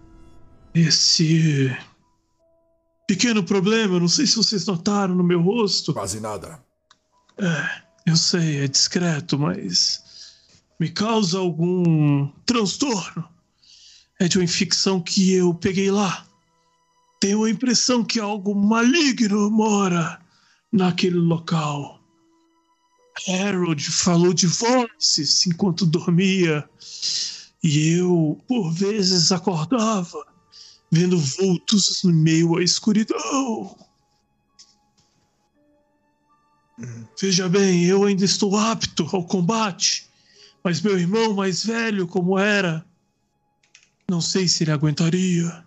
Speaker 3: Esse pequeno problema, não sei se vocês notaram no meu rosto.
Speaker 9: Quase nada.
Speaker 3: É, eu sei, é discreto, mas me causa algum transtorno. É de uma infecção que eu peguei lá. Tenho a impressão que algo maligno mora naquele local. Harold falou de vozes enquanto dormia. E eu, por vezes, acordava, vendo vultos no meio à escuridão. Veja bem, eu ainda estou apto ao combate, mas meu irmão mais velho, como era, não sei se ele aguentaria.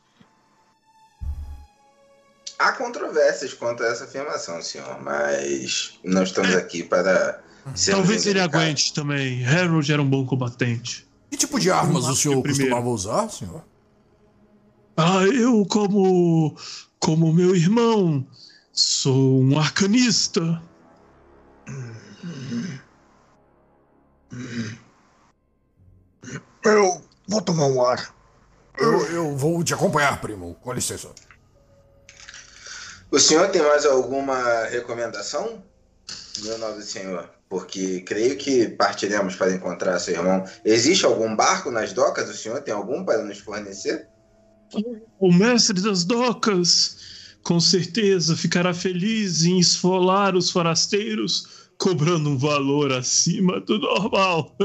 Speaker 4: Há controvérsias quanto a essa afirmação, senhor, mas não estamos aqui para... sermos
Speaker 3: Talvez ele
Speaker 4: indelicado.
Speaker 3: aguente também. Harold era um bom combatente.
Speaker 9: Que tipo de armas o senhor
Speaker 3: primeiro.
Speaker 9: costumava usar, senhor?
Speaker 3: Ah, eu, como, como meu irmão, sou um arcanista.
Speaker 8: Eu vou tomar um ar.
Speaker 9: Eu, eu vou te acompanhar, primo. Com licença.
Speaker 4: O senhor tem mais alguma recomendação, meu nobre senhor? Porque creio que partiremos para encontrar seu irmão. Existe algum barco nas docas? O senhor tem algum para nos fornecer?
Speaker 3: O mestre das docas, com certeza, ficará feliz em esfolar os forasteiros, cobrando um valor acima do normal.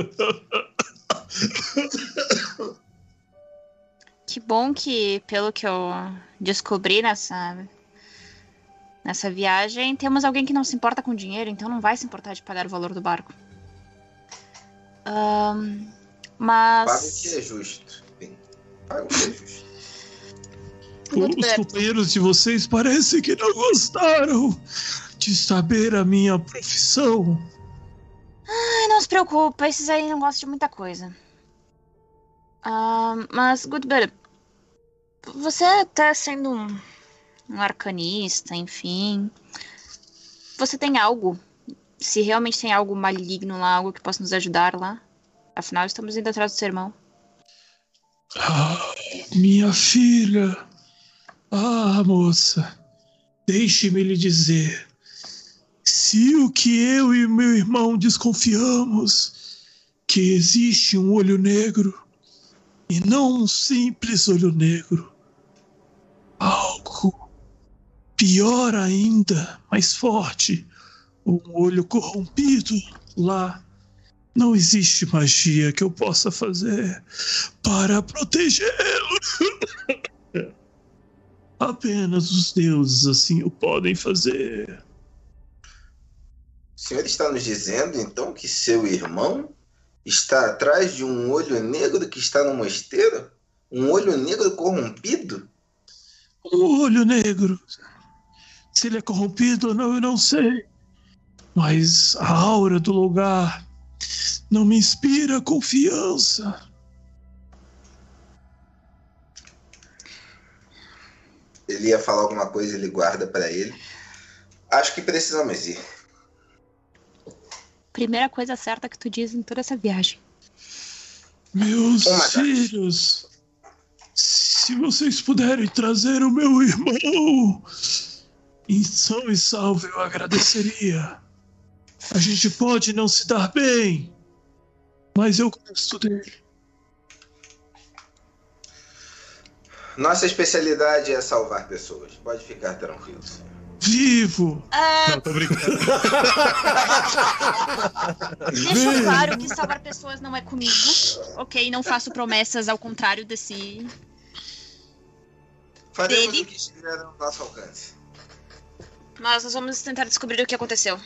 Speaker 6: Que bom que, pelo que eu descobri nessa Nessa viagem, temos alguém que não se importa com dinheiro, então não vai se importar de pagar o valor do barco. Um, mas...
Speaker 4: Paga o que é justo. Bem, paga o que é justo.
Speaker 3: Os companheiros de vocês parecem que não gostaram de saber a minha profissão.
Speaker 6: Ai, não se preocupa, esses aí não gostam de muita coisa. Uh, mas, Goodbird, você tá sendo um, um arcanista, enfim. Você tem algo? Se realmente tem algo maligno lá, algo que possa nos ajudar lá? Afinal, estamos indo atrás do seu irmão.
Speaker 3: Ah, minha filha. Ah, moça. Deixe-me lhe dizer. Se o que eu e meu irmão desconfiamos, que existe um olho negro, e não um simples olho negro, algo pior ainda, mais forte, um olho corrompido lá, não existe magia que eu possa fazer para protegê-lo. Apenas os deuses assim o podem fazer.
Speaker 4: O senhor está nos dizendo, então, que seu irmão está atrás de um olho negro que está no mosteiro? Um olho negro corrompido?
Speaker 3: Um olho negro. Se ele é corrompido ou não, eu não sei. Mas a aura do lugar não me inspira confiança.
Speaker 4: Ele ia falar alguma coisa, ele guarda para ele. Acho que precisamos ir.
Speaker 6: Primeira coisa certa que tu diz em toda essa viagem.
Speaker 3: Meus filhos, se vocês puderem trazer o meu irmão em são e salvo, eu agradeceria. A gente pode não se dar bem, mas eu gosto dele.
Speaker 4: Nossa especialidade é salvar pessoas. Pode ficar tranquilo, senhor.
Speaker 3: Vivo!
Speaker 6: Ah,
Speaker 3: Não, tô brincando.
Speaker 6: deixa claro que salvar pessoas não é comigo. Ok, não faço promessas ao contrário desse...
Speaker 4: Faremos
Speaker 6: dele.
Speaker 4: o que estiver ao nosso alcance.
Speaker 6: Mas nós vamos tentar descobrir o que aconteceu.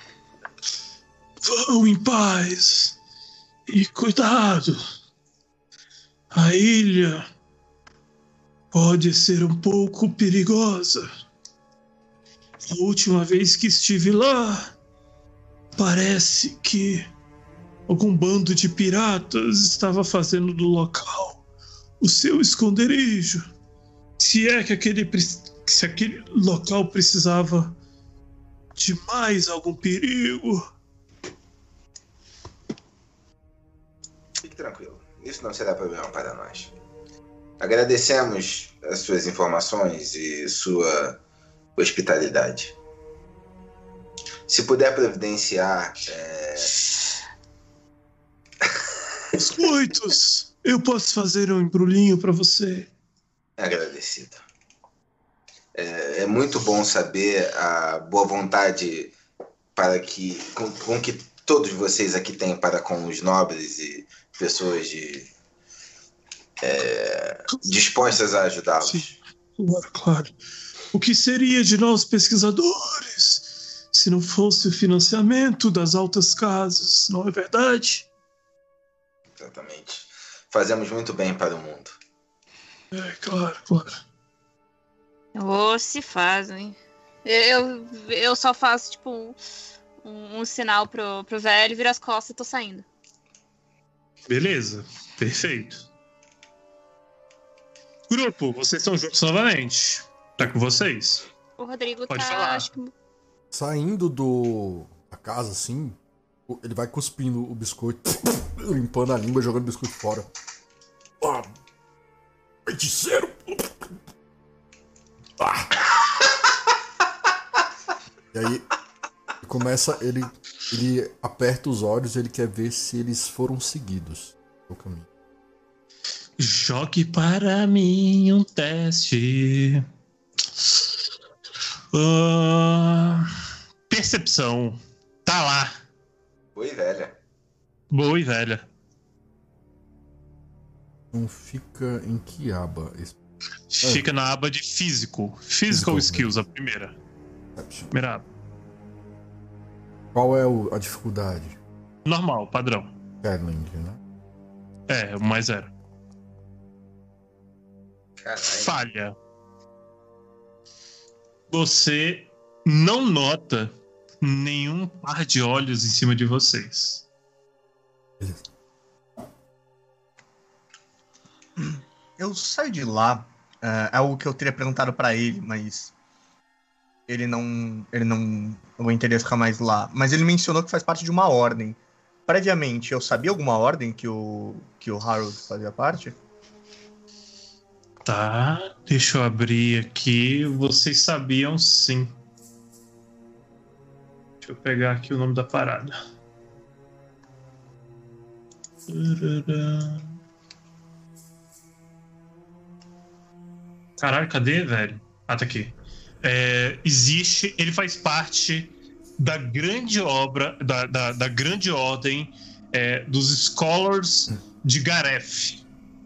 Speaker 3: Vão em paz. E cuidado. A ilha pode ser um pouco perigosa. A última vez que estive lá, parece que algum bando de piratas estava fazendo do local o seu esconderijo. Se é que aquele, se aquele local precisava de mais algum perigo.
Speaker 4: Fique tranquilo. Isso não será problema para nós. Agradecemos as suas informações e sua hospitalidade. Se puder providenciar... É...
Speaker 3: Biscoitos! Eu posso fazer um embrulhinho para você.
Speaker 4: Agradecido. É, é muito bom saber a boa vontade para que, com, com que todos vocês aqui têm para com os nobres e pessoas de, é, dispostas a ajudá-los.
Speaker 3: Sim, claro, claro. O que seria de nós pesquisadores se não fosse o financiamento das altas casas, não é verdade?
Speaker 4: Exatamente. Fazemos muito bem para o mundo.
Speaker 3: É, claro, claro.
Speaker 6: Ô, se faz, hein? Eu, eu só faço, tipo, um, um, um sinal pro, pro velho, viro as costas e tô saindo.
Speaker 3: Beleza, perfeito. Grupo, vocês estão juntos novamente. Tá com vocês?
Speaker 6: O Rodrigo
Speaker 3: Pode
Speaker 6: tá,
Speaker 3: falar.
Speaker 6: acho que...
Speaker 7: Saindo do da casa assim, ele vai cuspindo o biscoito, limpando a língua e jogando o biscoito fora.
Speaker 9: Ah, feiticeiro! Ah.
Speaker 7: E aí começa, ele, ele aperta os olhos, ele quer ver se eles foram seguidos no caminho.
Speaker 3: Jogue para mim um teste. Uh, percepção. Tá lá.
Speaker 4: Oi, velha.
Speaker 3: Boa e velha.
Speaker 7: Não fica em que aba?
Speaker 3: Fica na aba de físico. Physical
Speaker 7: Physical,
Speaker 3: Skills, a primeira. Mirab.
Speaker 7: Qual é o, a dificuldade?
Speaker 3: Normal, padrão.
Speaker 7: Challenge, né?
Speaker 3: É, o mais zero.
Speaker 4: Caralho.
Speaker 3: Falha. Você não nota nenhum par de olhos em cima de vocês.
Speaker 5: Eu saio de lá. É algo que eu teria perguntado pra ele, mas ele não, ele não, não interesse ficar mais lá. Mas ele mencionou que faz parte de uma ordem. Previamente, eu sabia alguma ordem que o que o Harold fazia parte?
Speaker 3: Tá, deixa eu abrir aqui. Vocês sabiam sim. Deixa eu pegar aqui o nome da parada. Caralho, cadê, velho? Ah, tá aqui. É, existe, ele faz parte da grande obra, da, da, da grande ordem é, dos Scholars de Gareth.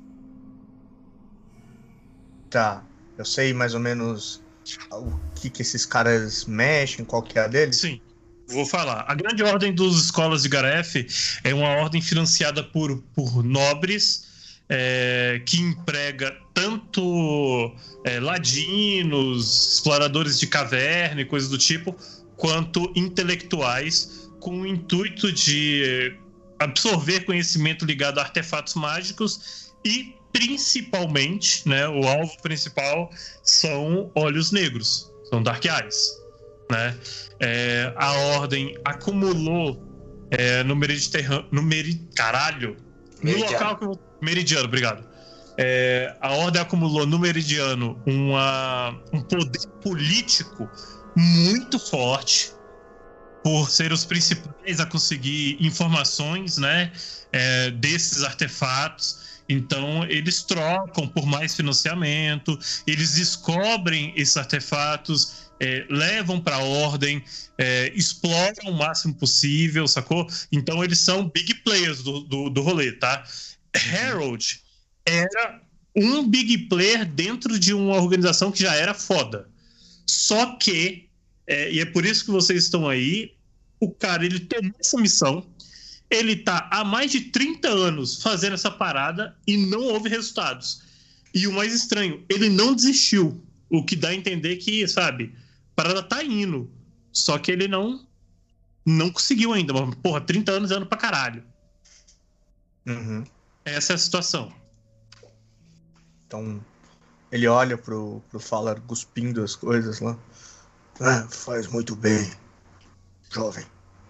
Speaker 5: Tá, eu sei mais ou menos o que que esses caras mexem, qual que é a deles?
Speaker 3: Sim, vou falar. A grande ordem dos Scholars de Gareth é uma ordem financiada por, por nobres é, que emprega tanto é, ladinos, exploradores de caverna e coisas do tipo, quanto intelectuais com o intuito de absorver conhecimento ligado a artefatos mágicos e, principalmente, né, o alvo principal são olhos negros, são Dark Eyes. Né? É, a Ordem acumulou é, no Mediterrâneo... No meri, caralho!
Speaker 4: Meridiano.
Speaker 3: No local que eu, Meridiano, obrigado. É, a Ordem acumulou no Meridiano uma, um poder político muito forte por ser os principais a conseguir informações, né, é, desses artefatos. Então eles trocam por mais financiamento, eles descobrem esses artefatos, é, levam para a Ordem, é, exploram o máximo possível, sacou? Então eles são big players do, do, do rolê, tá? Harold era um big player dentro de uma organização que já era foda. Só que, é, e é por isso que vocês estão aí, o cara, ele tomou essa missão, ele tá há mais de trinta anos fazendo essa parada e não houve resultados. E o mais estranho, ele não desistiu, o que dá a entender que, sabe, a parada tá indo, só que ele não não conseguiu ainda. Mas, porra, trinta anos é ano pra caralho.
Speaker 5: Uhum.
Speaker 3: Essa é a situação.
Speaker 5: Então, ele olha pro, pro Falar cuspindo as coisas lá.
Speaker 8: Ah, faz muito bem, jovem.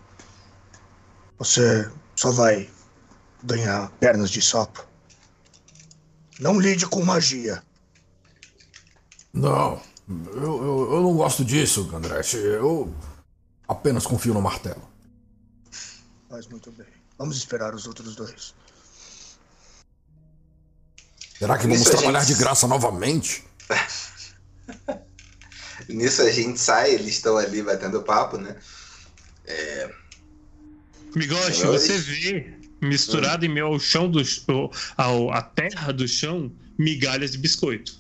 Speaker 8: Você só vai ganhar pernas de sapo. Não lide com magia.
Speaker 9: Não, eu, eu, eu não gosto disso, Gandresh. Eu apenas confio no martelo.
Speaker 8: Faz muito bem. Vamos esperar os outros dois.
Speaker 9: Será que vamos
Speaker 4: Isso a
Speaker 9: trabalhar
Speaker 4: gente-
Speaker 9: de graça novamente?
Speaker 4: Nisso a gente sai, eles estão ali batendo papo, né?
Speaker 3: Migoshi,
Speaker 4: Senhores?
Speaker 3: você vê misturado em meio ao chão do ao, ao, a terra do chão, migalhas de biscoito.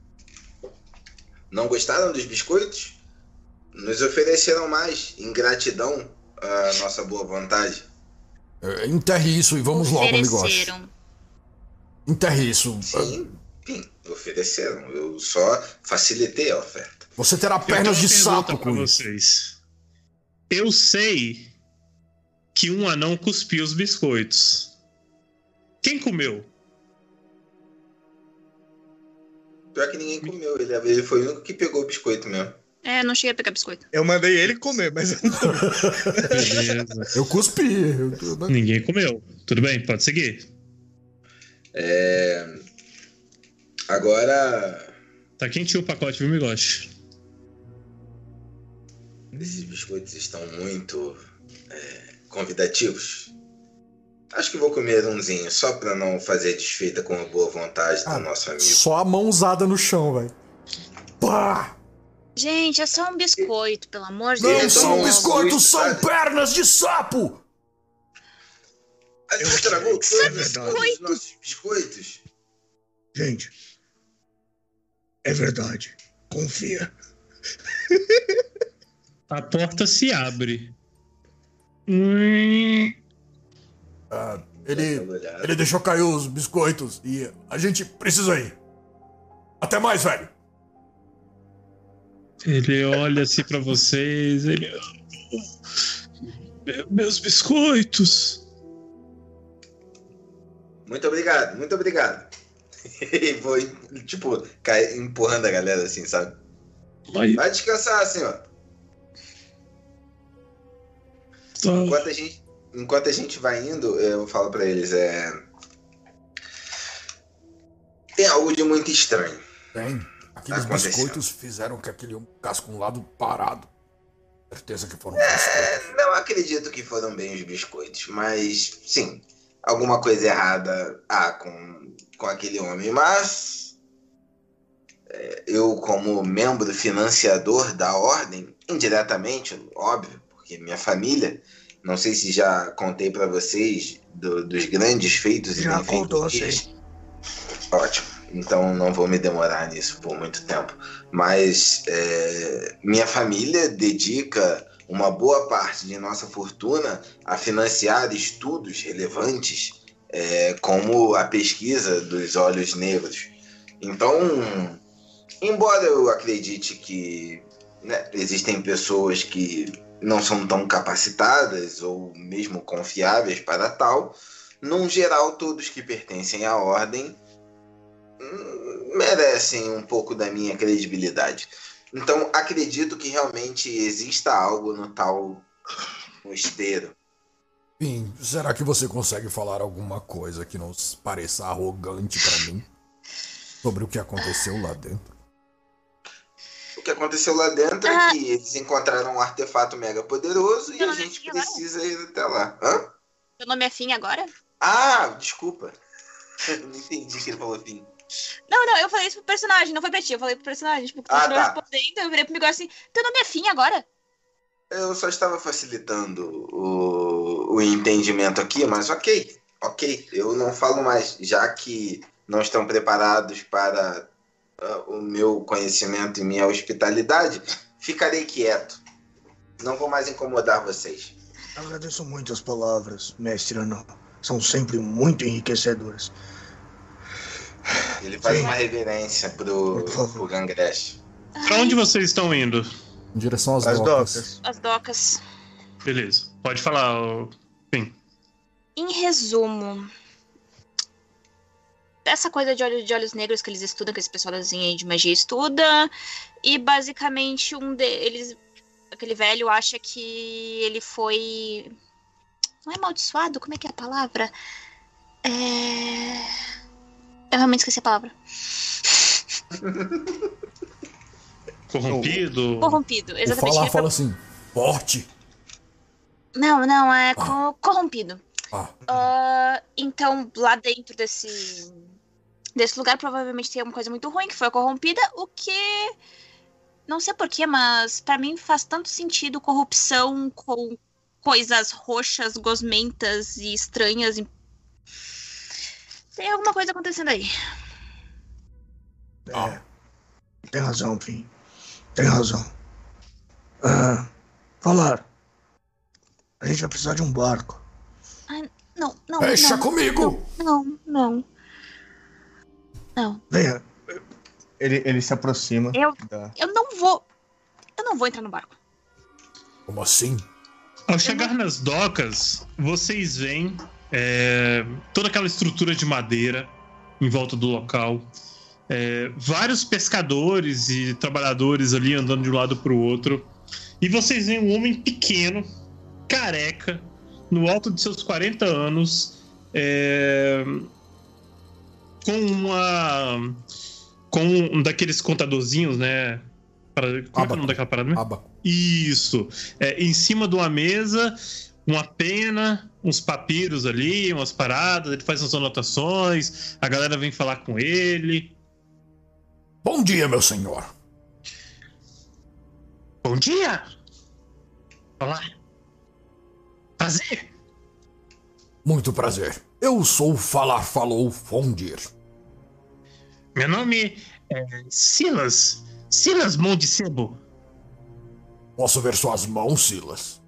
Speaker 4: Não gostaram dos biscoitos? Nos ofereceram mais, em gratidão à nossa boa vontade.
Speaker 9: É, enterre isso e vamos logo, Migoshi.
Speaker 6: Ofereceram.
Speaker 9: Enterre isso.
Speaker 4: Sim, sim, ofereceram. Eu só facilitei a oferta.
Speaker 9: Você terá
Speaker 3: Eu tenho
Speaker 9: pernas
Speaker 3: uma
Speaker 9: de
Speaker 3: pergunta
Speaker 9: sapo
Speaker 3: pra
Speaker 9: com isso.
Speaker 3: vocês. Eu sei que um anão cuspiu os biscoitos. Quem comeu?
Speaker 4: Pior que ninguém comeu, ele, ele foi o único que pegou o biscoito mesmo.
Speaker 6: É, não cheguei a pegar biscoito.
Speaker 5: Eu mandei ele comer, mas eu não comi.
Speaker 3: Beleza.
Speaker 9: Eu cuspi. Eu, eu-
Speaker 3: Ninguém comeu. Tudo bem, pode seguir.
Speaker 4: É... Agora,
Speaker 3: Tá quentinho o pacote, viu, Migoshi?
Speaker 4: esses biscoitos estão muito é, convidativos. Acho que vou comer umzinho, só pra não fazer desfeita com a boa vontade do
Speaker 7: Ah,
Speaker 4: nosso amigo.
Speaker 7: Só a mãozada no chão, velho. Pá!
Speaker 6: Gente, é só um biscoito, pelo amor de
Speaker 9: Não
Speaker 6: Deus.
Speaker 9: são
Speaker 4: Então,
Speaker 9: biscoitos,
Speaker 4: isso,
Speaker 9: são
Speaker 4: sabe?
Speaker 9: pernas de sapo!
Speaker 4: Ah, você estragou
Speaker 8: Isso é
Speaker 4: todos
Speaker 8: verdade.
Speaker 4: os nossos biscoitos.
Speaker 8: Gente, é verdade. Confia.
Speaker 3: A porta se abre. Hum...
Speaker 9: Ah, ele, ele deixou cair os biscoitos e a gente precisa ir. Até mais, velho.
Speaker 3: Ele olha assim pra vocês, ele... Meus biscoitos.
Speaker 4: Muito obrigado, muito obrigado. E vou, tipo, cair, empurrando a galera assim, sabe?
Speaker 3: Vai,
Speaker 4: Vai descansar, senhor.
Speaker 3: tá.
Speaker 4: Enquanto a gente, enquanto a gente vai indo, eu falo pra eles, é... Tem algo de muito estranho.
Speaker 9: Tem. Aqueles
Speaker 4: Aconteceu.
Speaker 9: biscoitos fizeram que aquele homem ficasse com o lado parado. Certeza que foram
Speaker 4: É,
Speaker 9: biscoitos.
Speaker 4: não acredito que foram bem os biscoitos, mas sim, alguma coisa errada há com, com aquele homem. Mas é, eu, como membro financiador da ordem, indiretamente, óbvio, porque minha família, não sei se já contei pra vocês do- dos grandes feitos e
Speaker 8: Já contou,
Speaker 4: benfeitorias. Ótimo. Então não vou me demorar nisso por muito tempo. Mas é, minha família dedica uma boa parte de nossa fortuna a financiar estudos relevantes, é, como a pesquisa dos olhos negros. Então, embora eu acredite que, né, existem pessoas que não são tão capacitadas ou mesmo confiáveis para tal, num geral, todos que pertencem à ordem merecem um pouco da minha credibilidade. Então, acredito que realmente exista algo no tal mosteiro.
Speaker 9: Enfim, será que você consegue falar alguma coisa que não pareça arrogante pra mim? Sobre o que aconteceu lá dentro?
Speaker 4: O que aconteceu lá dentro é que eles encontraram um artefato mega poderoso e
Speaker 6: Seu
Speaker 4: a
Speaker 6: nome é
Speaker 4: gente
Speaker 6: Fim agora?
Speaker 4: precisa ir até lá. Hã?
Speaker 6: Seu nome é Fim agora?
Speaker 4: Ah, desculpa. Não entendi que ele falou fim.
Speaker 6: Não, não, eu falei isso pro personagem, não foi pra ti, eu falei pro personagem. Tipo, tu
Speaker 4: Ah,
Speaker 6: continuou
Speaker 4: tá.
Speaker 6: respondendo, eu virei pro Miguel assim, teu nome é Fim agora?
Speaker 4: Eu só estava facilitando o, o entendimento aqui, mas ok, ok. Eu não falo mais, já que não estão preparados para uh, o meu conhecimento e minha hospitalidade, ficarei quieto. Não vou mais incomodar vocês.
Speaker 8: Agradeço muito as palavras, mestre Anão. São sempre muito enriquecedoras.
Speaker 4: Ele faz
Speaker 8: Sim.
Speaker 4: uma reverência pro,
Speaker 8: Por favor.
Speaker 4: pro Gangresh.
Speaker 3: Pra onde vocês estão indo?
Speaker 7: Em direção às
Speaker 5: As
Speaker 7: docas.
Speaker 5: docas.
Speaker 6: As docas.
Speaker 3: Beleza, pode falar. ô, Fim.
Speaker 6: Em resumo, essa coisa de olhos, de olhos negros que eles estudam, que esse pessoalzinho aí de magia estuda, e basicamente um deles, aquele velho, acha que ele foi... Não é amaldiçoado? Como é que é a palavra? É... Eu realmente esqueci a palavra.
Speaker 3: Corrompido?
Speaker 6: Corrompido,
Speaker 9: O
Speaker 6: exatamente.
Speaker 9: falar
Speaker 6: Ele
Speaker 9: fala
Speaker 6: foi-
Speaker 9: assim, forte.
Speaker 6: Não, não, é co- corrompido.
Speaker 9: Ah,
Speaker 6: Ah, então, lá dentro desse, desse lugar, provavelmente tem alguma coisa muito ruim que foi corrompida, o que... Não sei porquê, mas pra mim faz tanto sentido corrupção com coisas roxas, gosmentas e estranhas. Tem alguma coisa acontecendo aí.
Speaker 8: É, tem razão, Fim. Tem razão. Ah, falar. A gente vai precisar de um barco.
Speaker 6: Não, não,
Speaker 9: fecha
Speaker 6: não,
Speaker 9: comigo!
Speaker 6: não, não. Não,
Speaker 8: Venha.
Speaker 5: Ele, ele se aproxima.
Speaker 6: Eu-
Speaker 5: da-
Speaker 6: eu não vou... Eu não vou entrar no barco.
Speaker 9: Como assim?
Speaker 3: Ao chegar nas docas, vocês veem é, toda aquela estrutura de madeira em volta do local. É, vários pescadores e trabalhadores ali andando de um lado para o outro. E vocês veem um homem pequeno, careca, no alto de seus quarenta anos, é, com uma... com um daqueles contadorzinhos, né? Para, como é, que é o nome daquela parada mesmo?
Speaker 9: Abaco.
Speaker 3: Isso. É, em cima de uma mesa, uma pena, uns papiros ali, umas paradas, ele faz umas anotações, a galera vem falar com ele.
Speaker 9: Bom dia, meu senhor.
Speaker 3: Bom dia! Olá! Prazer!
Speaker 9: Muito prazer. Eu sou o Falar Falou Fondir.
Speaker 3: Meu nome é Silas. Silas Mão de Sebo.
Speaker 9: Posso ver suas mãos, Silas?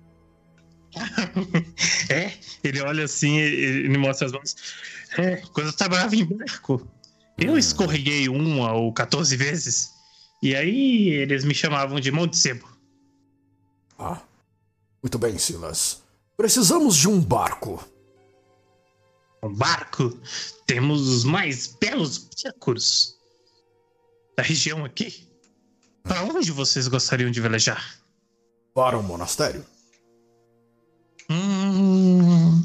Speaker 3: É, ele olha assim, ele mostra as mãos. É, quando eu trabalhava em barco, eu escorreguei uma ou quatorze vezes. E aí eles me chamavam de mão de sebo.
Speaker 9: Ah, muito bem, Silas. Precisamos de um barco.
Speaker 3: Um barco? Temos os mais belos barcos da região aqui. Para onde vocês gostariam de velejar?
Speaker 9: Para o monastério.
Speaker 3: Hum...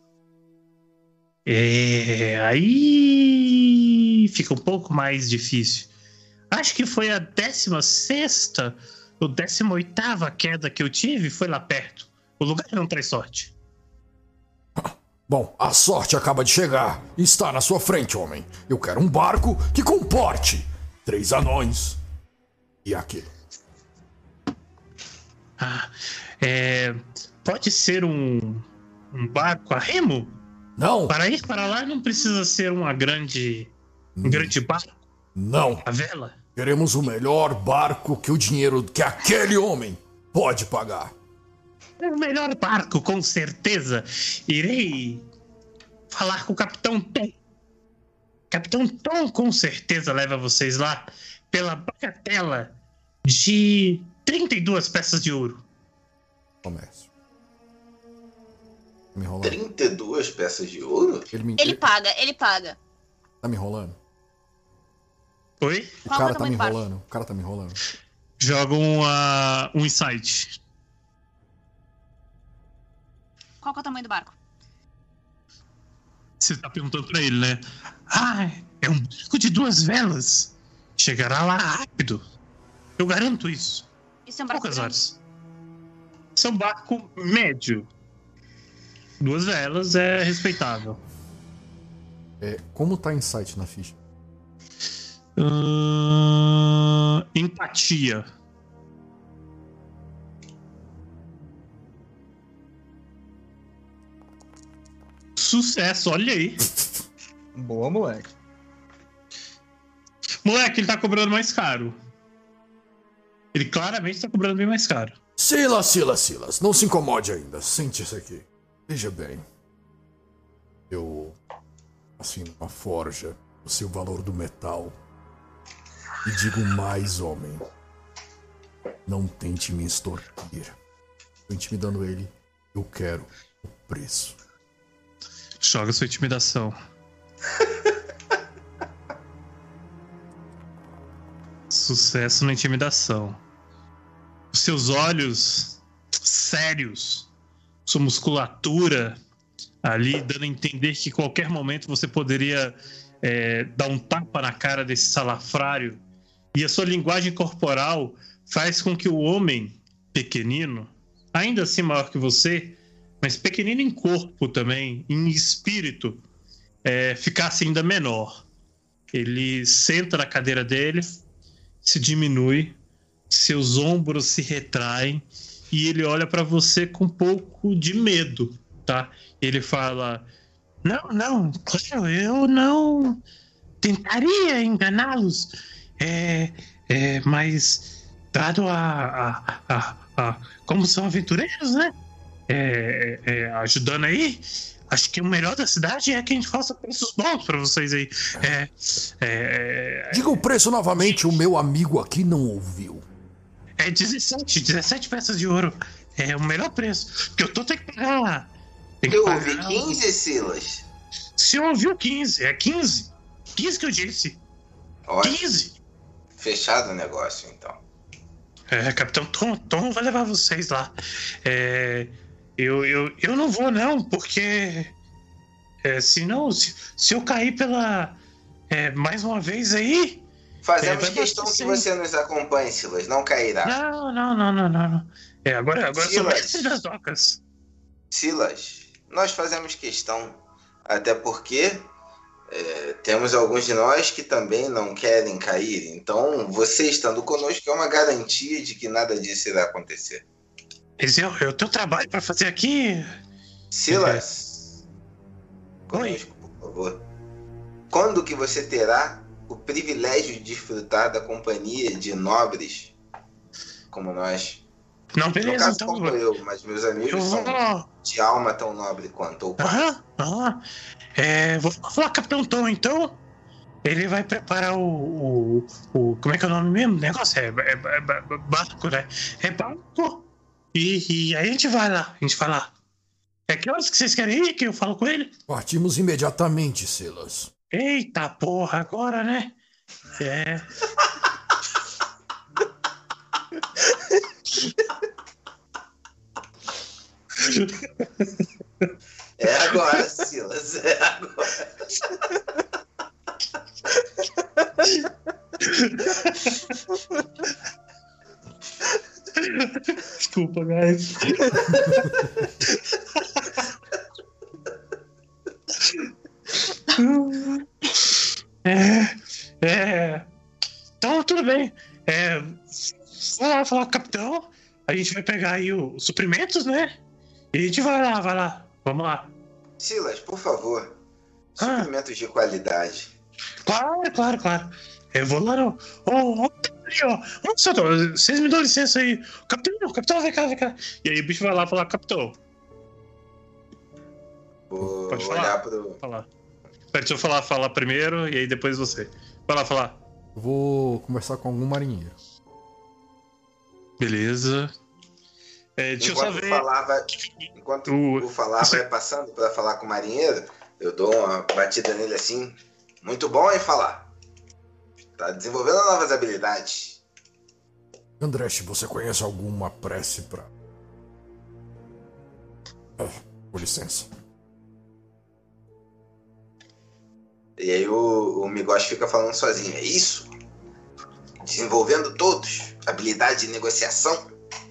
Speaker 3: É... Aí... fica um pouco mais difícil. Acho que foi a décima sexta ou décima oitava queda que eu tive, foi lá perto. O lugar não traz sorte.
Speaker 9: Bom, a sorte acaba de chegar. Está na sua frente, homem. Eu quero um barco que comporte três anões e aquilo.
Speaker 3: Ah, é... Pode ser um, um barco a remo?
Speaker 9: Não.
Speaker 3: Para ir para lá não precisa ser uma grande... um grande barco?
Speaker 9: Não.
Speaker 3: A vela?
Speaker 9: Queremos o melhor barco que o dinheiro que aquele homem pode pagar.
Speaker 3: O melhor barco, com certeza. Irei falar com o Capitão Tom. Capitão Tom com certeza leva vocês lá pela bagatela de trinta e duas peças de ouro.
Speaker 7: Comércio. Me enrolando.
Speaker 4: trinta e duas peças de ouro?
Speaker 7: Ele, me...
Speaker 6: Ele paga, ele paga.
Speaker 7: Tá me enrolando?
Speaker 3: Oi?
Speaker 7: O
Speaker 6: Qual
Speaker 7: cara
Speaker 6: o
Speaker 7: tá me
Speaker 6: tamanho do barco?
Speaker 7: enrolando. O cara tá me enrolando.
Speaker 3: Joga um, uh, um insight.
Speaker 6: Qual que é o tamanho do barco?
Speaker 3: Você tá perguntando pra ele, né? Ah, é um barco de duas velas. Chegará lá rápido. Eu garanto isso.
Speaker 6: Isso é um barco
Speaker 3: Poucas
Speaker 6: grande?
Speaker 3: horas. Isso é um barco médio. Duas velas é respeitável.
Speaker 7: É, como tá insight na ficha?
Speaker 3: Uh, empatia. Sucesso, olha aí.
Speaker 5: Boa, moleque.
Speaker 3: Moleque, ele tá cobrando mais caro. Ele claramente tá cobrando bem mais caro.
Speaker 9: Silas, Silas, Silas, não se incomode ainda. Sente isso aqui. Veja bem. Eu, assim, numa forja, eu sei o valor do metal. E digo mais, homem. Não tente me extorquir. Tô intimidando ele. Eu quero o preço.
Speaker 3: Joga sua intimidação. Sucesso na intimidação. Os seus olhos sérios, sua musculatura ali dando a entender que em qualquer momento você poderia é, dar um tapa na cara desse salafrário. E a sua linguagem corporal faz com que o homem pequenino, ainda assim maior que você, mas pequenino em corpo também, em espírito, é, ficasse ainda menor. Ele senta na cadeira dele, se diminui, seus ombros se retraem e ele olha para você com um pouco de medo, tá? Ele fala: não, não, claro, eu não tentaria enganá-los, é, é, mas dado a, a, a, a como são aventureiros, né? É, é, ajudando aí, acho que o melhor da cidade é que a gente faça preços bons pra vocês aí. É, é,
Speaker 9: Diga o preço novamente, o meu amigo aqui não ouviu.
Speaker 3: É dezessete, dezessete peças de ouro. É o melhor preço. Porque eu tô tendo que pagar. Tem que
Speaker 4: Eu
Speaker 3: pagar.
Speaker 4: ouvi quinze, Silas.
Speaker 3: Se eu ouviu quinze, é quinze. quinze que eu disse.
Speaker 4: Olha,
Speaker 3: quinze.
Speaker 4: fechado o negócio, então.
Speaker 3: É, Capitão Tom, Tom vai levar vocês lá. É, eu, eu, eu não vou não, porque é, senão, se, se eu cair pela é, mais uma vez aí...
Speaker 4: Fazemos
Speaker 3: É, vai
Speaker 4: questão que
Speaker 3: acontecer.
Speaker 4: você nos acompanhe, Silas. Não cairá.
Speaker 3: Não, não, não, não, não. não. É, agora, agora eu sou
Speaker 4: Silas.
Speaker 3: mestre das docas.
Speaker 4: Silas, nós fazemos questão. Até porque é, temos alguns de nós que também não querem cair. Então, você estando conosco é uma garantia de que nada disso irá acontecer.
Speaker 3: Mas eu, eu tenho trabalho pra fazer aqui.
Speaker 4: Silas, conosco, por favor. Quando que você terá o privilégio de desfrutar da companhia de nobres como nós?
Speaker 3: Não, beleza,
Speaker 4: no caso,
Speaker 3: então.
Speaker 4: como eu, mas meus amigos
Speaker 3: Eu
Speaker 4: são
Speaker 3: vou.
Speaker 4: de alma tão nobre quanto o pai.
Speaker 3: Aham, aham. É, vou falar, Capitão Tom, então. Ele vai preparar o, o, o. Como é que é o nome mesmo? O negócio é, é, é, é barco, né? É barco. E, e aí a gente vai lá, a gente vai lá. É que horas que vocês querem ir que eu falo com ele?
Speaker 9: Partimos imediatamente, Silas.
Speaker 3: Eita porra, agora, né? É.
Speaker 4: É agora, Silas, é agora.
Speaker 3: Desculpa, guys. É, é. Então, tudo bem. É, vamos lá falar com o capitão. A gente vai pegar aí os suprimentos, né? E a gente vai lá, vai lá. Vamos lá.
Speaker 4: Silas, por favor.
Speaker 3: Ah.
Speaker 4: Suprimentos de qualidade.
Speaker 3: Claro, claro, claro. Eu vou lá no. Ô, ô, ali, ó. Ô, senhor, vocês me dão licença aí. Capitão, capitão, vem cá, vem cá. E aí o bicho vai lá falar, capitão.
Speaker 4: Vou
Speaker 3: Pode falar.
Speaker 4: olhar pro.
Speaker 3: Falar. Pera, deixa eu falar, falar primeiro e aí depois você. Vai lá falar.
Speaker 7: Eu vou conversar com algum marinheiro.
Speaker 3: Beleza. É, deixa
Speaker 4: Enquanto
Speaker 3: eu só ver.
Speaker 4: falar vai... Enquanto
Speaker 3: O-
Speaker 4: o falar vai passando pra falar com o marinheiro, eu dou uma batida nele assim. Muito bom em falar. Tá desenvolvendo novas habilidades.
Speaker 9: Andreste, você conhece alguma prece pra. Ah, com licença.
Speaker 4: E aí o, o Migos fica falando sozinho. É isso? Desenvolvendo todos. Habilidade de negociação.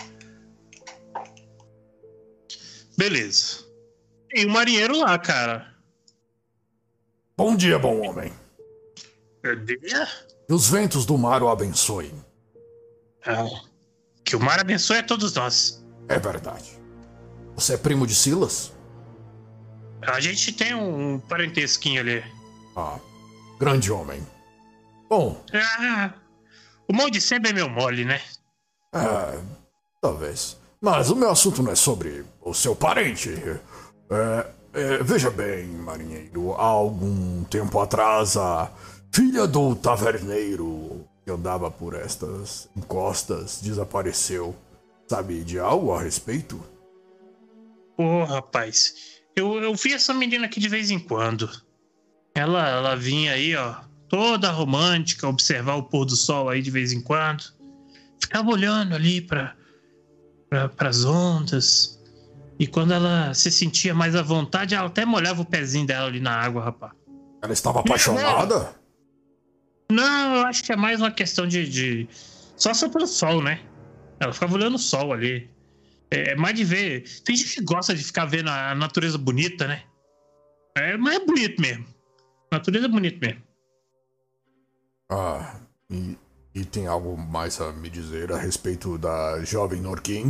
Speaker 3: Beleza. Tem um marinheiro lá, cara.
Speaker 9: Bom dia, bom homem.
Speaker 3: Bom dia.
Speaker 9: Que os ventos do mar o abençoem.
Speaker 3: Ah, que o mar abençoe a todos nós.
Speaker 9: É verdade. Você é primo de Silas?
Speaker 3: A gente tem um parentesquinho ali.
Speaker 9: Ah, grande homem. Bom,
Speaker 3: Ah, o mal de sempre é meu mole, né?
Speaker 9: é, talvez. Mas o meu assunto não é sobre o seu parente. É, é, veja bem, marinheiro, há algum tempo atrás a filha do taverneiro que andava por estas encostas desapareceu. Sabe de algo a respeito?
Speaker 3: Pô, rapaz, eu, eu vi essa menina aqui de vez em quando. Ela, ela vinha aí, ó, toda romântica, observar o pôr do sol aí de vez em quando. Ficava olhando ali pra, pra, pras ondas. E quando ela se sentia mais à vontade, ela até molhava o pezinho dela ali na água, rapaz.
Speaker 9: Ela estava apaixonada?
Speaker 3: Não, eu acho que é mais uma questão de... de... Só só pelo sol, né? Ela ficava olhando o sol ali. É mais de ver... Tem gente que gosta de ficar vendo a natureza bonita, né? É, mas é bonito mesmo. A natureza é bonita mesmo.
Speaker 9: Ah, e, e tem algo mais a me dizer a respeito da jovem Norquim?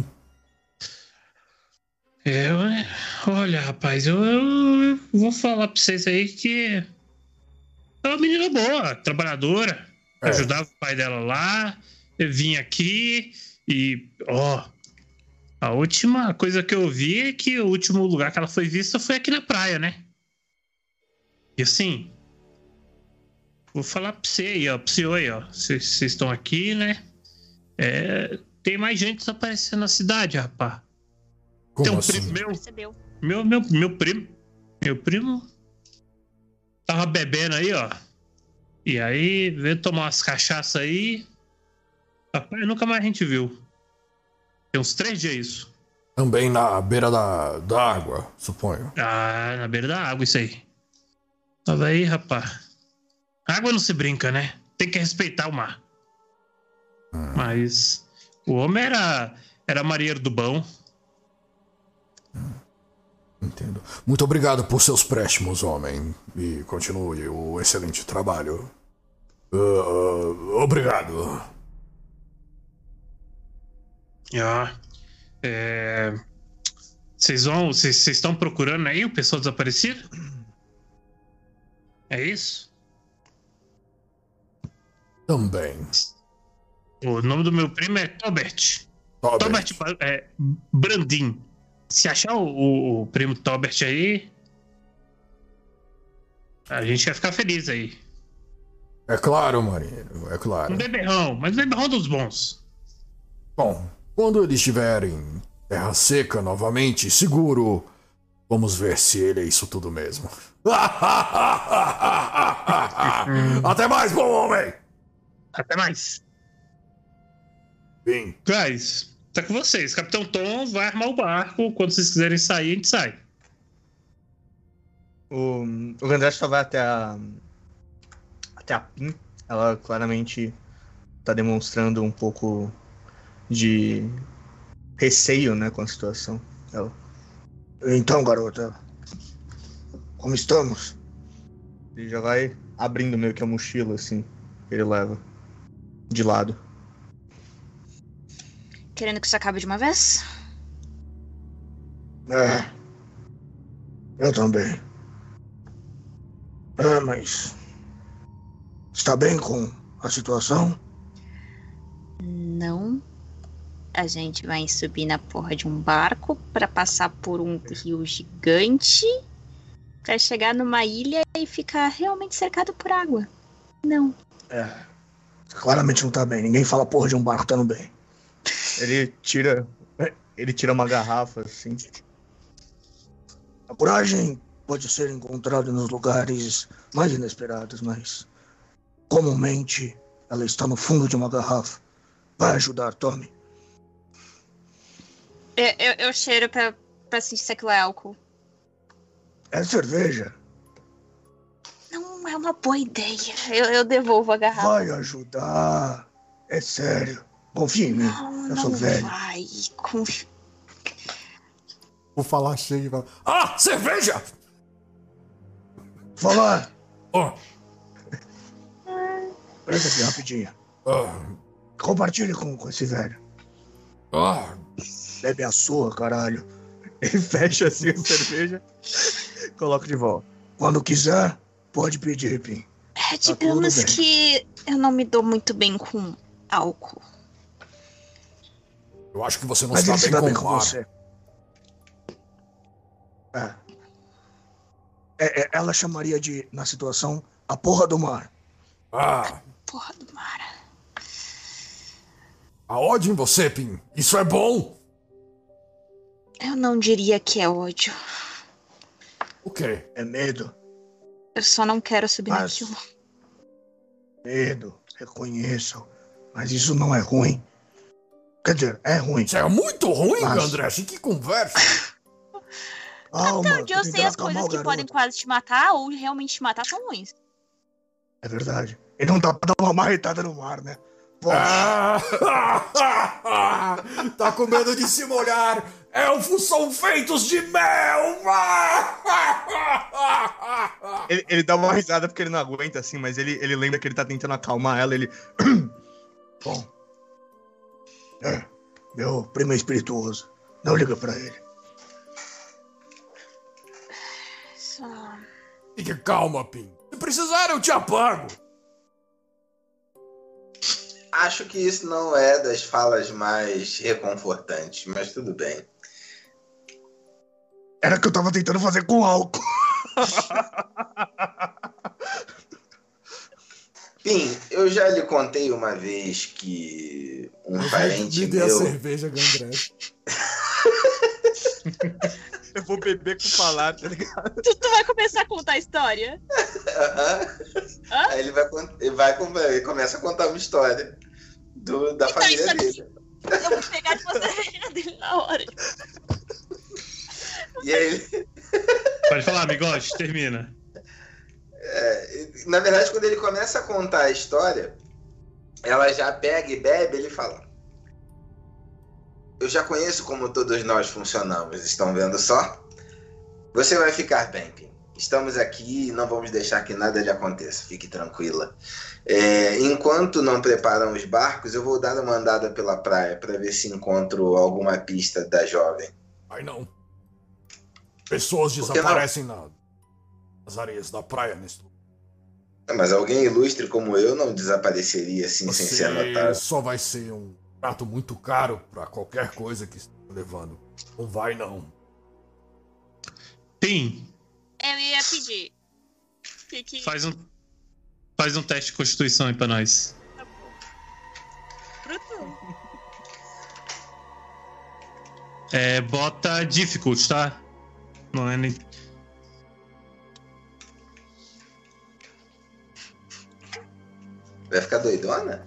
Speaker 3: Eu, olha, rapaz, eu, eu vou falar pra vocês aí que é uma menina boa, trabalhadora.
Speaker 9: É.
Speaker 3: Ajudava o pai dela lá, eu vim aqui e, ó, a última coisa que eu vi é que o último lugar que ela foi vista foi aqui na praia, né? E assim, vou falar pra você aí, ó, pra você aí, ó, vocês estão aqui, né? É, tem mais gente desaparecendo na cidade, rapaz.
Speaker 9: Como
Speaker 3: Tem um
Speaker 9: assim?
Speaker 3: primo meu,
Speaker 6: Percebeu?
Speaker 3: meu, meu, meu primo, meu primo tava bebendo aí, ó. E aí, veio tomar umas cachaças aí. Rapaz, nunca mais a gente viu. Tem uns três dias isso.
Speaker 9: Também na beira da, da água, suponho.
Speaker 3: Ah, na beira da água isso aí. Tava aí, rapaz. Água não se brinca, né? Tem que respeitar o mar.
Speaker 9: Hum.
Speaker 3: Mas o homem era, era marinheiro do bom.
Speaker 9: Entendo. Muito obrigado por seus préstimos, homem. E continue o excelente trabalho. Uh, uh, obrigado.
Speaker 3: Ah, é... Vocês vão. Vocês estão procurando aí o pessoal desaparecido? É isso?
Speaker 9: Também.
Speaker 3: O nome do meu primo é Tobert. Tobert é, Brandin. Se achar o, o, o primo Tobert aí, a gente vai ficar feliz aí.
Speaker 9: É claro, marinheiro, é claro.
Speaker 3: Um beberrão, mas um beberrão dos bons.
Speaker 9: Bom, quando ele estiver em terra seca novamente, seguro, vamos ver se ele é isso tudo mesmo. Até mais, bom homem!
Speaker 3: Até mais.
Speaker 9: Bem.
Speaker 3: Guys, tá com vocês. Capitão Tom vai armar o barco. Quando vocês quiserem sair, a gente sai.
Speaker 5: O, o Gandalf só vai até a. Até a Pin. Ela claramente tá demonstrando um pouco de receio, né, com a situação. Ela.
Speaker 8: Então, garota, como estamos?
Speaker 5: Ele já vai abrindo meio que a mochila, assim, que ele leva de lado.
Speaker 6: Querendo que isso acabe de uma vez?
Speaker 8: É. Eu também. É, mas... Está bem com a situação?
Speaker 6: Não. A gente vai subir na porra de um barco pra passar por um rio gigante pra chegar numa ilha e ficar realmente cercado por água. Não.
Speaker 8: É. Claramente não tá bem. Ninguém fala porra de um barco estando bem.
Speaker 5: Ele tira. Ele tira uma garrafa, assim.
Speaker 8: A coragem pode ser encontrada nos lugares mais inesperados, mas comumente ela está no fundo de uma garrafa. Vai ajudar, Tommy.
Speaker 6: Eu, eu, eu cheiro pra, pra sentir se aquilo é álcool.
Speaker 8: É cerveja.
Speaker 6: Não é uma boa ideia. Eu, eu devolvo a garrafa.
Speaker 8: Vai ajudar. É sério. Confia em mim.
Speaker 6: Não,
Speaker 8: eu sou
Speaker 6: não
Speaker 8: velho.
Speaker 6: vai. Confia.
Speaker 7: Vou falar cheio e falar.
Speaker 9: Ah, cerveja!
Speaker 8: Falar.
Speaker 9: Oh.
Speaker 8: Presta aqui rapidinho.
Speaker 9: Ah.
Speaker 8: Compartilhe com, com esse velho.
Speaker 9: Ah.
Speaker 8: Bebe a sua, caralho.
Speaker 5: Ele fecha assim a cerveja, coloca de volta.
Speaker 8: Quando quiser, pode pedir, Pim.
Speaker 6: É, digamos
Speaker 8: tá
Speaker 6: que eu não me dou muito bem com álcool.
Speaker 9: Eu acho que você não
Speaker 8: Mas
Speaker 9: está
Speaker 8: ele se
Speaker 9: bem
Speaker 8: dá
Speaker 9: com
Speaker 8: bem
Speaker 9: o
Speaker 8: com
Speaker 9: mar.
Speaker 8: você. É. É, é. Ela chamaria de, na situação, a porra do mar.
Speaker 9: Ah.
Speaker 6: Porra do mar.
Speaker 9: A ódio em você, Pim. Isso é bom?
Speaker 6: Eu não diria que é ódio.
Speaker 9: O quê?
Speaker 8: É medo.
Speaker 6: Eu só não quero subir
Speaker 8: Mas...
Speaker 6: naquilo.
Speaker 8: Medo, reconheço. Mas isso não é ruim. Quer dizer, é ruim.
Speaker 9: Isso é muito ruim,
Speaker 8: Mas...
Speaker 9: Gandresh. Que conversa.
Speaker 8: Calma,
Speaker 6: Até onde eu
Speaker 8: tô
Speaker 6: sei,
Speaker 8: tentando
Speaker 6: as
Speaker 8: acalmar
Speaker 6: coisas
Speaker 8: o
Speaker 6: que
Speaker 8: garoto.
Speaker 6: podem quase te matar ou realmente te matar são ruins.
Speaker 8: É verdade. Ele não dá pra dar uma marretada no mar, né?
Speaker 9: Ah, tá com medo de se molhar. Elfos são feitos de mel.
Speaker 5: Ele, ele dá uma risada porque ele não aguenta, assim, mas ele, ele lembra que ele tá tentando acalmar ela, ele...
Speaker 8: Bom. É, meu primo é espirituoso. Não liga pra ele.
Speaker 6: Só...
Speaker 9: Fique calma, Pim. Se precisar, eu te apago.
Speaker 4: Acho que isso não é das falas mais reconfortantes, mas tudo bem.
Speaker 8: Era que eu tava tentando fazer com álcool.
Speaker 4: Pim, eu já lhe contei uma vez que um parente
Speaker 7: Me dê a
Speaker 4: meu...
Speaker 7: cerveja, Gandré.
Speaker 5: Eu vou beber com falar, tá ligado?
Speaker 6: Tu, tu vai começar a contar a história?
Speaker 4: Hã? Aí ele, vai, ele, vai, ele começa a contar uma história do, da
Speaker 6: então,
Speaker 4: família
Speaker 6: isso
Speaker 4: dele.
Speaker 6: Eu vou pegar de você a cerveja dele na hora.
Speaker 4: E aí ele...
Speaker 3: Pode falar, bigode, termina.
Speaker 4: É, na verdade, quando ele começa a contar a história, ela já pega e bebe, ele fala: eu já conheço como todos nós funcionamos, estão vendo só? Você vai ficar bem, Pim. Estamos aqui e não vamos deixar que nada lhe aconteça, fique tranquila. É, enquanto não preparam os barcos, eu vou dar uma andada pela praia para ver se encontro alguma pista da jovem.
Speaker 9: Ai, não. Pessoas desaparecem na, nas areias da praia, Nestor.
Speaker 4: Mas alguém ilustre como eu não desapareceria assim
Speaker 9: Você
Speaker 4: sem ser notado.
Speaker 9: só vai ser um prato muito caro pra qualquer coisa que estão levando. Não vai, não.
Speaker 3: Pim,
Speaker 6: Eu ia pedir. Fique...
Speaker 3: faz um, faz um teste de constituição aí pra nós.
Speaker 6: Bruto.
Speaker 3: É, bota difficult, tá? Não é nem...
Speaker 4: Vai ficar doidona?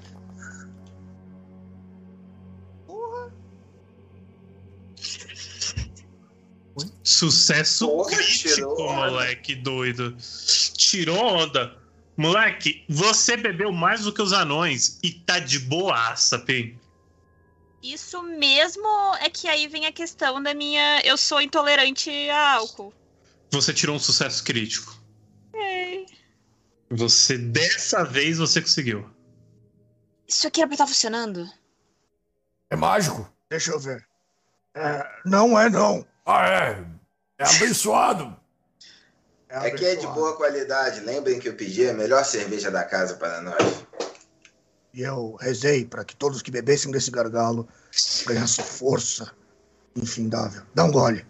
Speaker 3: Sucesso
Speaker 4: Porra,
Speaker 3: crítico,
Speaker 4: tirou onda.
Speaker 3: moleque doido. Tirou onda. Moleque, você bebeu mais do que os anões e tá de boaça, Pim.
Speaker 6: Isso mesmo é que aí vem a questão da minha... Eu sou intolerante a álcool.
Speaker 3: Você tirou um sucesso crítico.
Speaker 6: É.
Speaker 3: Você, dessa vez, você conseguiu.
Speaker 6: Isso aqui era pra estar funcionando?
Speaker 9: É mágico?
Speaker 8: Deixa eu ver. É, não é não.
Speaker 9: Ah, é. É abençoado.
Speaker 4: É que é de boa qualidade. Lembrem que eu pedi a melhor cerveja da casa para nós.
Speaker 8: E eu rezei para que todos que bebessem desse gargalo ganhassem força infindável. Dá um gole.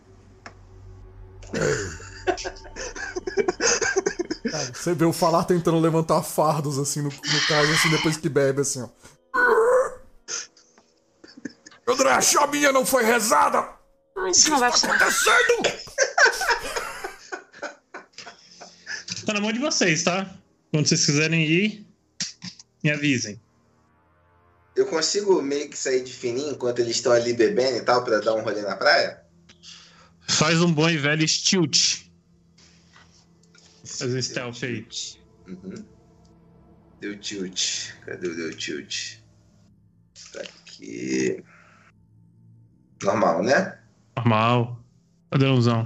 Speaker 7: Cara, você vê o Falar tentando levantar fardos assim no, no caso, assim, depois que bebe, assim, ó.
Speaker 9: André, a chaminha não foi rezada!
Speaker 6: Isso não vai funcionar.
Speaker 9: Acontecendo!
Speaker 3: Tá na mão de vocês, tá? Quando vocês quiserem ir, me avisem.
Speaker 4: Eu consigo meio que sair de fininho enquanto eles estão ali bebendo e tal, pra dar um rolê na praia?
Speaker 3: Faz um bom e velho stilt. Faz um stealth aí.
Speaker 4: Uhum. Deu tilt. Cadê o deu tilt? Tá aqui. Normal, né?
Speaker 3: Normal. Padrãozão.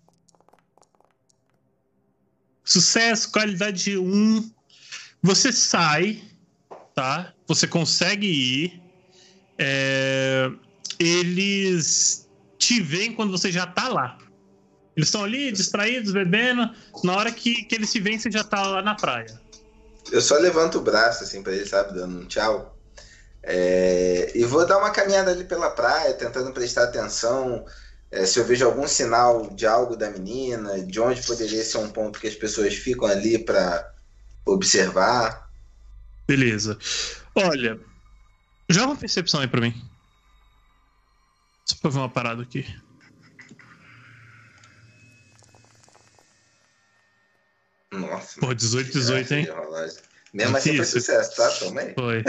Speaker 3: Sucesso, qualidade um. Você sai, tá? Você consegue ir. É... Eles te veem quando você já tá lá. Eles estão ali, distraídos, bebendo. Na hora que, que eles se veem, você já tá lá na praia.
Speaker 4: Eu só levanto o braço assim pra eles, sabe? Dando um tchau. É... E vou dar uma caminhada ali pela praia, tentando prestar atenção. É, se eu vejo algum sinal de algo da menina, de onde poderia ser um ponto que as pessoas ficam ali pra observar.
Speaker 3: Beleza. Olha, joga uma percepção aí pra mim. Só pra ver uma parada aqui.
Speaker 4: Nossa.
Speaker 3: Pô, dezoito, dezoito, hein?
Speaker 4: Mesmo assim foi sucesso, tá? Toma aí.
Speaker 3: Foi.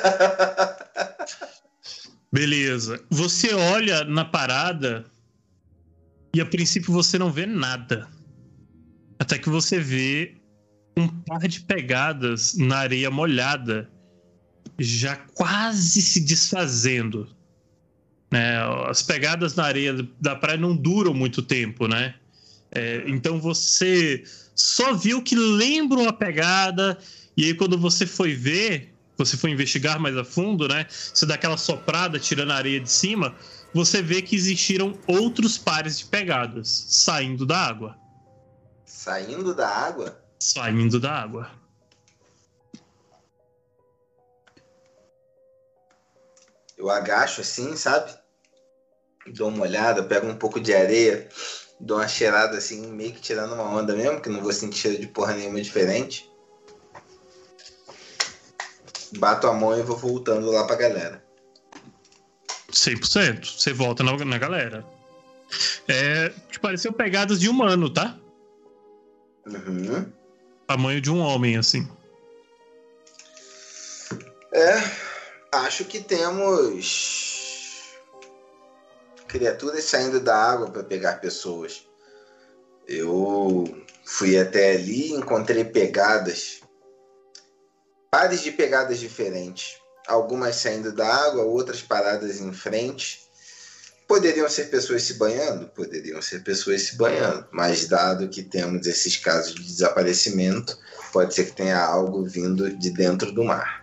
Speaker 3: Beleza. Você olha na parada e a princípio você não vê nada. Até que você vê um par de pegadas na areia molhada, já quase se desfazendo. É, as pegadas na areia da praia não duram muito tempo, né? É, então você só viu que lembra uma pegada, e aí quando você foi ver, você foi investigar mais a fundo, né? Você dá aquela soprada tirando a areia de cima, você vê que existiram outros pares de pegadas saindo da água.
Speaker 4: Saindo da água?
Speaker 3: Saindo da água.
Speaker 4: Eu agacho assim, sabe? Dou uma olhada, pego um pouco de areia, dou uma cheirada assim, meio que tirando uma onda mesmo, que não vou sentir cheiro de porra nenhuma diferente. Bato a mão e vou voltando lá pra galera.
Speaker 3: cem por cento. Você volta na, na galera. É, te pareceu pegadas de humano, tá?
Speaker 4: Uhum.
Speaker 3: Tamanho de um homem, assim.
Speaker 4: É, acho que temos criaturas saindo da água para pegar pessoas. Eu fui até ali e encontrei pegadas, pares de pegadas diferentes. Algumas saindo da água, outras paradas em frente. Poderiam ser pessoas se banhando? Poderiam ser pessoas se banhando. Mas dado que temos esses casos de desaparecimento, pode ser que tenha algo vindo de dentro do mar.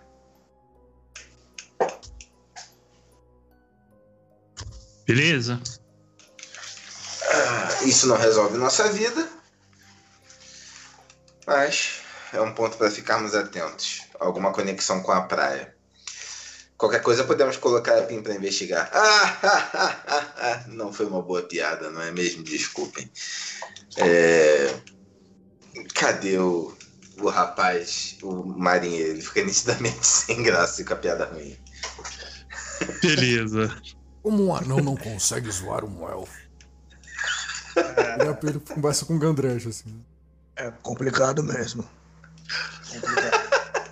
Speaker 3: Beleza.
Speaker 4: Ah, isso não resolve nossa vida, mas é um ponto para ficarmos atentos. Alguma conexão com a praia. Qualquer coisa podemos colocar a Pim para investigar. Ah, ah, ah, ah, ah, não foi uma boa piada, não é mesmo? Desculpem. É... Cadê o, o rapaz, o marinheiro? Ele fica nitidamente sem graça com a piada ruim.
Speaker 3: Beleza.
Speaker 9: Como um anão não consegue zoar um elfo?
Speaker 7: Ele conversa com o Gandresh, assim.
Speaker 8: É complicado mesmo. Complicado.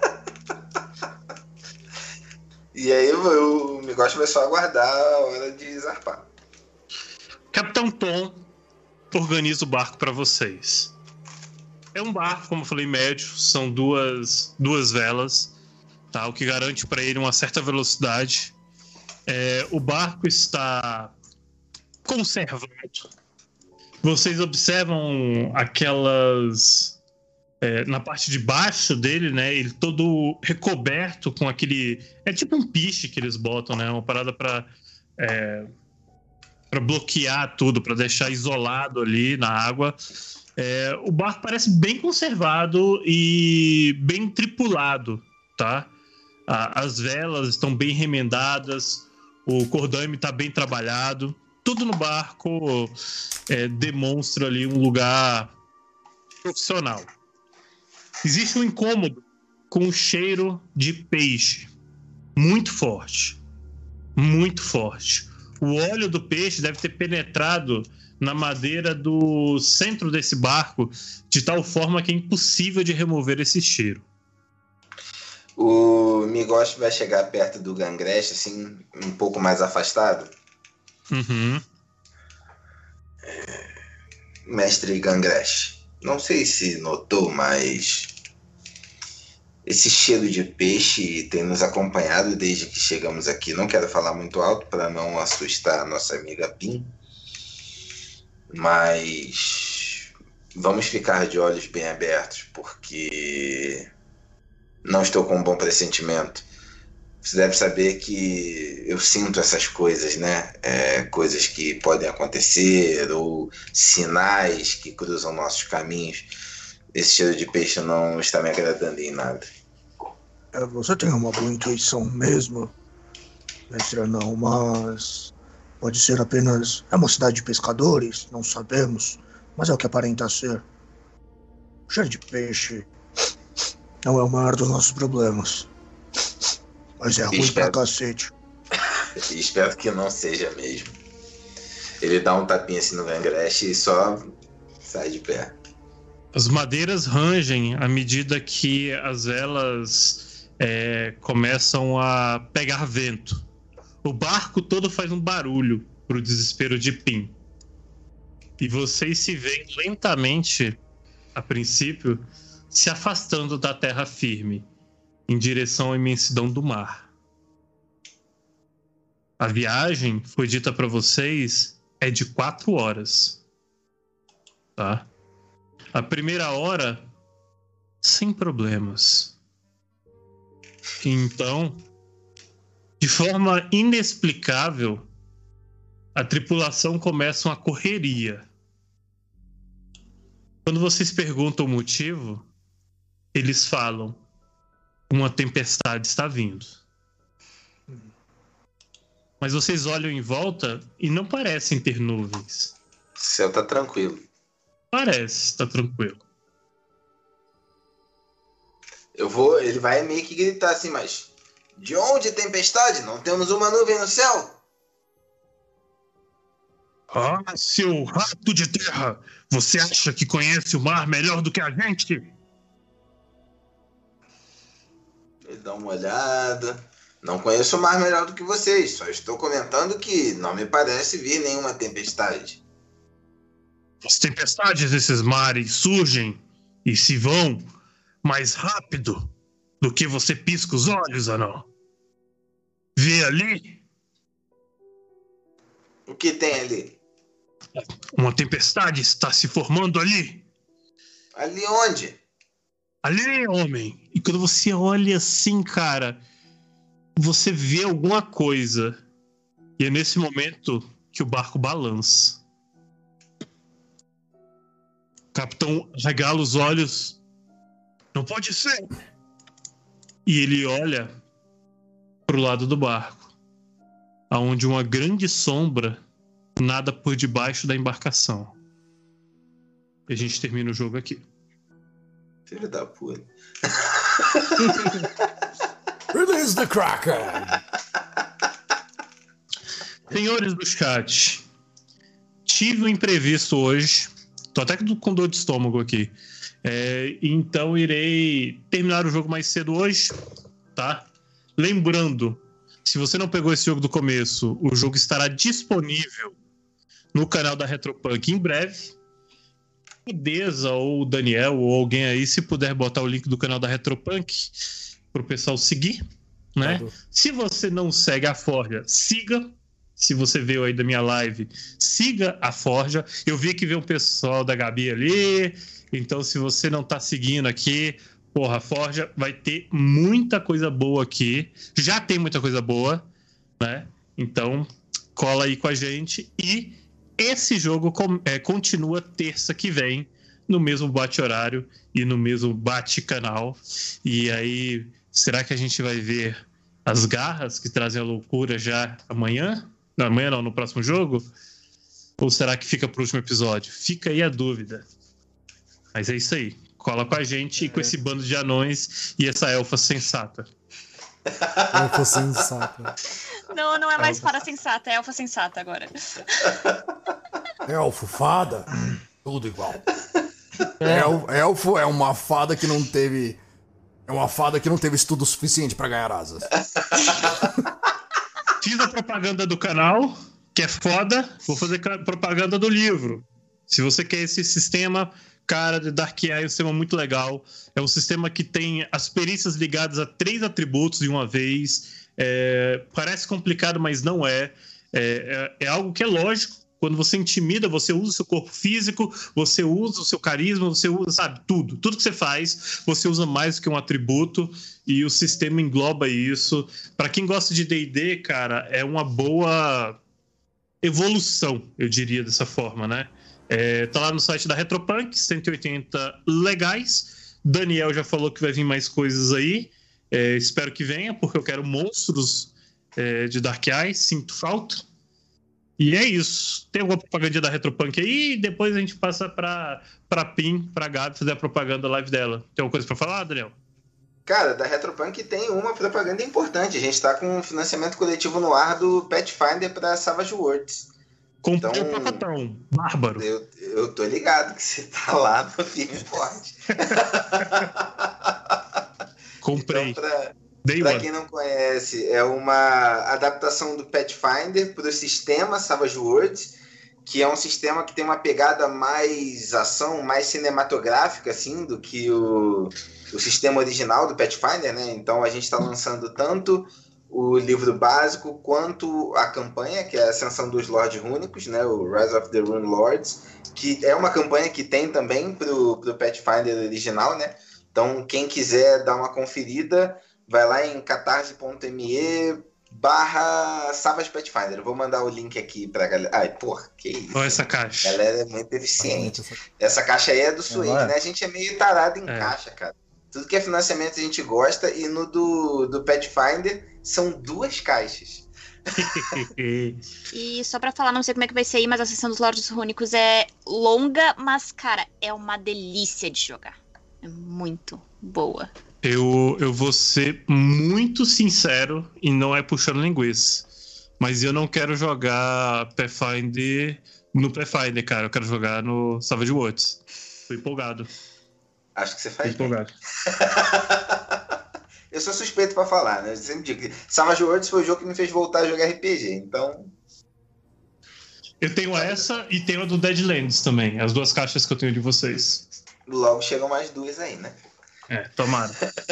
Speaker 4: E aí o Migoshi vai só aguardar a hora de zarpar.
Speaker 3: Capitão Tom organiza o barco para vocês. É um barco, como eu falei, médio. São duas, duas velas, tá? O que garante para ele uma certa velocidade. É, o barco está conservado. Vocês observam aquelas... É, na parte de baixo dele, né? Ele todo recoberto com aquele... É tipo um piche que eles botam, né? Uma parada para é, para bloquear tudo, para deixar isolado ali na água. É, o barco parece bem conservado e bem tripulado, tá? As velas estão bem remendadas, o cordame está bem trabalhado. Tudo no barco é, demonstra ali um lugar profissional. Existe um incômodo com o cheiro de peixe. Muito forte. Muito forte. O óleo do peixe deve ter penetrado na madeira do centro desse barco de tal forma que é impossível de remover esse cheiro.
Speaker 4: O Migoshi vai chegar perto do Gangresh, assim, um pouco mais afastado.
Speaker 3: Uhum.
Speaker 4: É... Mestre Gangresh, não sei se notou, mas esse cheiro de peixe tem nos acompanhado desde que chegamos aqui. Não quero falar muito alto para não assustar a nossa amiga Pim, mas vamos ficar de olhos bem abertos, porque não estou com um bom pressentimento. Você deve saber que eu sinto essas coisas, né? É, coisas que podem acontecer ou sinais que cruzam nossos caminhos. Esse cheiro de peixe não está me agradando em nada.
Speaker 8: É, você tem uma boa intuição mesmo, mestre não, mas pode ser apenas... É uma cidade de pescadores, não sabemos, mas é o que aparenta ser. O cheiro de peixe não é o maior dos nossos problemas. Mas é ruim
Speaker 4: espero...
Speaker 8: pra cacete.
Speaker 4: Espero que não seja mesmo. Ele dá um tapinha assim no Gangresh e só sai de pé.
Speaker 3: As madeiras rangem à medida que as velas é, começam a pegar vento. O barco todo faz um barulho pro desespero de Pim. E vocês se veem lentamente, a princípio, se afastando da terra firme, em direção à imensidão do mar. A viagem, foi dita para vocês, é de quatro horas. Tá? A primeira hora, sem problemas. Então, de forma inexplicável, a tripulação começa uma correria. Quando vocês perguntam o motivo, eles falam: uma tempestade está vindo. Mas vocês olham em volta e não parecem ter nuvens.
Speaker 4: O céu tá tranquilo.
Speaker 3: Parece estar tranquilo.
Speaker 4: Eu vou, ele vai meio que gritar assim, mas de onde tempestade? Não temos uma nuvem no céu?
Speaker 3: Ah, seu rato de terra! Você acha que conhece o mar melhor do que a gente?
Speaker 4: Ele dá uma olhada. Não conheço o mar melhor do que vocês. Só estou comentando que não me parece vir nenhuma tempestade.
Speaker 3: As tempestades desses mares surgem e se vão mais rápido do que você pisca os olhos, anão. Vê ali?
Speaker 4: O que tem ali?
Speaker 3: Uma tempestade está se formando ali.
Speaker 4: Ali onde?
Speaker 3: Ali, homem. E quando você olha assim, cara, você vê alguma coisa. E é nesse momento que o barco balança. O capitão regala os olhos. Não pode ser. E ele olha pro lado do barco, aonde uma grande sombra nada por debaixo da embarcação. E a gente termina o jogo aqui.
Speaker 4: Filho da puta.
Speaker 9: Release the Kraken!
Speaker 3: Senhores do chat, tive um imprevisto hoje. Tô até com dor de estômago aqui. É, então irei terminar o jogo mais cedo hoje, tá? Lembrando, se você não pegou esse jogo do começo, o jogo estará disponível no canal da Retropunk em breve. O Deza ou o Daniel ou alguém aí, se puder botar o link do canal da Retropunk pro pessoal seguir, né? Claro. Se você não segue a Forja, siga. Se você veio aí da minha live, siga a Forja. Eu vi que veio um pessoal da Gabi ali. Então, se você não tá seguindo aqui, porra, a Forja vai ter muita coisa boa aqui. Já tem muita coisa boa, né? Então, cola aí com a gente. E esse jogo com, é, continua terça que vem, no mesmo bate-horário e no mesmo bate-canal. E aí, será que a gente vai ver as garras que trazem a loucura já amanhã? Não, amanhã não, no próximo jogo? Ou será que fica pro último episódio? Fica aí a dúvida. Mas é isso aí. Cola com a gente e com esse bando de anões e essa elfa sensata.
Speaker 7: Elfa sensata.
Speaker 6: Não, não é mais fada sensata, é elfa sensata agora.
Speaker 9: Elfo, fada, tudo igual. El, elfo é uma fada que não teve... É uma fada que não teve estudo suficiente pra ganhar asas.
Speaker 3: Fiz a propaganda do canal, que é foda. Vou fazer propaganda do livro. Se você quer esse sistema, cara, de Dark Eye é um sistema muito legal. É um sistema que tem as perícias ligadas a três atributos de uma vez. É, parece complicado, mas não é. É, é. É algo que é lógico. Quando você intimida, você usa o seu corpo físico, você usa o seu carisma, você usa, sabe, tudo. Tudo que você faz, você usa mais do que um atributo e o sistema engloba isso. Para quem gosta de D e D, cara, é uma boa evolução, eu diria dessa forma, né? É, tá lá no site da Retropunk, cento e oitenta legais. Daniel já falou que vai vir mais coisas aí. É, espero que venha, porque eu quero monstros é, de Dark Eye, sinto falta. E é isso. Tem alguma propaganda da Retropunk aí? E depois a gente passa pra, pra Pim, pra Gabi fazer a propaganda live dela. Tem alguma coisa pra falar, Daniel?
Speaker 4: Cara, da Retropunk tem uma propaganda importante. A gente tá com um financiamento coletivo no ar do Pathfinder pra Savage Worlds.
Speaker 3: Comprei então, o pacotão. Bárbaro.
Speaker 4: Eu, eu tô ligado que você tá lá no firme e forte.
Speaker 3: Comprei.
Speaker 4: Então, pra... Para quem não conhece, é uma adaptação do Pathfinder para o sistema Savage Worlds, que é um sistema que tem uma pegada mais ação, mais cinematográfica assim, do que o, o sistema original do Pathfinder, né? Então a gente está lançando tanto o livro básico quanto a campanha, que é a Ascensão dos Lords Rúnicos, né? O Rise of the Rune Lords, que é uma campanha que tem também para o Pathfinder original, né? Então quem quiser dar uma conferida, vai lá em catarse.me barra Savage Pathfinder. Eu vou mandar o link aqui pra galera. Ai, porra, que isso.
Speaker 3: Olha essa caixa.
Speaker 4: A galera é muito eficiente. Essa caixa aí é do Suede, é. né? A gente é meio tarado em é. caixa, cara. Tudo que é financiamento a gente gosta, e no do, do Pathfinder são duas caixas.
Speaker 6: E só pra falar, não sei como é que vai ser aí, mas a sessão dos Lordes Rúnicos é longa, mas, cara, é uma delícia de jogar. É muito boa.
Speaker 3: Eu, eu vou ser muito sincero e não é puxando linguiça, mas eu não quero jogar Pathfinder no Pathfinder, cara. Eu quero jogar no Savage Worlds. Tô empolgado.
Speaker 4: Acho que você faz
Speaker 3: Tô empolgado.
Speaker 4: Eu sou suspeito pra falar, né? Eu sempre digo que Savage Worlds foi o jogo que me fez voltar a jogar R P G, então...
Speaker 3: Eu tenho essa e tenho a do Deadlands também, as duas caixas que eu tenho de vocês.
Speaker 4: Logo chegam mais duas aí, né?
Speaker 3: É, tomara.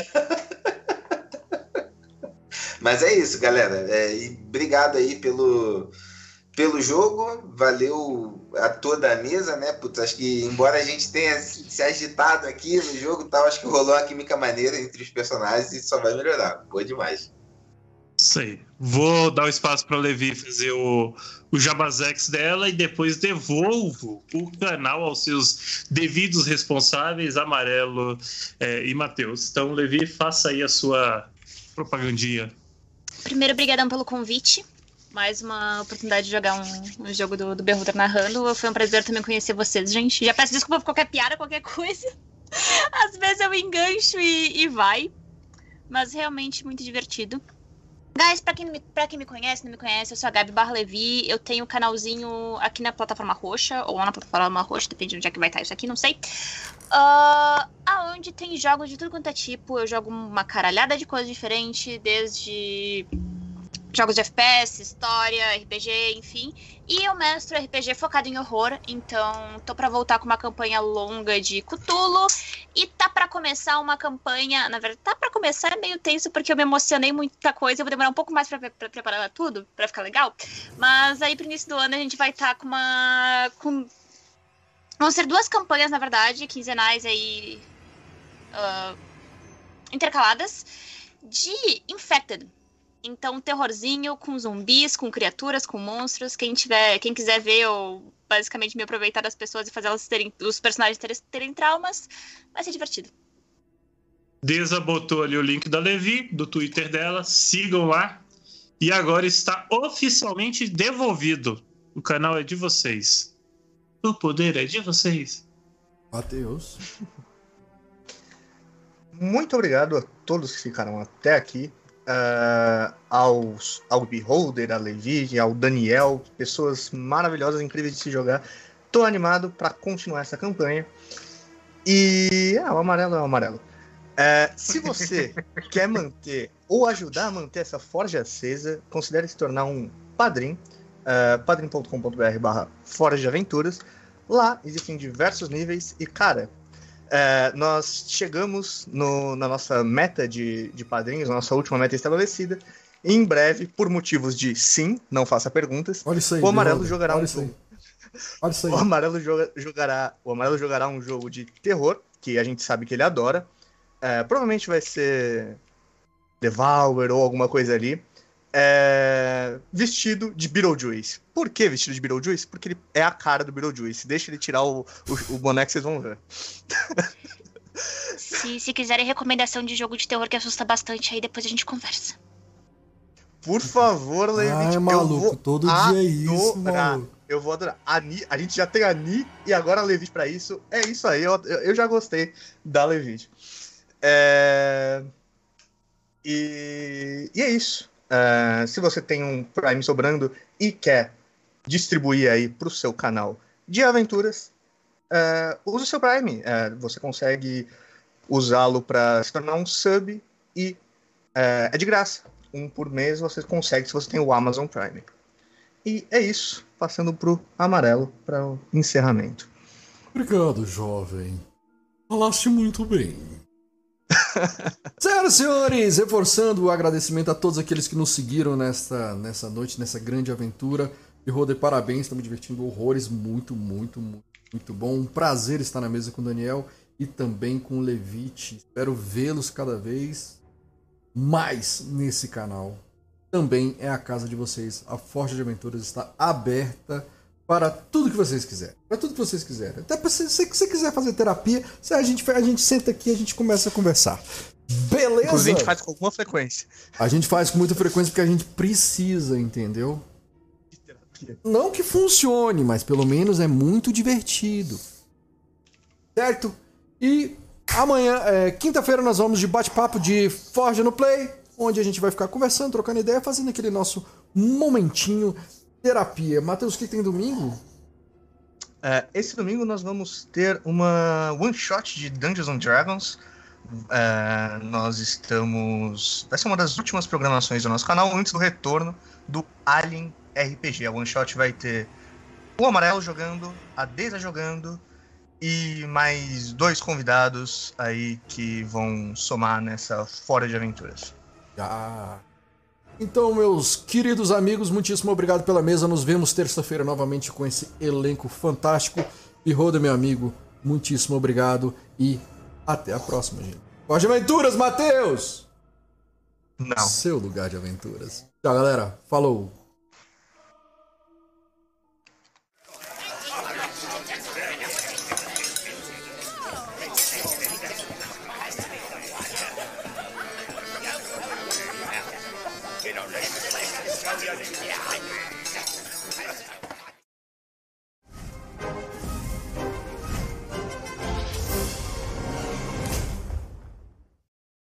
Speaker 4: Mas é isso, galera. É, e obrigado aí pelo, pelo jogo. Valeu a toda a mesa, né? Putz, acho que, embora a gente tenha se agitado aqui no jogo e tal, acho que rolou uma química maneira entre os personagens e só vai melhorar. Boa demais.
Speaker 3: Isso aí. Vou dar o espaço para a Levi fazer o, o jabazex dela e depois devolvo o canal aos seus devidos responsáveis, Amarelo é, e Matheus. Então, Levi, faça aí a sua propagandinha.
Speaker 6: Primeiro, brigadão pelo convite. Mais uma oportunidade de jogar um, um jogo do, do Beholder narrando. Foi um prazer também conhecer vocês, gente. Já peço desculpa por qualquer piada, qualquer coisa. Às vezes eu engancho e, e vai. Mas realmente muito divertido. Guys, pra quem, me, pra quem me conhece, não me conhece, eu sou a Gabi Barra Levi. Eu tenho um canalzinho aqui na plataforma roxa, ou lá na plataforma roxa, depende de onde é que vai estar isso aqui, não sei. Uh, aonde tem jogos de tudo quanto é tipo. Eu jogo uma caralhada de coisas diferentes, desde jogos de F P S, história, R P G, enfim. E eu mestro R P G focado em horror, então tô pra voltar com uma campanha longa de Cthulhu. E tá pra começar uma campanha, na verdade, tá pra começar é meio tenso, porque eu me emocionei muita coisa, eu vou demorar um pouco mais pra, pra preparar tudo, pra ficar legal. Mas aí pro início do ano a gente vai estar tá com uma... Com... Vão ser duas campanhas, na verdade, quinzenais aí, uh, intercaladas, de Infected. Então, terrorzinho com zumbis, com criaturas, com monstros. Quem tiver, quem quiser ver ou basicamente me aproveitar das pessoas e fazer elas terem, os personagens terem, terem traumas, vai ser divertido.
Speaker 3: Deza botou ali o link da Levi, do Twitter dela. Sigam lá. E agora está oficialmente devolvido. O canal é de vocês. O poder é de vocês.
Speaker 7: Matheus.
Speaker 5: Muito obrigado a todos que ficaram até aqui. Uh, aos, ao Beholder, a Levi, ao Daniel, pessoas maravilhosas, incríveis de se jogar. Tô animado para continuar essa campanha. E ah, o amarelo é o amarelo. Uh, se você quer manter ou ajudar a manter essa forja acesa, considere se tornar um padrim. Uh, padrim ponto com ponto b r barra Forja de Aventuras. Lá existem diversos níveis e, cara, Uh, nós chegamos no, na nossa meta de, de padrinhos, na nossa última meta estabelecida. E em breve, por motivos de sim, não faça perguntas,
Speaker 7: Olha isso aí,
Speaker 5: o Amarelo
Speaker 7: Leandro.
Speaker 5: jogará
Speaker 7: Olha
Speaker 5: um
Speaker 7: isso aí.
Speaker 5: jogo.
Speaker 7: Olha isso aí.
Speaker 5: O Amarelo joga, jogará, o Amarelo jogará um jogo de terror, que a gente sabe que ele adora. Uh, provavelmente vai ser Devour ou alguma coisa ali. É... vestido de Beetlejuice. Por que vestido de Beetlejuice? Porque ele é a cara do Beetlejuice. Deixa ele tirar o, o, o boneco que vocês vão ver.
Speaker 6: Se, se quiserem recomendação de jogo de terror que assusta bastante, aí depois a gente conversa.
Speaker 5: Por favor, Levi.
Speaker 7: Ah, é maluco, todo dia é isso, mano.
Speaker 5: Eu vou adorar. A, Ni, a gente já tem a Ni e agora a Levi pra isso. É isso aí, eu, eu já gostei da Levi. É... E... e é isso. Uh, se você tem um Prime sobrando e quer distribuir aí pro seu canal de aventuras, uh, use o seu Prime. Uh, você consegue usá-lo para se tornar um sub e uh, é de graça. Um por mês você consegue se você tem o Amazon Prime. E é isso. Passando pro amarelo para o encerramento.
Speaker 7: Obrigado, jovem. Falaste muito bem. Senhoras e senhores, reforçando o agradecimento a todos aqueles que nos seguiram nesta, nessa noite, nessa grande aventura. Beholder, parabéns, estamos divertindo horrores, muito, muito, muito, muito bom. Um prazer estar na mesa com o Daniel e também com o Levite. Espero vê-los cada vez mais nesse canal. Também é a casa de vocês. A Forja de Aventuras está aberta para tudo que vocês quiserem. Para tudo que vocês quiserem. Até para se você quiser fazer terapia, a gente, a gente senta aqui e a gente começa a conversar. Beleza?
Speaker 5: Inclusive a gente faz com alguma frequência.
Speaker 7: A gente faz com muita frequência porque a gente precisa, entendeu? Não que funcione, mas pelo menos é muito divertido. Certo? E amanhã, é, quinta-feira, nós vamos de bate-papo de Forja no Play, onde a gente vai ficar conversando, trocando ideia, fazendo aquele nosso momentinho terapia. Matheus, o que tem domingo?
Speaker 5: É, esse domingo nós vamos ter uma one-shot de Dungeons and Dragons. É, nós estamos... Vai ser uma das últimas programações do nosso canal, antes do retorno do Alien R P G. A one-shot vai ter o Amarelo jogando, a Deisa jogando e mais dois convidados aí que vão somar nessa Fora de Aventuras.
Speaker 7: Ah... Então, meus queridos amigos, muitíssimo obrigado pela mesa. Nos vemos terça-feira novamente com esse elenco fantástico. Beholder, meu amigo, muitíssimo obrigado e até a próxima, gente. Forja de Aventuras, Matheus!
Speaker 5: Não.
Speaker 7: Seu lugar de aventuras. Tchau, galera. Falou!
Speaker 10: Get out. Let's go,